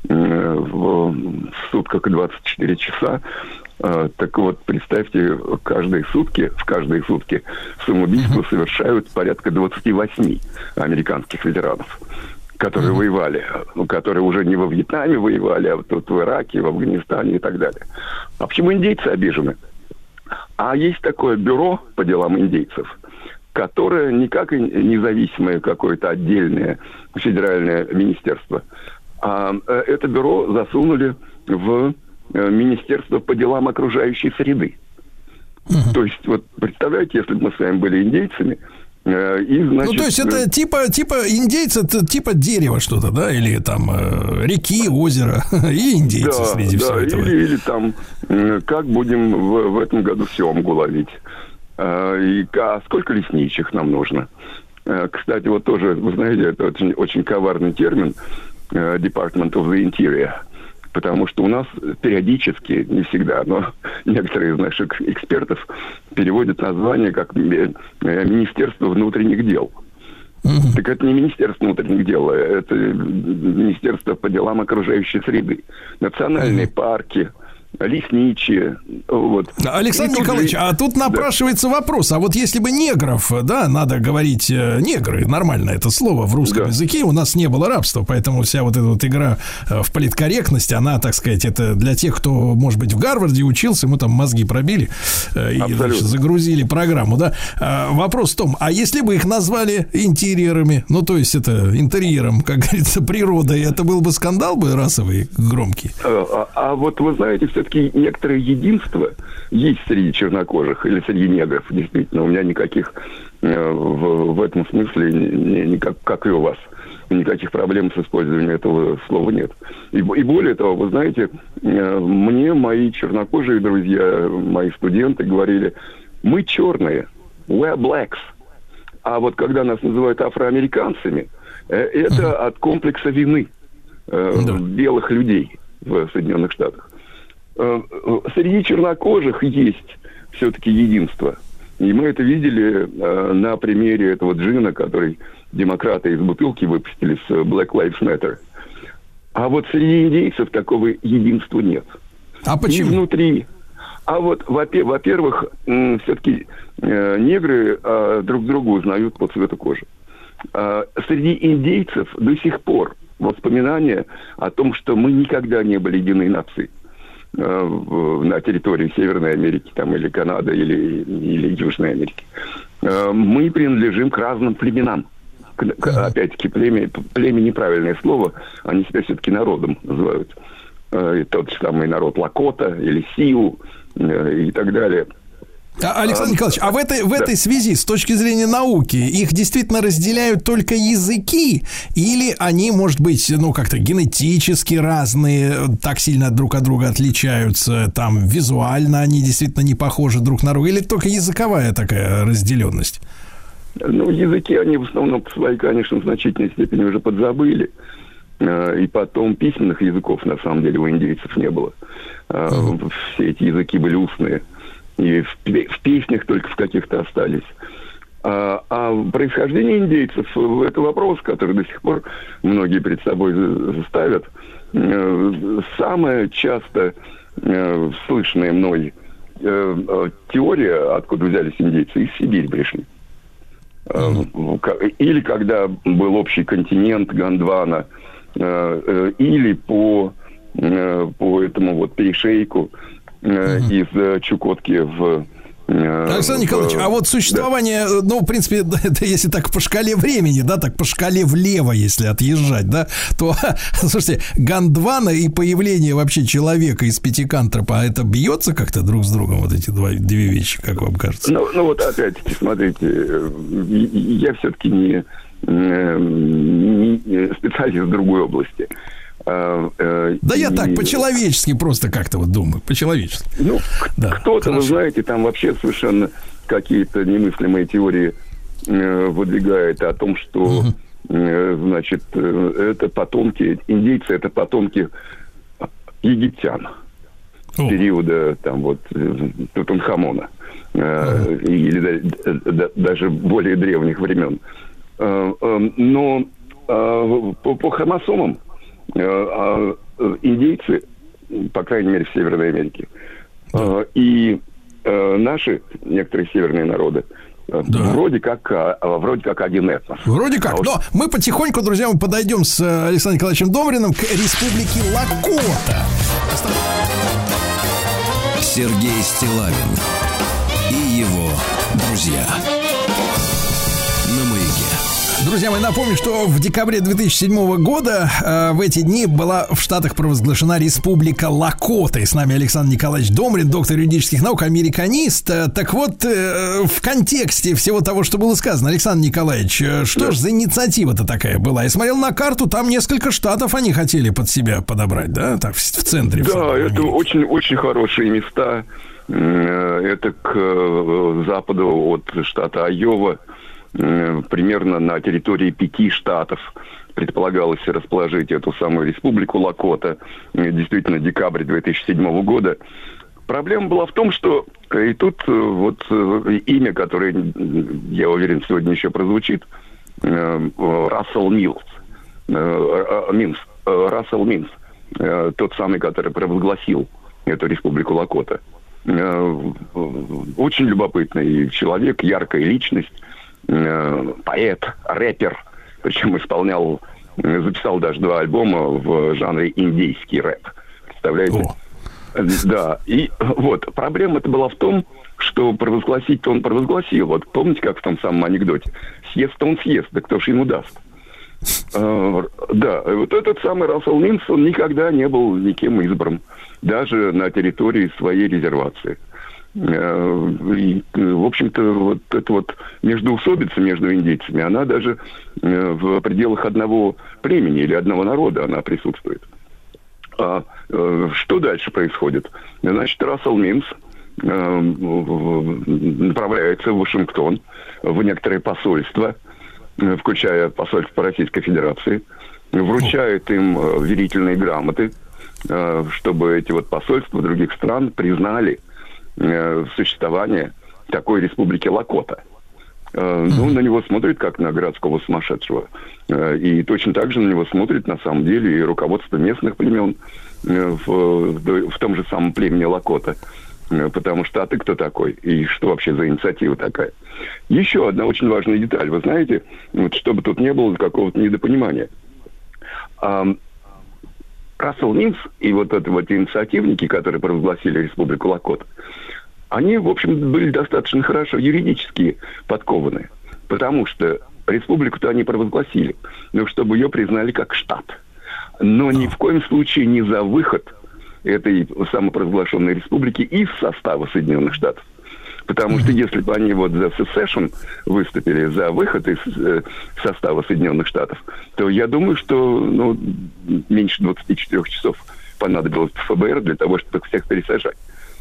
S13: В сутках 24 часа. Так вот, представьте, в каждые сутки самоубийство совершают порядка 28 американских ветеранов, которые воевали, которые уже не во Вьетнаме воевали, а тут в Ираке, в Афганистане и так далее. А почему индейцы обижены? А есть такое бюро по делам индейцев, которое не как независимое какое-то отдельное федеральное министерство, а это бюро засунули в Министерство по делам окружающей среды. То есть, вот представляете, если бы мы с вами были индейцами, и, значит,
S8: то есть это типа индейцы, это типа дерево что-то, да, или там реки, озера, и индейцы среди всего этого.
S13: Или там, как будем в этом году семгу ловить, а сколько лесничих нам нужно. Кстати, вот тоже, вы знаете, это очень, очень коварный термин, Department of the Interior, потому что у нас периодически, не всегда, но некоторые из наших экспертов переводят название как Министерство внутренних дел. Так это не Министерство внутренних дел, это Министерство по делам окружающей среды. Национальные парки, лесничие. Вот.
S8: Александр Николаевич, а тут напрашивается вопрос, а вот если бы негров, да, надо говорить негры, нормально это слово в русском языке, у нас не было рабства, поэтому вся вот эта вот игра в политкорректность, она, так сказать, это для тех, кто, может быть, в Гарварде учился, ему там мозги пробили и, значит, загрузили программу, да. Вопрос в том, а если бы их назвали интерьерами, ну, то есть это интерьером, как говорится, природой, это был бы скандал бы расовый громкий?
S13: А вот вы знаете, все-таки некоторое единство есть среди чернокожих или среди негров. Действительно, у меня никаких в этом смысле, как и у вас, никаких проблем с использованием этого слова нет. И более того, вы знаете, мне мои чернокожие друзья, мои студенты говорили, мы черные, we're blacks. А вот когда нас называют афроамериканцами, это от комплекса вины белых людей в Соединенных Штатах. Среди чернокожих есть все-таки единство. И мы это видели на примере этого джина, который демократы из бутылки выпустили с Black Lives Matter. А вот среди индейцев такого единства нет.
S8: А почему?
S13: И внутри. А вот, во-первых, все-таки негры друг друга узнают по цвету кожи. Среди индейцев до сих пор воспоминания о том, что мы никогда не были единой нацией на территории Северной Америки там, или Канады, или Южной Америки. Мы принадлежим к разным племенам. Опять-таки, племя неправильное слово, они себя все-таки народом называют. Тот же самый народ Лакота или Сиу и так далее.
S8: Александр Николаевич, а в этой связи, с точки зрения науки, их действительно разделяют только языки? Или они, может быть, ну, как-то генетически разные, так сильно друг от друга отличаются, там, визуально они действительно не похожи друг на друга? Или только языковая такая разделенность?
S13: Ну, языки они в основном свои, конечно, в значительной степени уже подзабыли. И потом письменных языков, на самом деле, у индейцев не было. Все эти языки были устные. И в песнях только в каких-то остались. А происхождение индейцев – это вопрос, который до сих пор многие перед собой ставят. Самая часто слышанная мной теория, откуда взялись индейцы, из Сибири пришли. Или когда был общий континент Гондвана, или по этому вот перешейку из Чукотки в...
S8: Александр Николаевич, а вот существование, ну, в принципе, это если так по шкале времени, да, так по шкале влево, если отъезжать, да, то, слушайте, Гондвана и появление вообще человека из Пятикантропа, это бьется как-то друг с другом, вот эти две вещи, как вам кажется?
S13: Ну вот опять-таки, смотрите, я все-таки не специалист в другой области.
S8: Да я так, по-человечески просто как-то вот думаю, по-человечески.
S13: Ну, кто-то, вы знаете, там вообще совершенно какие-то немыслимые теории выдвигает о том, что, значит, это потомки, индейцы, это потомки египтян периода, там, вот, Тутанхамона, или даже более древних времен. Но по хромосомам индейцы, по крайней мере, в Северной Америке, и наши, некоторые северные народы, вроде как один этнос.
S8: Вроде как. Но мы потихоньку, друзья, мы подойдем с Александром Николаевичем Домриным к республике Лакота.
S2: Сергей Стиллавин и его друзья. На Маяке.
S8: Друзья мои, напомню, что в декабре 2007 года в эти дни была в Штатах провозглашена республика Лакота. И с нами Александр Николаевич Домрин, доктор юридических наук, американист. Так вот, в контексте всего того, что было сказано, Александр Николаевич, что ж за инициатива-то такая была? Я смотрел на карту, там несколько штатов они хотели под себя подобрать, да? Так, в центре.
S13: Да, это очень-очень хорошие места. Это к западу от штата Айова. Примерно на территории 5 штатов предполагалось расположить эту самую республику Лакота. Действительно, декабрь 2007 года. Проблема была в том, что и тут вот имя, которое, я уверен, сегодня еще прозвучит, Рассел Минс, тот самый, который провозгласил эту республику Лакота. Очень любопытный человек, яркая личность. Поэт, рэпер, причем записал даже 2 альбома в жанре индейский рэп. Представляете? Да, и вот, проблема-то была в том, что провозгласить-то он провозгласил. Вот помните, как в том самом анекдоте? Съест-то он съест, да кто ж ему даст? Да, вот этот самый Рассел Минс, он никогда не был никем избран, даже на территории своей резервации. И, в общем-то, вот эта вот междоусобица между индейцами, она даже в пределах одного племени или одного народа она присутствует. Что дальше происходит? Значит, Рассел Минс направляется в Вашингтон, в некоторые посольства, включая посольство Российской Федерации, вручает им верительные грамоты, чтобы эти вот посольства других стран признали существование такой республики Лакота. Ну, на него смотрят как на городского сумасшедшего. И точно так же на него смотрит на самом деле и руководство местных племен в том же самом племени Лакота. Потому что, а ты кто такой? И что вообще за инициатива такая? Еще одна очень важная деталь. Вы знаете, вот, чтобы тут не было какого-то недопонимания. Рассел Минс и вот эти вот инициативники, которые провозгласили республику Лакота, они, в общем, были достаточно хорошо юридически подкованы, потому что республику-то они провозгласили, но чтобы ее признали как штат. Но ни в коем случае не за выход этой самопровозглашенной республики из состава Соединенных Штатов. Потому что если бы они вот за secession выступили, за выход из состава Соединенных Штатов, то я думаю, что меньше 24 часов понадобилось ФБР для того, чтобы их всех пересажать.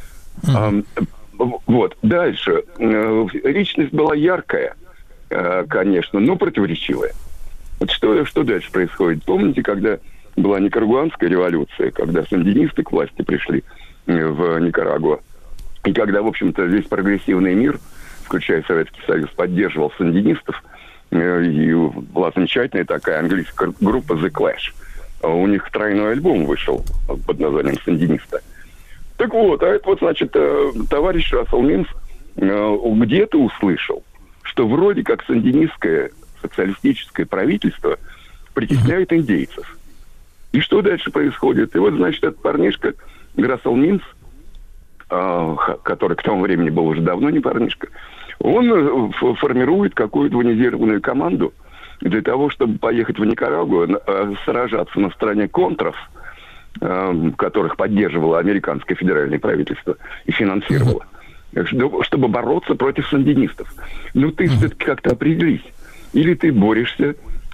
S13: Вот. Дальше. Личность была яркая, конечно, но противоречивая. Вот что дальше происходит? Помните, когда была Никарагуанская революция, когда сандинисты к власти пришли в Никарагуа, и когда, в общем-то, весь прогрессивный мир, включая Советский Союз, поддерживал сандинистов, и была замечательная такая английская группа The Clash. У них тройной альбом вышел под названием «Сандиниста». Так вот, а это вот, значит, товарищ Рассел Минс где-то услышал, что вроде как сандинистское социалистическое правительство притесняет индейцев. И что дальше происходит? И вот, значит, этот парнишка Рассел Минс, который к тому времени был уже давно не парнишка, он формирует какую-то военизированную команду для того, чтобы поехать в Никарагуа, сражаться на стороне контров, которых поддерживало американское федеральное правительство и финансировало, чтобы бороться против сандинистов. Ну, ты все-таки как-то определись. Или ты борешься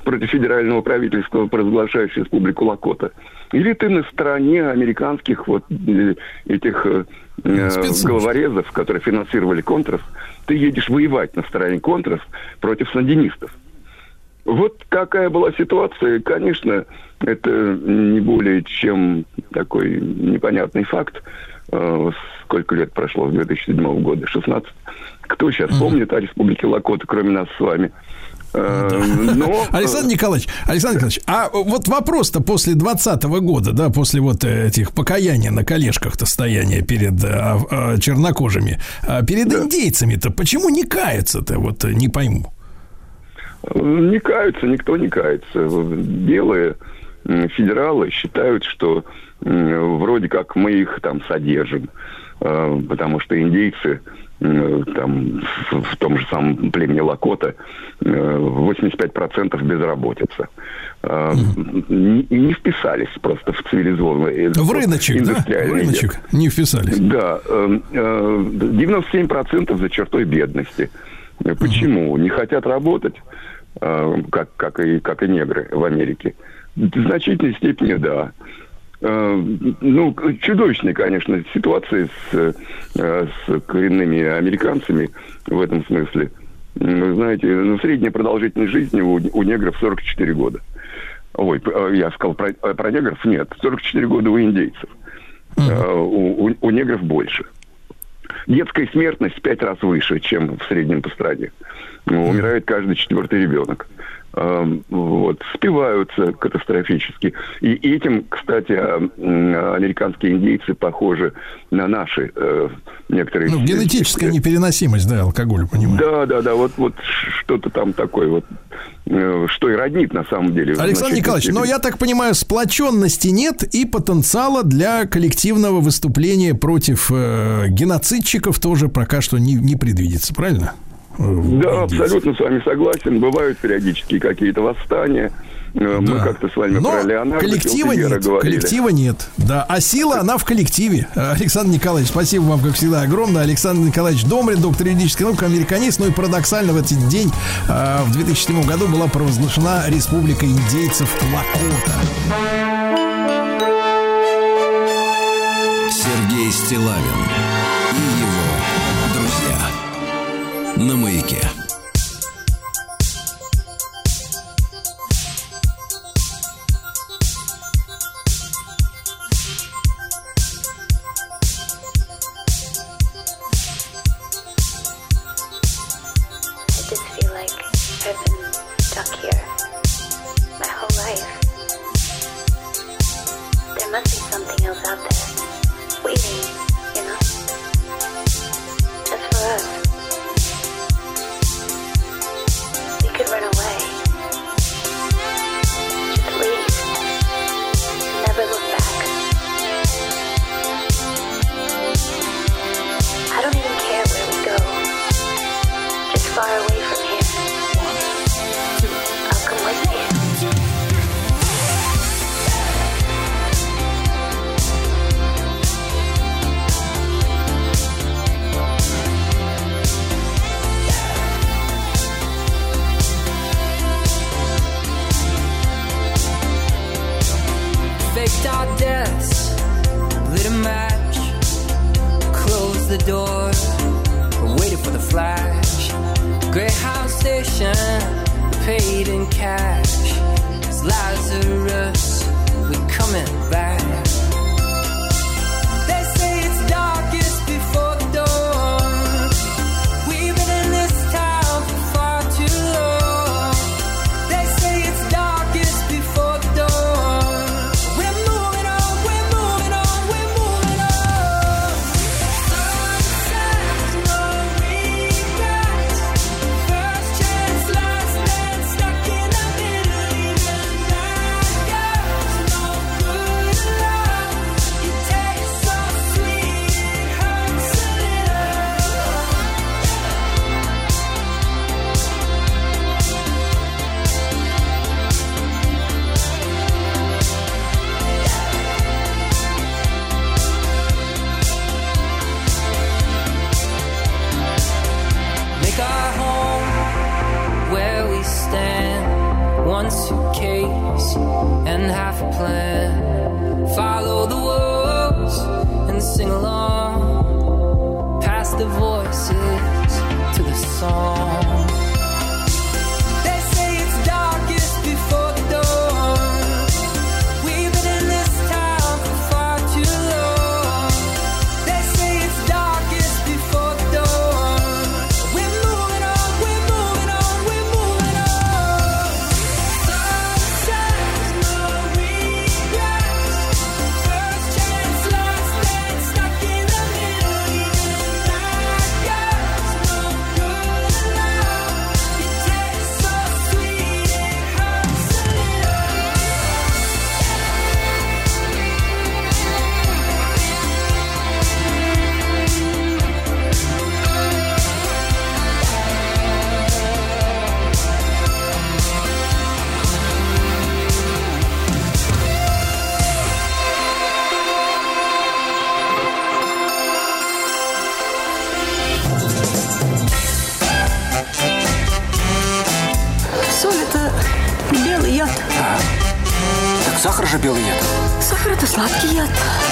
S13: против федерального правительства, провозглашающее республику Лакота? Или ты на стороне американских вот этих головорезов, которые финансировали Контрас? Ты едешь воевать на стороне Контрас против сандинистов. Вот такая была ситуация. Конечно, это не более чем такой непонятный факт. Сколько лет прошло с 2007 года? 16. Кто сейчас помнит о республике Лакота, кроме нас с вами? Но...
S8: Александр Николаевич, а вот вопрос-то после 2020 года, да, после вот этих покаяний на колешках-то стояния перед чернокожими, перед индейцами-то почему не каются-то, вот не пойму.
S13: Не каются, никто не кается. Белые федералы считают, что вроде как мы их там содержим, потому что индейцы там в том же самом племени Лакота 85% безработица. И не вписались просто в цивилизованный...
S8: В рыночек, да? В рыночек не вписались.
S13: Да. 97% за чертой бедности. Почему? Не хотят работать, как и негры в Америке? В значительной степени, да. Ну, чудовищная, конечно, ситуация с коренными американцами в этом смысле. Вы знаете, средняя продолжительность жизни у негров 44 года. Ой, я сказал про негров? Нет, 44 года у индейцев. У негров больше. Детская смертность в 5 раз выше, чем в среднем по стране. Умирает каждый 4-й ребенок. Вот, спиваются катастрофически. И этим, кстати, американские индейцы похожи на наши некоторые...
S8: Ну, генетическая непереносимость, да, алкоголя, понимаю.
S13: Да, вот что-то там такое вот, что и роднит на самом деле.
S8: Александр Николаевич, но я так понимаю, сплоченности нет и потенциала для коллективного выступления против геноцидчиков тоже пока что не предвидится, правильно?
S13: Да, абсолютно с вами согласен. Бывают периодически какие-то восстания. Мы как-то с вами про Леонардо
S8: коллектива нет, коллектива нет. Да, а сила, она в коллективе. Александр Николаевич, спасибо вам, как всегда, огромное. Александр Николаевич Домрин, доктор юридических наук, американист. Ну и парадоксально в этот день, в 2007 году, была провозглашена Республика индейцев Лакота.
S2: Сергей Стиллавин и его друзья на Маяке.
S14: and half a plan. Follow the wolves and sing along. Pass the voices to the song. They say it's darkest before the dawn. We've been in this town for far too long. They say it's darkest before the dawn. We're moving on, we're moving on, we're moving on. Sunsets, no regrets. First chance, last night, stuck in the middle. Even bad guys, no good enough. It tastes so sweet, it hurts a little.
S15: Соль – это белый яд.
S10: Так сахар же белый яд.
S15: Сахар – это сладкий яд.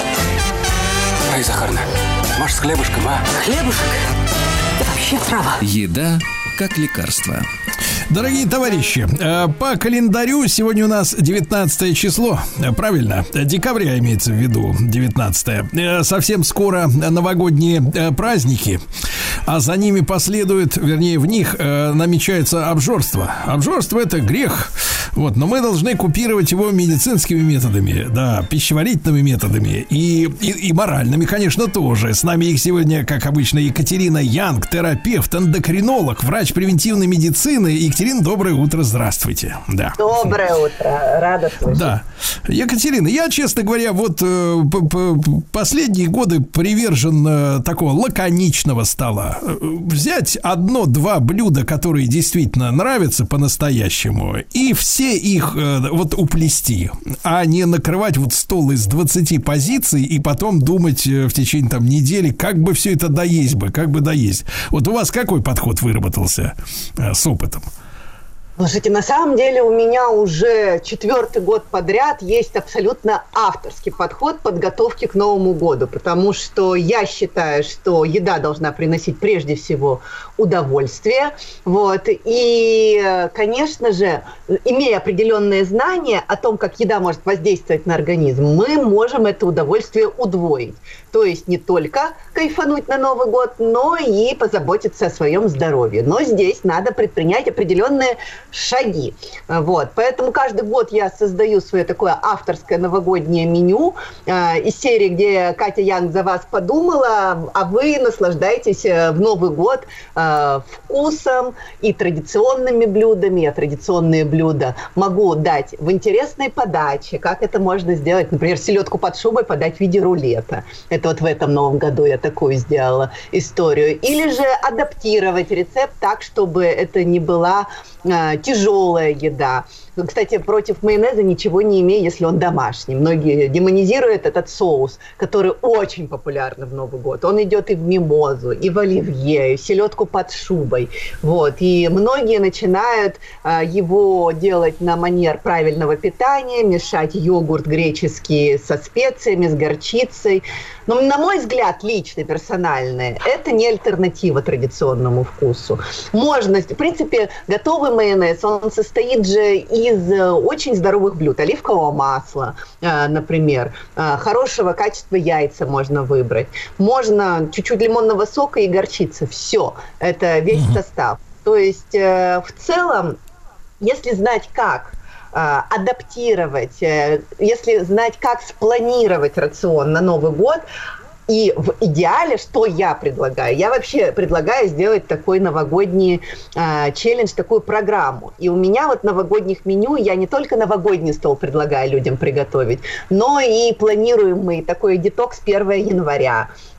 S10: Ай, Захарна, может, с хлебушком, а?
S15: Хлебушек – это вообще трава.
S2: Еда как лекарство.
S8: Дорогие товарищи, по календарю сегодня у нас 19 число, правильно? Декабря имеется в виду, 19. Совсем скоро новогодние праздники, а за ними последует, вернее, в них намечается обжорство. Обжорство – это грех, вот, но мы должны купировать его медицинскими методами, да, пищеварительными методами и моральными, конечно, тоже. С нами их сегодня, как обычно, Екатерина Янг, терапевт, эндокринолог, врач превентивной медицины. Екатерина, доброе утро, здравствуйте. Да.
S16: Доброе утро, рада слышать.
S8: Да. Екатерина, я, честно говоря, вот последние годы привержен такого лаконичного стола. Взять одно-два блюда, которые действительно нравятся по-настоящему, и все их вот уплести, а не накрывать вот стол из 20 позиций и потом думать в течение там недели, как бы все это доесть бы, как бы доесть. Вот у вас какой подход выработался с опытом?
S16: Слушайте, на самом деле у меня уже 4-й год подряд есть абсолютно авторский подход подготовки к Новому году, потому что я считаю, что еда должна приносить прежде всего удовольствие, вот, и, конечно же, имея определенные знания о том, как еда может воздействовать на организм, мы можем это удовольствие удвоить. То есть не только кайфануть на Новый год, но и позаботиться о своем здоровье. Но здесь надо предпринять определенные шаги. Вот. Поэтому каждый год я создаю свое такое авторское новогоднее меню из серии, где Катя Янг за вас подумала, а вы наслаждаетесь в Новый год вкусом и традиционными блюдами. Я традиционные блюда могу дать в интересной подаче. Как это можно сделать? Например, селедку под шубой подать в виде рулета. Это вот в этом Новом году я такую сделала историю. Или же адаптировать рецепт так, чтобы это не была тяжелая еда. Кстати, против майонеза ничего не имею, если он домашний. Многие демонизируют этот соус, который очень популярный в Новый год. Он идет и в мимозу, и в оливье, и в селедку под шубой. Вот. И многие начинают его делать на манер правильного питания, мешать йогурт греческий со специями, с горчицей. Но, на мой взгляд, личный, персональный, это не альтернатива традиционному вкусу. Можно, в принципе, готовый майонез, он состоит же из очень здоровых блюд. Оливкового масла, например, хорошего качества яйца можно выбрать. Можно чуть-чуть лимонного сока и горчицы. Все, это весь состав. То есть, в целом, если знать, как адаптировать, если знать, как спланировать рацион на Новый год, и в идеале, что я предлагаю? Я вообще предлагаю сделать такой новогодний челлендж, такую программу. И у меня вот новогодних меню, я не только новогодний стол предлагаю людям приготовить, но и планируемый такой детокс 1 января.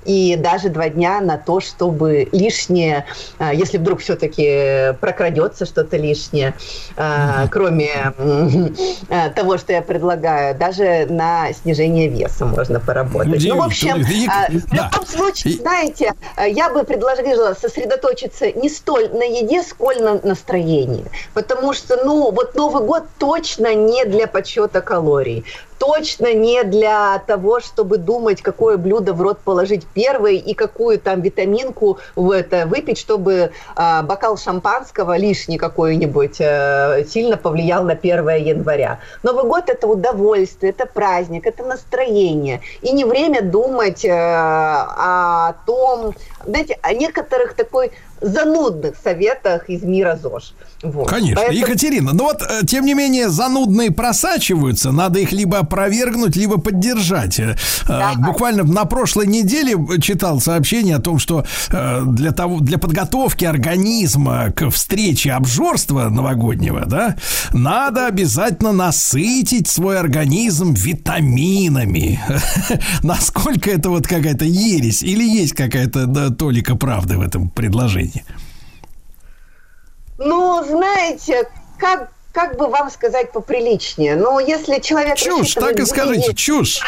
S16: и даже 2 дня на то, чтобы лишнее, если вдруг все-таки прокрадется что-то лишнее, кроме того, что я предлагаю, даже на снижение веса можно поработать. Ну, в общем, в любом случае, знаете, я бы предложила сосредоточиться не столь на еде, сколь на настроении. Потому что, вот Новый год точно не для подсчета калорий. Точно не для того, чтобы думать, какое блюдо в рот положить первое и какую там витаминку выпить, чтобы бокал шампанского лишний какой-нибудь сильно повлиял на 1 января. Новый год – это удовольствие, это праздник, это настроение. И не время думать о том, знаете, о некоторых такой занудных советах из мира ЗОЖ. Вот.
S8: Конечно. Поэтому... Екатерина, тем не менее, занудные просачиваются, надо их либо опровергнуть, либо поддержать. Да. Буквально на прошлой неделе читал сообщение о том, что для подготовки организма к встрече обжорства новогоднего, да, надо обязательно насытить свой организм витаминами. Насколько это какая-то ересь или есть какая-то толика правды в этом предложении?
S16: знаете, как бы вам сказать поприличнее? Если человек...
S8: Чушь, так и скажите, чушь.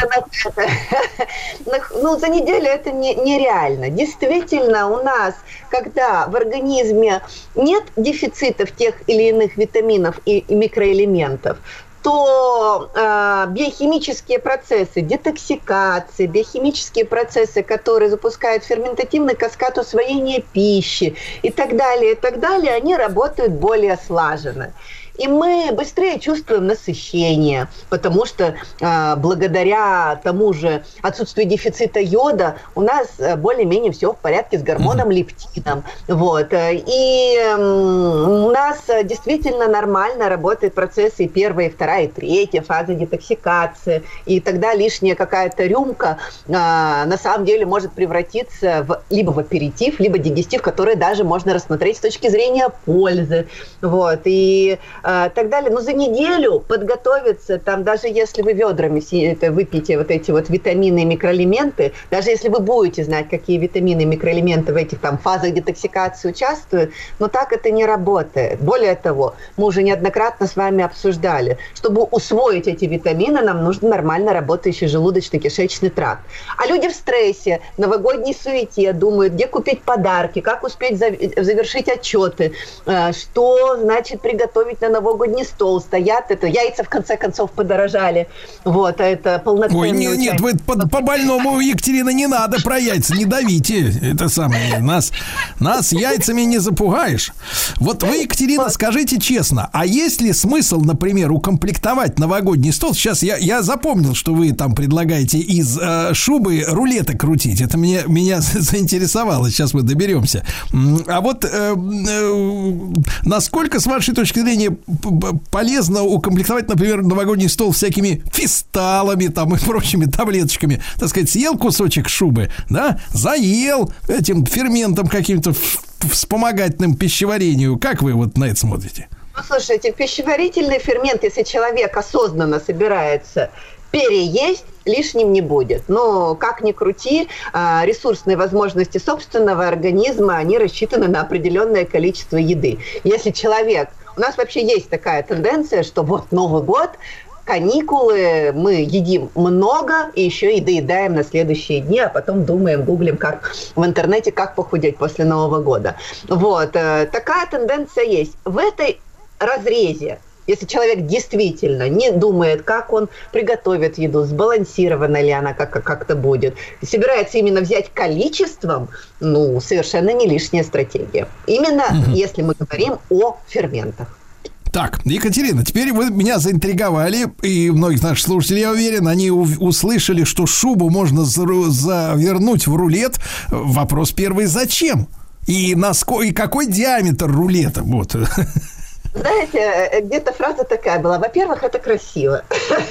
S16: За неделю это нереально. Действительно, у нас, когда в организме нет дефицитов тех или иных витаминов и микроэлементов, то биохимические процессы, детоксикации, биохимические процессы, которые запускают ферментативный каскад усвоения пищи и так далее, они работают более слаженно. И мы быстрее чувствуем насыщение, потому что благодаря тому же отсутствию дефицита йода у нас более-менее все в порядке с гормоном лептином. И у нас действительно нормально работают процессы 1, 2, 3 фаза детоксикации. И тогда лишняя какая-то рюмка на самом деле может превратиться либо в аперитив, либо дигестив, который даже можно рассмотреть с точки зрения пользы. И так далее. За неделю подготовиться, даже если вы ведрами выпьете эти витамины и микроэлементы, даже если вы будете знать, какие витамины и микроэлементы в этих фазах детоксикации участвуют, но так это не работает. Более того, мы уже неоднократно с вами обсуждали, чтобы усвоить эти витамины, нам нужен нормально работающий желудочно-кишечный тракт. А люди в стрессе, в новогодней суете думают, где купить подарки, как успеть завершить отчеты, что значит приготовить на новогодний стол. Стоят, яйца в конце концов подорожали. Это полноценный...
S8: Ой, нет, вы по больному, Екатерина, не надо про яйца, не давите. Нас яйцами не запугаешь. Вы, Екатерина, скажите честно, а есть ли смысл, например, укомплектовать новогодний стол? Сейчас я запомнил, что вы там предлагаете из шубы рулеты крутить. Это меня заинтересовало. Сейчас мы доберемся. А насколько, с вашей точки зрения, полезно укомплектовать, например, новогодний стол всякими фисталами и прочими таблеточками? Так сказать, съел кусочек шубы, да, заел этим ферментом каким-то вспомогательным пищеварению. Как вы на это смотрите?
S16: Слушайте, пищеварительный фермент, если человек осознанно собирается переесть, лишним не будет. Но, как ни крути, ресурсные возможности собственного организма, они рассчитаны на определенное количество еды. Если человек... У нас вообще есть такая тенденция, что Новый год, каникулы, мы едим много и еще и доедаем на следующие дни, а потом думаем, гуглим в интернете, как похудеть после Нового года. Такая тенденция есть. В этой разрезе, если человек действительно не думает, как он приготовит еду, сбалансирована ли она как-то будет, собирается именно взять количеством, совершенно не лишняя стратегия. Именно если мы говорим о ферментах.
S8: Так, Екатерина, теперь вы меня заинтриговали, и многих наших слушателей, я уверен, они услышали, что шубу можно завернуть в рулет. Вопрос первый: зачем? И какой диаметр рулета?
S16: Знаете, где-то фраза такая была. Во-первых, это красиво.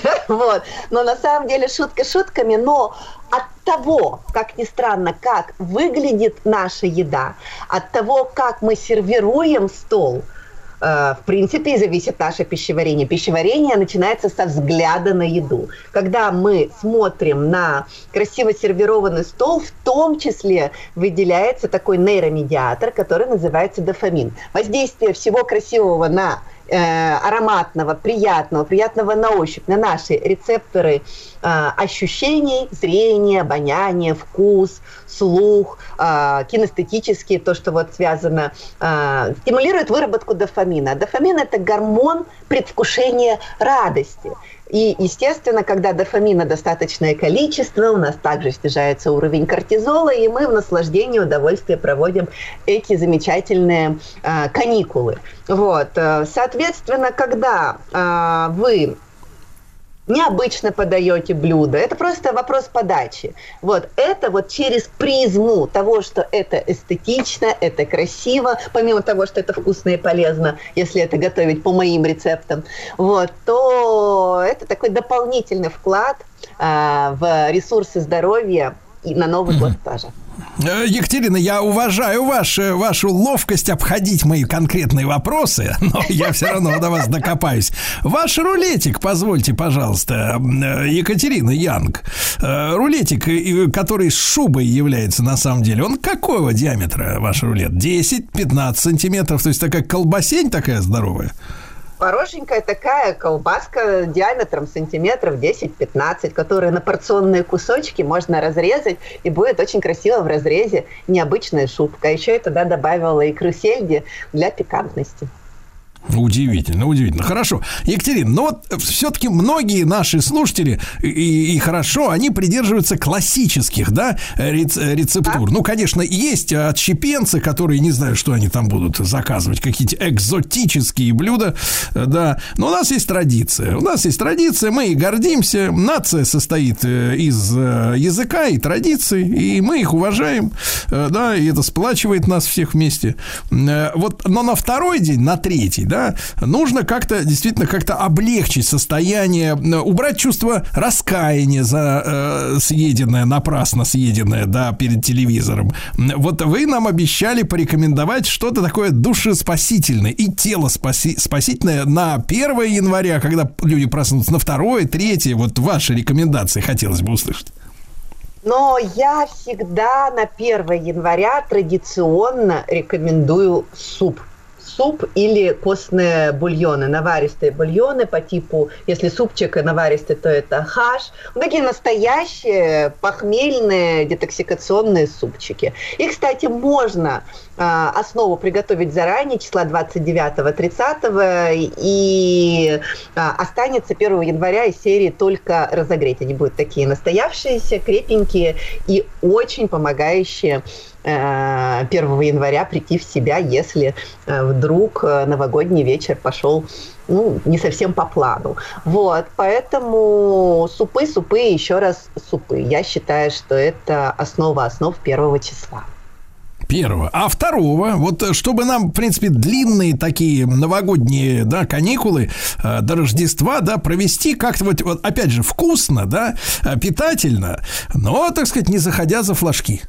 S16: Но на самом деле шутка шутками, но от того, как ни странно, как выглядит наша еда, от того, как мы сервируем стол, в принципе, и зависит наше пищеварение. Пищеварение начинается со взгляда на еду. Когда мы смотрим на красиво сервированный стол, в том числе выделяется такой нейромедиатор, который называется дофамин. Воздействие всего красивого на ароматного, приятного на ощупь, на наши рецепторы ощущений, зрения, обоняния, вкус, слух, кинестетические, то, что вот связано, стимулирует выработку дофамина. Дофамин – это гормон предвкушения радости. И, естественно, когда дофамина достаточное количество, у нас также снижается уровень кортизола, и мы в наслаждении, удовольствии проводим эти замечательные каникулы. Вот. Соответственно, когда вы необычно подаете блюдо, это просто вопрос подачи. Вот это вот через призму того, что это эстетично, это красиво, помимо того, что это вкусно и полезно, если это готовить по моим рецептам, вот, то это такой дополнительный вклад в ресурсы здоровья и на Новый год тоже.
S8: Екатерина, я уважаю вашу ловкость обходить мои конкретные вопросы, но я все равно до вас докопаюсь. Ваш рулетик, позвольте, пожалуйста, Екатерина Янг, рулетик, который с шубой является на самом деле, он какого диаметра ваш рулет? 10-15 сантиметров, то есть такая колбасень такая здоровая?
S16: Хорошенькая такая колбаска диаметром сантиметров 10-15, которые на порционные кусочки можно разрезать, и будет очень красиво в разрезе необычная шубка. Еще я туда добавила икру сельди для пикантности.
S8: Удивительно, удивительно. Хорошо. Екатерина, но вот все-таки многие наши слушатели, и хорошо, они придерживаются классических, да, рецептур. Ну, конечно, есть отщепенцы, которые не знаю, что они там будут заказывать, какие-то экзотические блюда, да. Но у нас есть традиция. Мы и гордимся. Нация состоит из языка и традиций, и мы их уважаем, да, и это сплачивает нас всех вместе. Вот, но на второй день, на третий, да, нужно как-то, действительно, как-то облегчить состояние, убрать чувство раскаяния за съеденное, напрасно съеденное, да, перед телевизором. Вот вы нам обещали порекомендовать что-то такое душеспасительное и телоспасительное на 1 января, когда люди проснутся, на 2, 3, вот ваши рекомендации хотелось бы услышать.
S16: Но я всегда на 1 января традиционно рекомендую суп или костные бульоны, наваристые бульоны по типу, если супчик наваристый, то это хаш. Такие настоящие похмельные детоксикационные супчики. И, кстати, можно основу приготовить заранее, числа 29-30, и останется 1 января из серии только разогреть. Они будут такие настоявшиеся, крепенькие и очень помогающие 1 января прийти в себя, если вдруг новогодний вечер пошел, ну, не совсем по плану. Вот, поэтому супы, еще раз супы. Я считаю, что это основа основ 1 числа.
S8: 1. А 2, вот чтобы нам, в принципе, длинные такие новогодние, да, каникулы до Рождества, да, провести как-то вот опять же вкусно, да, питательно, но, так сказать, не заходя за флажки.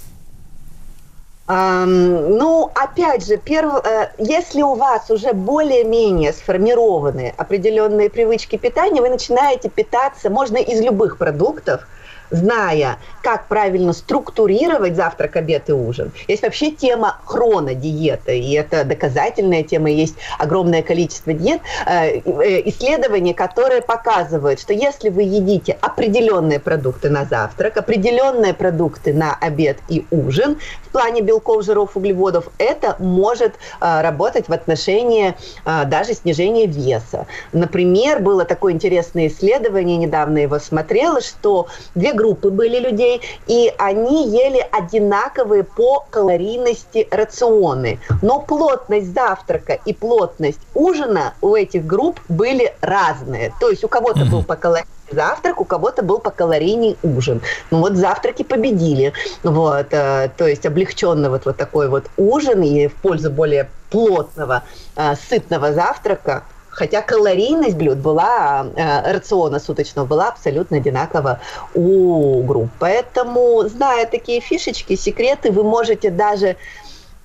S16: Ну, опять же, если у вас уже более-менее сформированы определенные привычки питания, вы начинаете питаться, можно из любых продуктов, зная, как правильно структурировать завтрак, обед и ужин. Есть вообще тема хронодиеты, и это доказательная тема, есть огромное количество диет, исследований, которые показывают, что если вы едите определенные продукты на завтрак, определенные продукты на обед и ужин, в плане белков, жиров, углеводов, это может работать в отношении даже снижения веса. Например, было такое интересное исследование, недавно его смотрела, что 2 группы были людей, и они ели одинаковые по калорийности рационы. Но плотность завтрака и плотность ужина у этих групп были разные. То есть у кого-то был по калорийности завтрак, у кого-то был покалорийней ужин. Ну вот завтраки победили. Вот, то есть облегченный вот такой вот ужин и в пользу более плотного, сытного завтрака. Хотя калорийность блюд была, рациона суточного была абсолютно одинакова у групп. Поэтому, зная такие фишечки, секреты, вы можете даже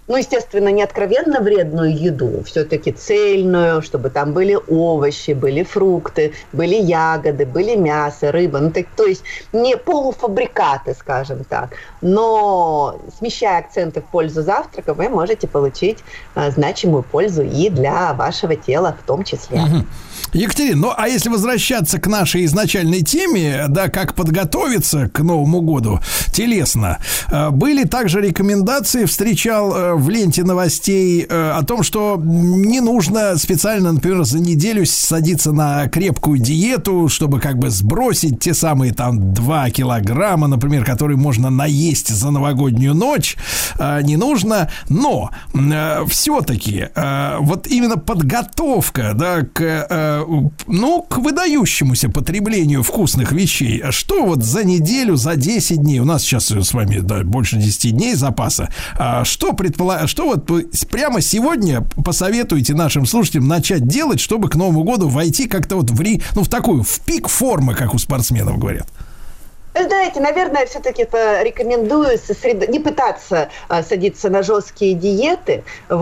S16: естественно, не откровенно вредную еду, все-таки цельную, чтобы там были овощи, были фрукты, были ягоды, были мясо, рыба. То есть не полуфабрикаты, скажем так. Но смещая акценты в пользу завтрака, вы можете получить значимую пользу и для вашего тела в том числе.
S8: Екатерина, ну а если возвращаться к нашей изначальной теме, да, как подготовиться к Новому году телесно, были также рекомендации, встречал в ленте новостей о том, что не нужно специально, например, за неделю садиться на крепкую диету, чтобы как бы сбросить те самые там 2 килограмма, например, которые можно наесть за новогоднюю ночь, не нужно, но все-таки вот именно подготовка, да, к выдающемуся потреблению вкусных вещей. Что вот за неделю, за 10 дней, у нас сейчас с вами больше 10 дней запаса, что вот вы прямо сегодня посоветуете нашим слушателям начать делать, чтобы к Новому году войти как-то вот в пик формы, как у спортсменов говорят?
S16: Знаете, наверное, все-таки порекомендую не пытаться садиться на жесткие диеты,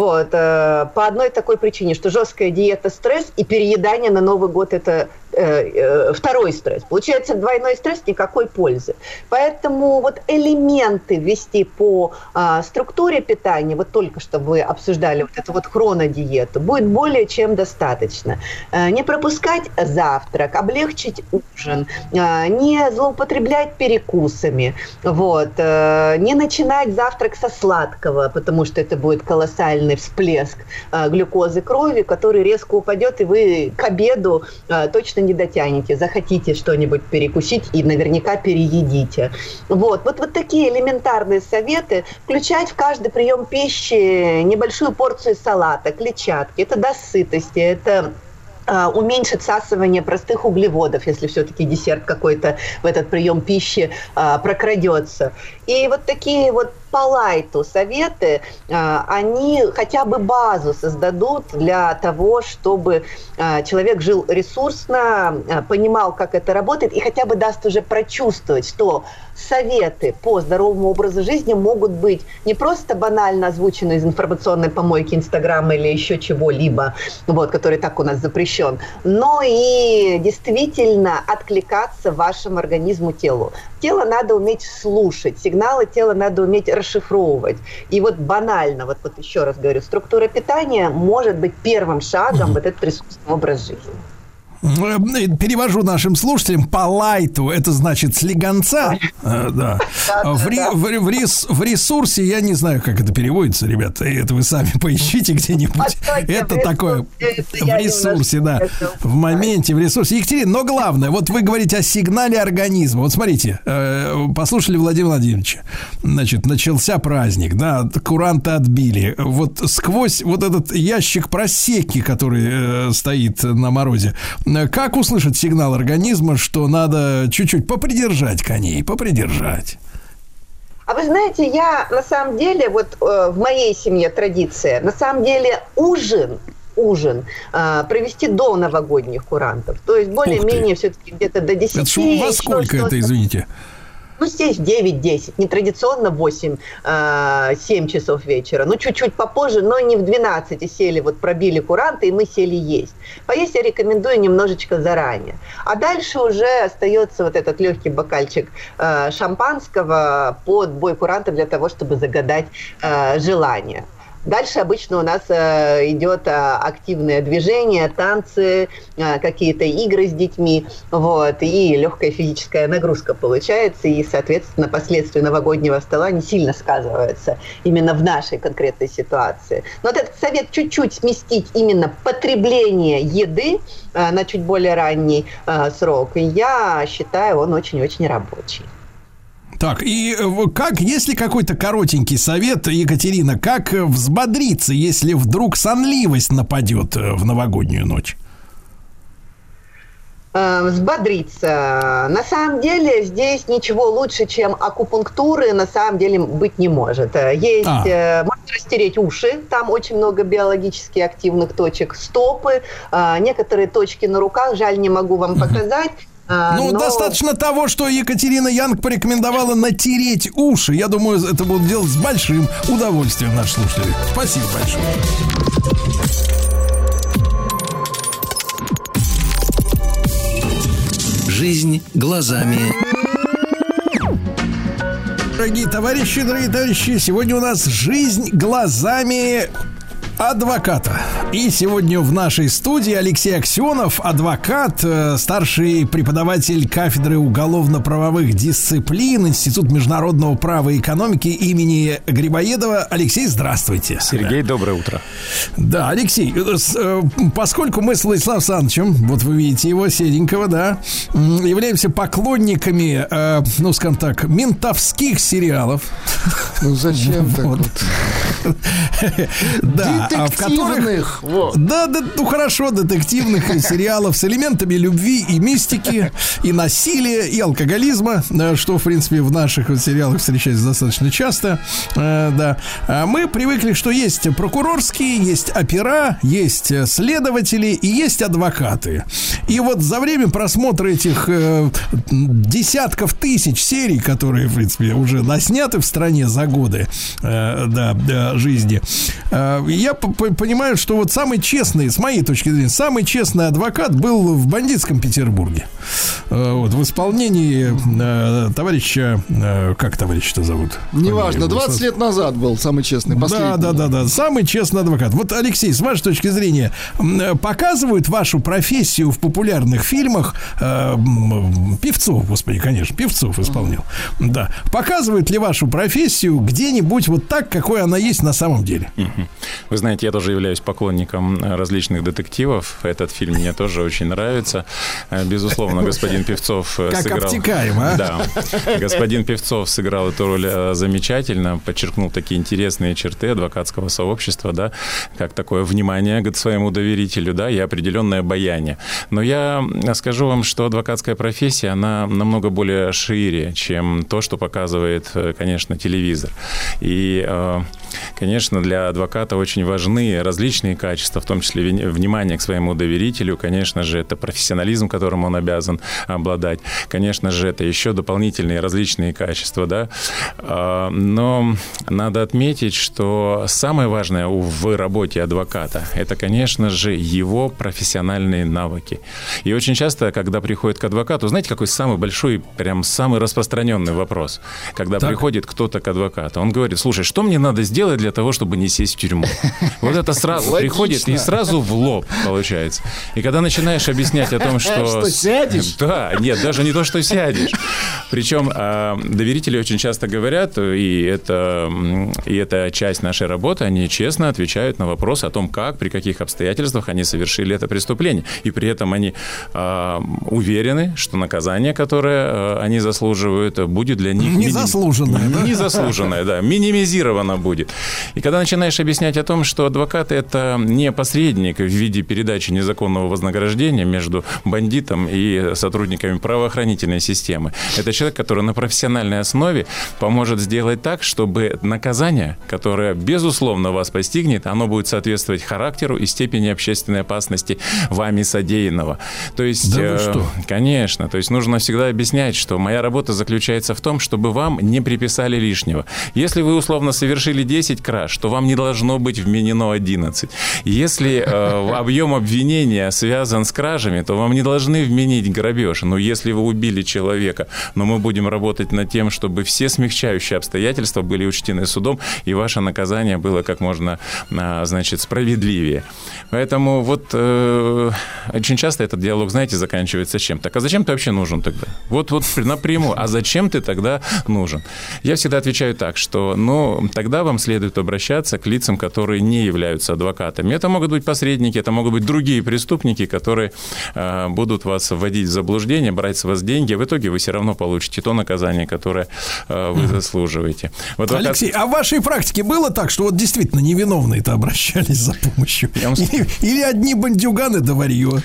S16: по одной такой причине, что жесткая диета – стресс, и переедание на Новый год – это второй стресс. Получается, двойной стресс, никакой пользы. Поэтому вот элементы ввести по структуре питания, вот только что вы обсуждали вот эту вот хронодиету, будет более чем достаточно. Не пропускать завтрак, облегчить ужин, не злоупотреблять перекусами, не начинать завтрак со сладкого, потому что это будет колоссальный всплеск глюкозы крови, который резко упадет, и вы к обеду точно не дотянете, захотите что-нибудь перекусить и наверняка переедите. Вот такие элементарные советы. Включать в каждый прием пищи небольшую порцию салата, клетчатки. Это даст сытости, это уменьшит всасывание простых углеводов, если все-таки десерт какой-то в этот прием пищи прокрадется. И вот такие вот по лайту советы, они хотя бы базу создадут для того, чтобы человек жил ресурсно, понимал, как это работает, и хотя бы даст уже прочувствовать, что советы по здоровому образу жизни могут быть не просто банально озвучены из информационной помойки Инстаграма или еще чего-либо, который так у нас запрещен, но и действительно откликаться вашему организму, телу. Тело надо уметь слушать, сигналы тела надо уметь расшифровывать. И вот банально, вот еще раз говорю, структура питания может быть первым шагом в этот ресурсный образ жизни.
S8: Перевожу нашим слушателям: по лайту это значит слегонца. Да. В ресурсе, я не знаю, как это переводится, ребята. Это вы сами поищите где-нибудь. Это такое в ресурсе, да. В моменте, в ресурсе. Екатерина, но главное, вот вы говорите о сигнале организма. Вот смотрите, послушали Владимира Владимировича. Значит, начался праздник, да, куранты отбили. Вот сквозь вот этот ящик просеки, который стоит на морозе, как услышать сигнал организма, что надо чуть-чуть попридержать коней, попридержать?
S16: А вы знаете, я на самом деле, в моей семье традиция, на самом деле ужин провести до новогодних курантов. То есть более-менее все-таки где-то до 10.
S8: Это во сколько это, извините?
S16: Здесь 9-10, нетрадиционно 8-7 часов вечера. Чуть-чуть попозже, но не в 12 сели, пробили куранты, и мы сели есть. Поесть я рекомендую немножечко заранее. А дальше уже остается этот легкий бокальчик шампанского под бой курантов для того, чтобы загадать желание. Дальше обычно у нас идет активное движение, танцы, какие-то игры с детьми, и легкая физическая нагрузка получается, и, соответственно, последствия новогоднего стола не сильно сказываются именно в нашей конкретной ситуации. Но этот совет чуть-чуть сместить именно потребление еды на чуть более ранний срок, я считаю, он очень-очень рабочий.
S8: Так, и как, есть ли какой-то коротенький совет, Екатерина, как взбодриться, если вдруг сонливость нападет в новогоднюю ночь?
S16: Взбодриться. На самом деле здесь ничего лучше, чем акупунктуры, на самом деле быть не может. Можно растереть уши, там очень много биологически активных точек, стопы, некоторые точки на руках, жаль, не могу вам показать.
S8: Но... достаточно того, что Екатерина Янг порекомендовала натереть уши. Я думаю, это будут делать с большим удовольствием наши слушатели. Спасибо большое.
S2: Жизнь глазами.
S8: Дорогие товарищи, сегодня у нас жизнь глазами адвоката. И сегодня в нашей студии Алексей Аксенов, адвокат, старший преподаватель кафедры уголовно-правовых дисциплин, Институт международного права и экономики имени Грибоедова. Алексей, здравствуйте.
S17: Сергей, доброе утро.
S8: Да, Алексей, поскольку мы с Владиславом Александровичем, вот вы видите его, седенького, да, являемся поклонниками, ну, скажем так, ментовских сериалов.
S4: Ну, зачем так вот?
S8: Да, в которых, да, ну хорошо, детективных сериалов с элементами любви и мистики, и насилия, и алкоголизма, что, в принципе, в наших сериалах встречается достаточно часто. Да. Мы привыкли, что есть прокурорские, есть опера, есть следователи и есть адвокаты. И вот за время просмотра этих десятков тысяч серий, которые, в принципе, уже насняты в стране за годы жизни, я понимаю, что вот самый честный, с моей точки зрения, самый честный адвокат был в бандитском Петербурге. Вот, в исполнении товарища, как товарища-то зовут?
S4: Неважно, 20 лет назад был самый честный, последний.
S8: Да, самый честный адвокат. Вот, Алексей, с вашей точки зрения, показывают вашу профессию в популярных фильмах певцов, господи, конечно, певцов исполнял. Да. Показывают ли вашу профессию где-нибудь вот так, какой она есть на самом деле?
S17: Вы знаете, я тоже являюсь поклонником различных детективов. Этот фильм мне тоже очень нравится. Безусловно, господин Певцов сыграл...
S8: Как обтекаем, а?
S17: Да. Господин Певцов сыграл эту роль замечательно, подчеркнул такие интересные черты адвокатского сообщества, да, как такое внимание к своему доверителю, да, и определенное обаяние. Но я скажу вам, что адвокатская профессия, она намного более шире, чем то, что показывает, конечно, телевизор. И, конечно, для адвоката очень важны различные качества, в том числе внимание к своему доверителю. Конечно же, это профессионализм, которым он обязан обладать. Конечно же, это еще дополнительные различные качества, да. Но надо отметить, что самое важное в работе адвоката – это, конечно же, его профессиональные навыки. И очень часто, когда приходит к адвокату, знаете, какой самый большой, прям самый распространенный вопрос? Когда приходит кто-то к адвокату, он говорит: слушай, что мне надо сделать для того, чтобы не сесть в тюрьму? Вот это сразу приходит и сразу в лоб получается. И когда начинаешь объяснять о том, что...
S4: Что сядешь?
S17: Да, нет, даже не то, что сядешь. Причем доверители очень часто говорят, и это часть нашей работы, они честно отвечают на вопрос о том, как, при каких обстоятельствах они совершили это преступление. И при этом они уверены, что наказание, которое они заслуживают, будет для них...
S8: Незаслуженное, да?
S17: Незаслуженное, да, минимизировано будет. И когда начинаешь объяснять о том, что адвокат – это не посредник в виде передачи незаконного вознаграждения между бандитом и сотрудниками правоохранительной системы. Это человек, который на профессиональной основе поможет сделать так, чтобы наказание, которое, безусловно, вас постигнет, оно будет соответствовать характеру и степени общественной опасности вами содеянного. То есть,
S8: да вы что?
S17: Конечно, то есть нужно всегда объяснять, что моя работа заключается в том, чтобы вам не приписали лишнего. Если вы условно совершили 10 краж, то вам не должно быть вменено 11. Если объем обвинения связан с кражами, то вам не должны вменить грабеж. Но если вы убили человека, но мы будем работать над тем, чтобы все смягчающие обстоятельства были учтены судом, и ваше наказание было как можно, значит, справедливее. Поэтому вот очень часто этот диалог, знаете, заканчивается чем? Так, а зачем ты вообще нужен тогда? Вот напрямую, а зачем ты тогда нужен? Я всегда отвечаю так, что, тогда вам следует обращаться к лицам, которые не являются адвокатами. Это могут быть посредники, это могут быть другие преступники, которые будут вас вводить в заблуждение, брать с вас деньги, а в итоге вы все равно получите то наказание, которое вы заслуживаете. Вот
S8: Алексей, а в вашей практике было так, что вот действительно невиновные-то обращались за помощью? Или одни бандюганы да варьё?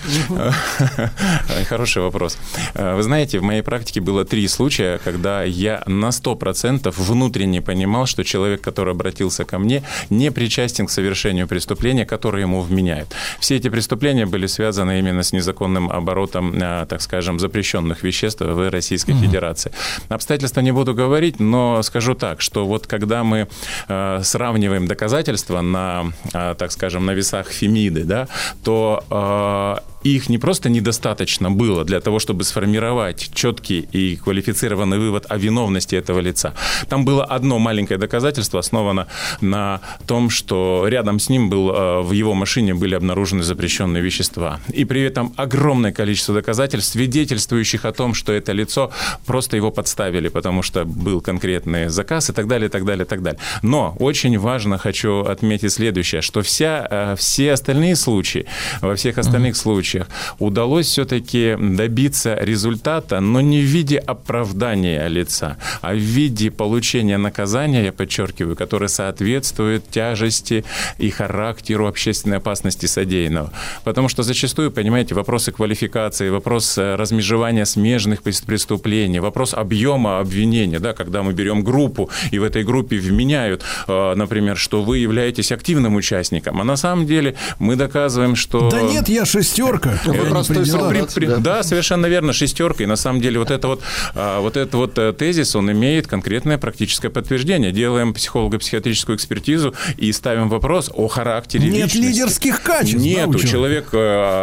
S17: Хороший вопрос. Вы знаете, в моей практике было 3 случая, когда я на 100% внутренне понимал, что человек, который обратился обратился ко мне, не причастен к совершению преступления, которое ему вменяют. Все эти преступления были связаны именно с незаконным оборотом, так скажем, запрещенных веществ в Российской Федерации. Обстоятельства не буду говорить, но скажу так, что вот когда мы сравниваем доказательства на, так скажем, на весах Фемиды, да, то их не просто недостаточно было для того, чтобы сформировать четкий и квалифицированный вывод о виновности этого лица. Там было одно маленькое доказательство, основано на том, что рядом с ним в его машине были обнаружены запрещенные вещества. И при этом огромное количество доказательств, свидетельствующих о том, что это лицо просто его подставили, потому что был конкретный заказ и так далее, и так далее, и так далее. Но очень важно, хочу отметить следующее, что все остальные случаи, во всех остальных случаях удалось все-таки добиться результата, но не в виде оправдания лица, а в виде получения наказания, я подчеркиваю, которое соответствует тяжести и характеру общественной опасности содеянного. Потому что зачастую, понимаете, вопросы квалификации, вопрос размежевания смежных преступлений, вопрос объема обвинения, да, когда мы берем группу, и в этой группе вменяют, например, что вы являетесь активным участником, а на самом деле мы доказываем, что... Да
S8: нет, я шестерка.
S17: Да, совершенно верно, шестерка. И на самом деле вот этот тезис, он имеет конкретное практическое подтверждение. Делаем психолого-психиатрическую экспертизу и ставим вопрос о характере личности.
S8: Нет лидерских качеств.
S17: Нету. Человек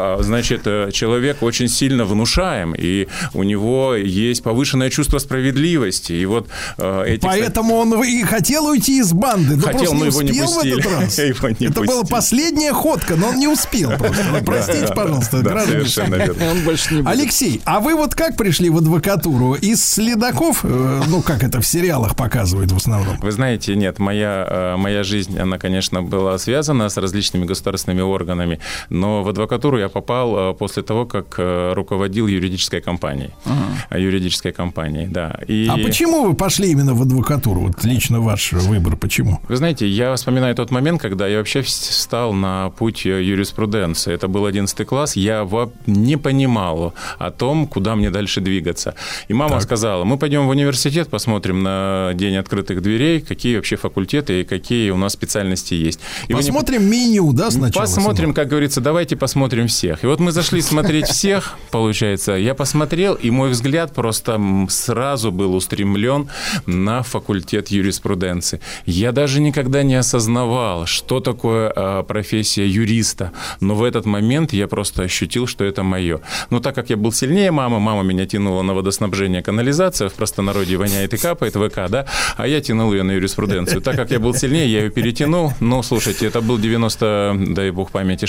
S17: очень сильно внушаем, и у него есть повышенное чувство справедливости. И вот
S8: поэтому он и хотел уйти из банды, но
S17: хотел,
S8: просто не успел в этот раз. Это была последняя ходка, но он не успел просто. Простите, пожалуйста.
S17: Да, совершенно верно.
S4: Он больше не будет.
S8: Алексей, а вы вот как пришли в адвокатуру? Из следаков, ну, как это в сериалах показывают в основном?
S17: Вы знаете, нет, моя жизнь, она, конечно, была связана с различными государственными органами, но в адвокатуру я попал после того, как руководил юридической компанией. Юридической компанией, да.
S8: А почему вы пошли именно в адвокатуру? Вот лично ваш выбор, почему?
S17: Вы знаете, я вспоминаю тот момент, когда я вообще встал на путь юриспруденции. Это был 11 класс, я не понимал о том, куда мне дальше двигаться. И мама сказала, мы пойдем в университет, посмотрим на день открытых дверей, какие вообще факультеты и какие у нас специальности есть. И
S8: посмотрим меню, да, сначала?
S17: Посмотрим, как говорится, давайте посмотрим всех. И вот мы зашли смотреть всех, получается. Я посмотрел, и мой взгляд просто сразу был устремлен на факультет юриспруденции. Я даже никогда не осознавал, что такое профессия юриста. Но в этот момент я просто ощутил, что это мое. Но так как я был сильнее мамы, мама меня тянула на водоснабжение, канализация, в простонародье воняет и капает, ВК, да, а я тянул ее на юриспруденцию. Так как я был сильнее, я ее перетянул. Но, слушайте, это был дай бог памяти,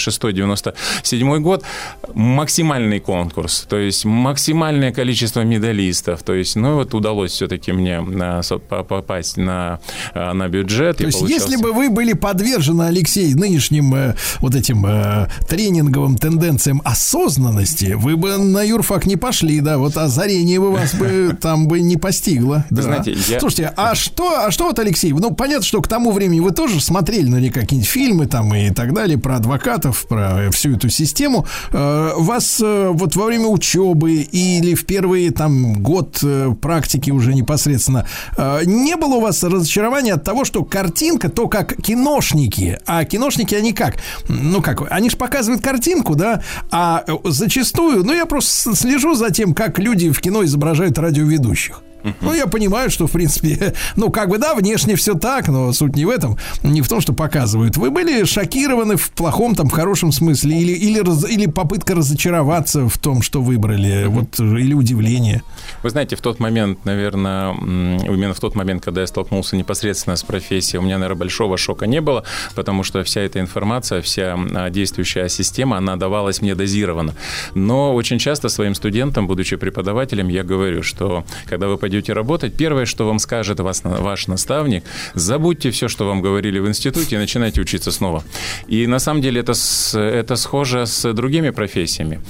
S17: 6-97 год. Максимальный конкурс, то есть максимальное количество медалистов. То есть, ну, вот удалось все-таки мне попасть на бюджет.
S8: То есть, если бы вы были подвержены, Алексей, нынешним вот этим тренинговым тенденциям осознанности, вы бы на юрфак не пошли, да, вот озарение бы вас бы там бы не постигло. Да.
S17: Знаете,
S8: Слушайте, а что вот, Алексей, ну, понятно, что к тому времени вы тоже смотрели наверняка какие-нибудь фильмы там и так далее про адвокатов, про всю эту систему. Вас вот во время учебы или в первый там год практики уже непосредственно не было у вас разочарования от того, что картинка, то как киношники, а киношники они как? Ну как, они же показывают картинку, да, а зачастую, ну я просто слежу за тем, как люди в кино изображают радиоведущих. Ну, я понимаю, что, в принципе, ну, как бы, да, внешне все так, но суть не в этом, не в том, что показывают. Вы были шокированы в плохом, там, в хорошем смысле, или попытка разочароваться в том, что выбрали, вот, или удивление?
S17: Вы знаете, в тот момент, наверное, именно в тот момент, когда я столкнулся непосредственно с профессией, у меня, наверное, большого шока не было, потому что вся эта информация, вся действующая система, она давалась мне дозированно. Но очень часто своим студентам, будучи преподавателем, я говорю, что когда вы пойдете работать, первое, что вам скажет ваш наставник, забудьте все, что вам говорили в институте, и начинайте учиться снова. И на самом деле это схоже с другими профессиями.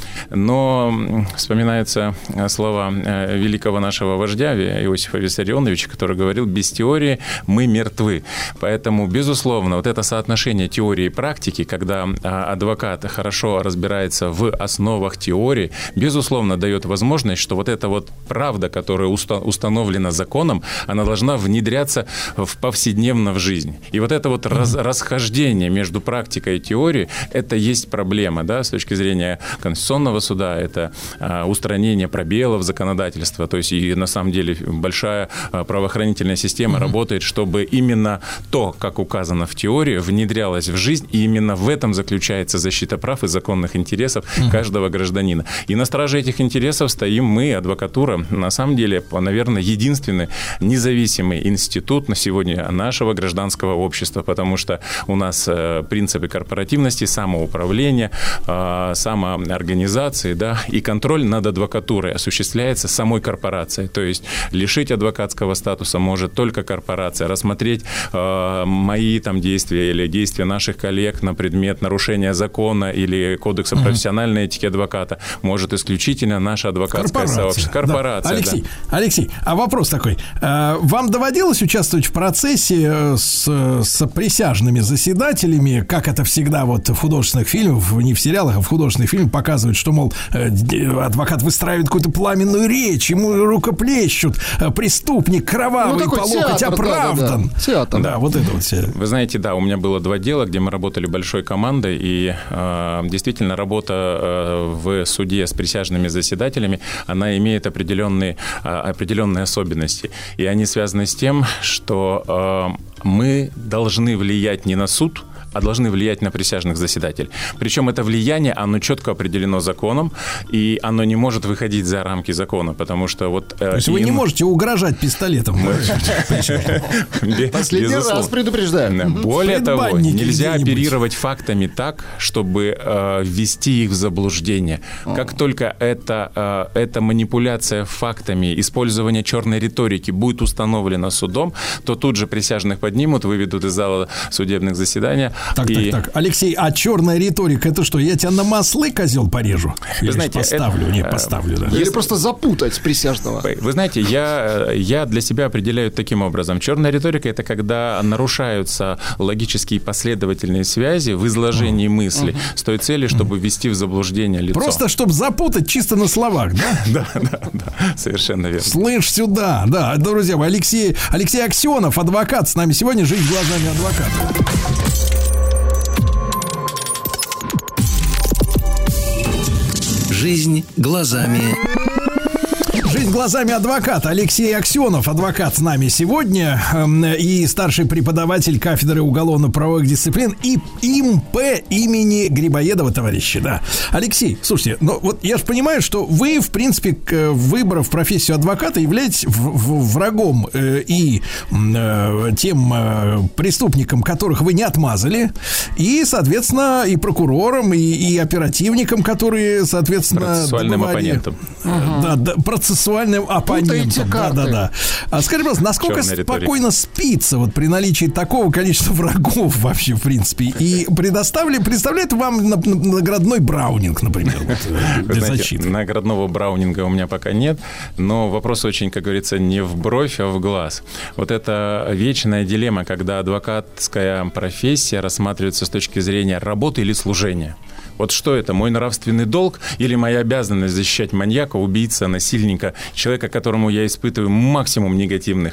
S17: Но вспоминаются слова великого нашего вождя Иосифа Виссарионовича, который говорил, без теории мы мертвы. Поэтому, безусловно, вот это соотношение теории и практики, когда адвокат хорошо разбирается в основах теории, безусловно, дает возможность, что вот эта вот правда, которая установлена законом, она должна внедряться повседневно в жизнь. И вот это вот расхождение между практикой и теорией, это есть проблема, да, с точки зрения Конституционного суда, это устранение пробелов законодательства, то есть и на самом деле большая правоохранительная система работает, чтобы именно то, как указано в теории, внедрялось в жизнь, и именно в этом заключается защита прав и законных интересов каждого гражданина. И на страже этих интересов стоим мы, адвокатура, на самом деле, наверное, единственный независимый институт на сегодня нашего гражданского общества, потому что у нас принципы корпоративности, самоуправления, самоорганизации, да, и контроль над адвокатурой осуществляется самой корпорацией. То есть лишить адвокатского статуса может только корпорация. Рассмотреть мои там действия или действия наших коллег на предмет нарушения закона или кодекса профессиональной этики адвоката может исключительно наша адвокатская сообщество. Корпорация.
S8: Да. Алексей, а вопрос такой. Вам доводилось участвовать в процессе с присяжными заседателями, как это всегда вот в художественных фильмах, не в сериалах, а в художественных фильмах показывают, что, мол, адвокат выстраивает какую-то пламенную речь, ему рукоплещут, преступник кровавый, по локоть оправдан.
S4: Театр.
S8: Да, вот это вот все.
S17: Вы знаете, да, у меня было 2 дела, где мы работали большой командой, и действительно работа в суде с присяжными заседателями, она имеет определенные особенности. И они связаны с тем, что мы должны влиять не на суд, а должны влиять на присяжных заседателей. Причем это влияние, оно четко определено законом, и оно не может выходить за рамки закона, потому что вот...
S8: То есть вы не можете угрожать пистолетом?
S4: Последний раз предупреждаем.
S17: Более того, нельзя оперировать фактами так, чтобы ввести их в заблуждение. Как только эта манипуляция фактами, использование черной риторики будет установлено судом, то тут же присяжных поднимут, выведут из зала судебных заседаний.
S8: Так. Алексей, а черная риторика, это что, я тебя на маслы, козел, порежу?
S17: Вы знаете,
S8: поставлю, да.
S4: Или просто запутать присяжного.
S17: Вы знаете, я для себя определяю таким образом. Черная риторика – это когда нарушаются логические последовательные связи в изложении мысли с той целью, чтобы ввести в заблуждение лицо.
S8: Просто, чтобы запутать чисто на словах, да?
S17: Да, совершенно верно.
S8: Слышь сюда, да, друзья, Алексей Аксенов, адвокат, с нами сегодня, «Жизнь глазами адвоката».
S2: Жизнь глазами.
S8: «Жизнь глазами адвоката». Алексей Аксенов, адвокат, с нами сегодня, и старший преподаватель кафедры уголовно-правовых дисциплин и ИМП имени Грибоедова, товарищи, да. Алексей, слушайте, ну вот я же понимаю, что вы, в принципе, выбрав профессию адвоката, являетесь врагом и тем преступникам, которых вы не отмазали, и, соответственно, и прокурором, и оперативникам, которые, соответственно,
S17: процессуальным оппонентом.
S8: Да, процессуальным оппонентом. Да. А скажи, пожалуйста, насколько спокойно спится вот при наличии такого количества врагов вообще, в принципе, и представляет вам наградной браунинг, например, для защиты?
S17: Наградного браунинга у меня пока нет, но вопрос очень, как говорится, не в бровь, а в глаз. Вот это вечная дилемма, когда адвокатская профессия рассматривается с точки зрения работы или служения. Вот что это, мой нравственный долг или моя обязанность защищать маньяка, убийца, насильника, человека, которому я испытываю максимум негативных,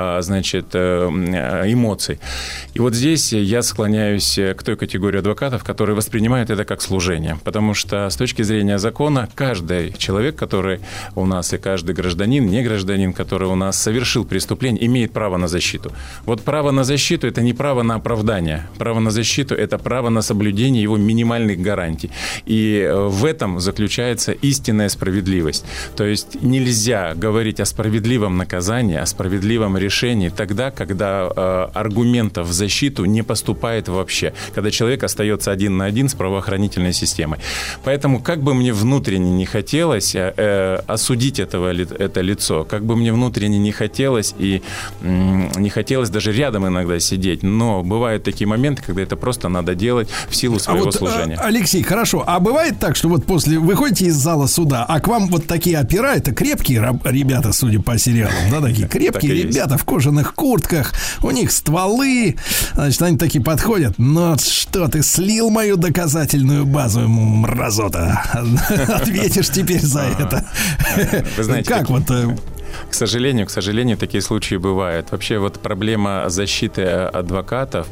S17: эмоций. И вот здесь я склоняюсь к той категории адвокатов, которые воспринимают это как служение. Потому что с точки зрения закона каждый человек, который у нас, и каждый гражданин, не гражданин, который у нас совершил преступление, имеет право на защиту. Вот право на защиту – это не право на оправдание. Право на защиту – это право на соблюдение его минимальных гарантий. И в этом заключается истинная справедливость. То есть нельзя говорить о справедливом наказании, о справедливом решении тогда, когда аргументов в защиту не поступает вообще, когда человек остается один на один с правоохранительной системой. Поэтому, как бы мне внутренне не хотелось осудить это лицо, как бы мне внутренне не хотелось, и не хотелось даже рядом иногда сидеть, но бывают такие моменты, когда это просто надо делать в силу своего служения.
S8: Алексей, хорошо. А бывает так, что вот после выходите из зала суда, а к вам вот такие опера, это крепкие ребята, судя по сериалам, да, такие крепкие ребята в кожаных куртках, у них стволы, значит, они такие подходят, ну что, ты слил мою доказательную базу, мразота, ответишь теперь за это.
S17: Вы знаете,
S8: как вот...
S17: К сожалению, такие случаи бывают. Вообще вот проблема защиты адвоката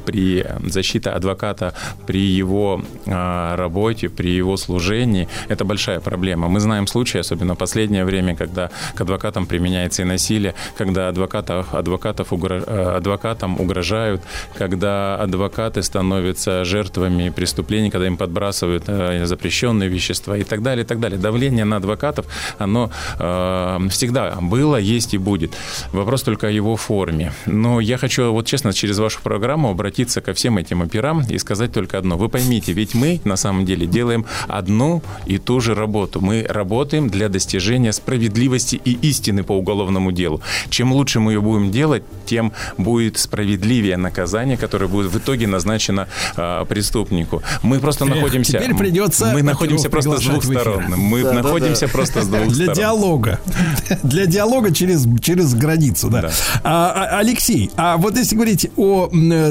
S17: при его работе, при его служении, это большая проблема. Мы знаем случаи, особенно в последнее время, когда к адвокатам применяется и насилие, когда адвокатам угрожают, когда адвокаты становятся жертвами преступлений, когда им подбрасывают запрещенные вещества и так далее, и так далее. Давление на адвокатов, оно всегда было, есть и будет. Вопрос только о его форме. Но я хочу, вот честно, через вашу программу обратиться ко всем этим операм и сказать только одно. Вы поймите, ведь мы на самом деле делаем одну и ту же работу. Мы работаем для достижения справедливости и истины по уголовному делу. Чем лучше мы ее будем делать, тем будет справедливее наказание, которое будет в итоге назначено преступнику. Мы просто находимся...
S8: Теперь придется...
S17: Мы находимся просто с двух сторон. Мы находимся просто с двух сторон.
S8: Для диалога. Для диалога через границу, да. Алексей, а вот если говорить о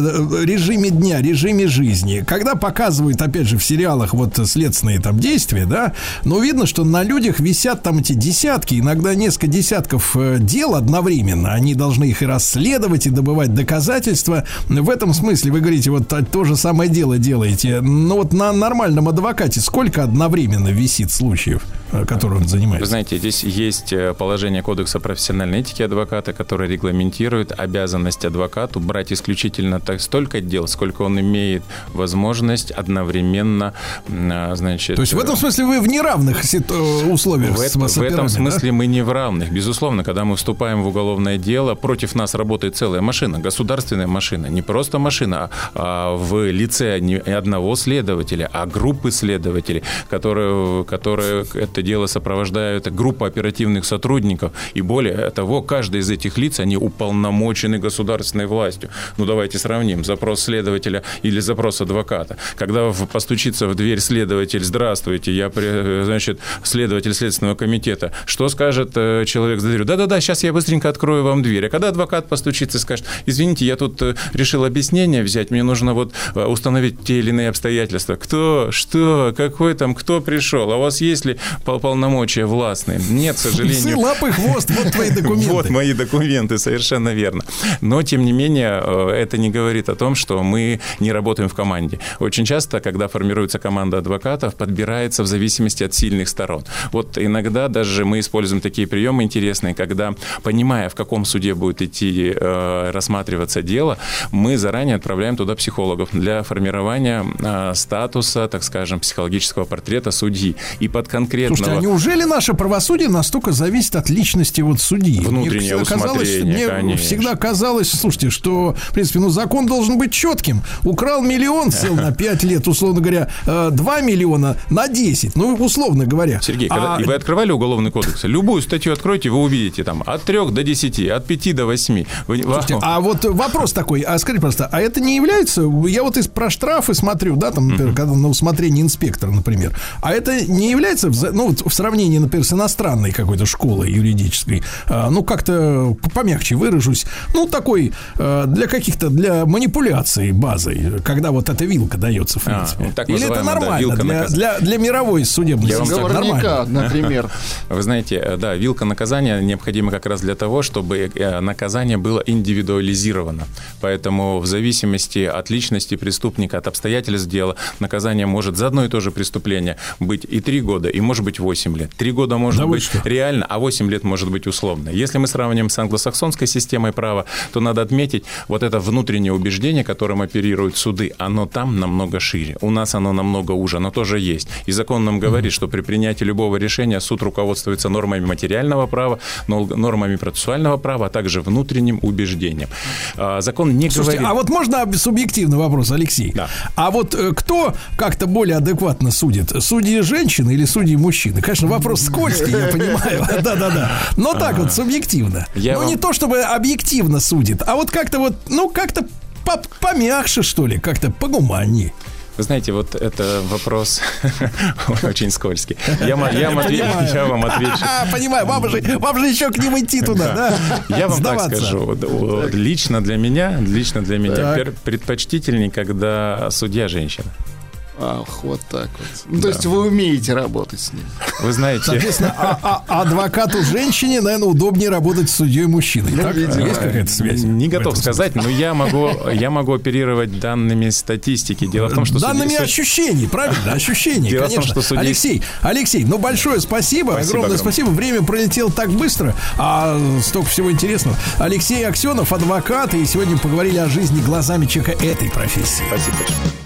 S8: режиме дня, режиме жизни, когда показывают, опять же, в сериалах вот следственные там действия, да, ну, видно, что на людях висят там эти десятки, иногда несколько десятков дел одновременно. Они должны их и расследовать, и добывать доказательства. В этом смысле вы говорите, вот то же самое дело делаете. Но вот на нормальном адвокате сколько одновременно висит случаев, которые он занимается?
S17: Вы знаете, здесь есть положение Кодекса профессиональной этики адвоката, которое регламентирует обязанность адвокату брать исключительно столько дел, сколько он имеет возможность одновременно, значит...
S8: То есть в этом смысле вы в неравных условиях с операми,
S17: в этом смысле мы не в равных. Безусловно, когда мы вступаем в уголовное дело, против нас работает целая машина, государственная машина. Не просто машина, а в лице не одного следователя, а группы следователей, которые это дело сопровождают, группа оперативных сотрудников. И более того, каждый из этих лиц, они уполномочены государственной властью. Ну, давайте сравним запрос следователя или запрос адвоката. Когда постучится в дверь следователь: здравствуйте, я, значит, следователь Следственного комитета. Что скажет человек за дверью? Да-да-да, сейчас я быстренько открою вам дверь. А когда адвокат постучится и скажет: извините, я тут решил объяснение взять, мне нужно вот установить те или иные обстоятельства. Кто, что, какой там, кто пришел? А у вас есть ли полномочия властные? Нет, к сожалению.
S8: Лапы, хвост, вот твои документы.
S17: Вот мои документы, совершенно верно. Но, тем не менее, это не говорит о том, что мы не работаем в команде. Очень часто, когда формируется команда адвокатов, подбирается в зависимости от сильных сторон. Вот иногда даже мы используем такие приемы интересные, когда, понимая, в каком суде будет идти рассматриваться дело, мы заранее отправляем туда психологов для формирования статуса, так скажем, психологического портрета судьи. И под конкретного...
S8: Слушайте, а неужели наше правосудие настолько зависит от личности вот судьи?
S17: Внутреннее усмотрение,
S8: мне всегда казалось, слушайте, что, в принципе, закон должен быть четким. Украл 1 миллион, сел на 5 лет, условно говоря, 2 миллиона на 10, ну, условно говоря.
S17: Сергей, и вы открывали Уголовный кодекс? Любую статью откройте, вы увидите там от 3 до 10, от 5 до 8.
S8: Слушайте, а вот вопрос такой, скажите просто, а это не является, я вот про штрафы смотрю, да, там, например, когда на усмотрение инспектора, например, а это не является, ну, вот в сравнении, например, с иностранной какой-то школой юридической, ну, как-то помягче выражусь, ну, такой для манипуляций базой, когда вот эта вилка дается, в принципе. Или это нормально, да, для мировой судебной системы нормально?
S4: Например.
S17: Вы знаете, да, вилка наказания необходима как раз для того, чтобы наказание было индивидуализировано. Поэтому в зависимости от личности преступника, от обстоятельств дела, наказание может за одно и то же преступление быть и 3 года, и может быть 8 лет. 3 года может быть реально, а 8 лет может быть условно. Если мы сравним с англосаксонской системой права, то надо отметить вот это внутреннее убеждение, которым оперируют суды, оно там намного шире. У нас оно намного уже, оно тоже есть. И закон нам говорит, что при принятии любого решения суд руководствуется нормами материального права, нормами процессуального права, а также внутренним убеждением. Закон не говорит...
S8: А вот можно субъективный вопрос, Алексей?
S17: Да.
S8: А вот кто как-то более адекватно судит? Судьи женщины или судьи мужчины? Конечно, вопрос скользкий, я понимаю. Да-да-да. Но так вот, субъективно. Не то, чтобы объективно судит, а вот как-то вот, ну, как-то помягче, что ли, как-то погуманнее.
S17: Вы знаете, вот это вопрос очень скользкий. Я вам отвечу.
S8: Понимаю, вам же еще к ним идти туда, да?
S17: Я вам так скажу. Лично для меня предпочтительнее, когда судья женщина.
S4: Ах, вот так вот. Ну, то есть вы умеете работать с ним.
S17: Вы знаете...
S8: Соответственно, адвокату женщине, наверное, удобнее работать с судьей мужчиной. Так? Есть какая-то связь?
S17: Не готов сказать, но я могу оперировать данными статистики. Дело в том, что...
S8: Данными ощущений, правильно? Ощущений, конечно. Алексей, ну большое спасибо. Огромное спасибо. Время пролетело так быстро, а столько всего интересного. Алексей Аксенов, адвокат, и сегодня поговорили о жизни глазами человека этой профессии.
S17: Спасибо большое.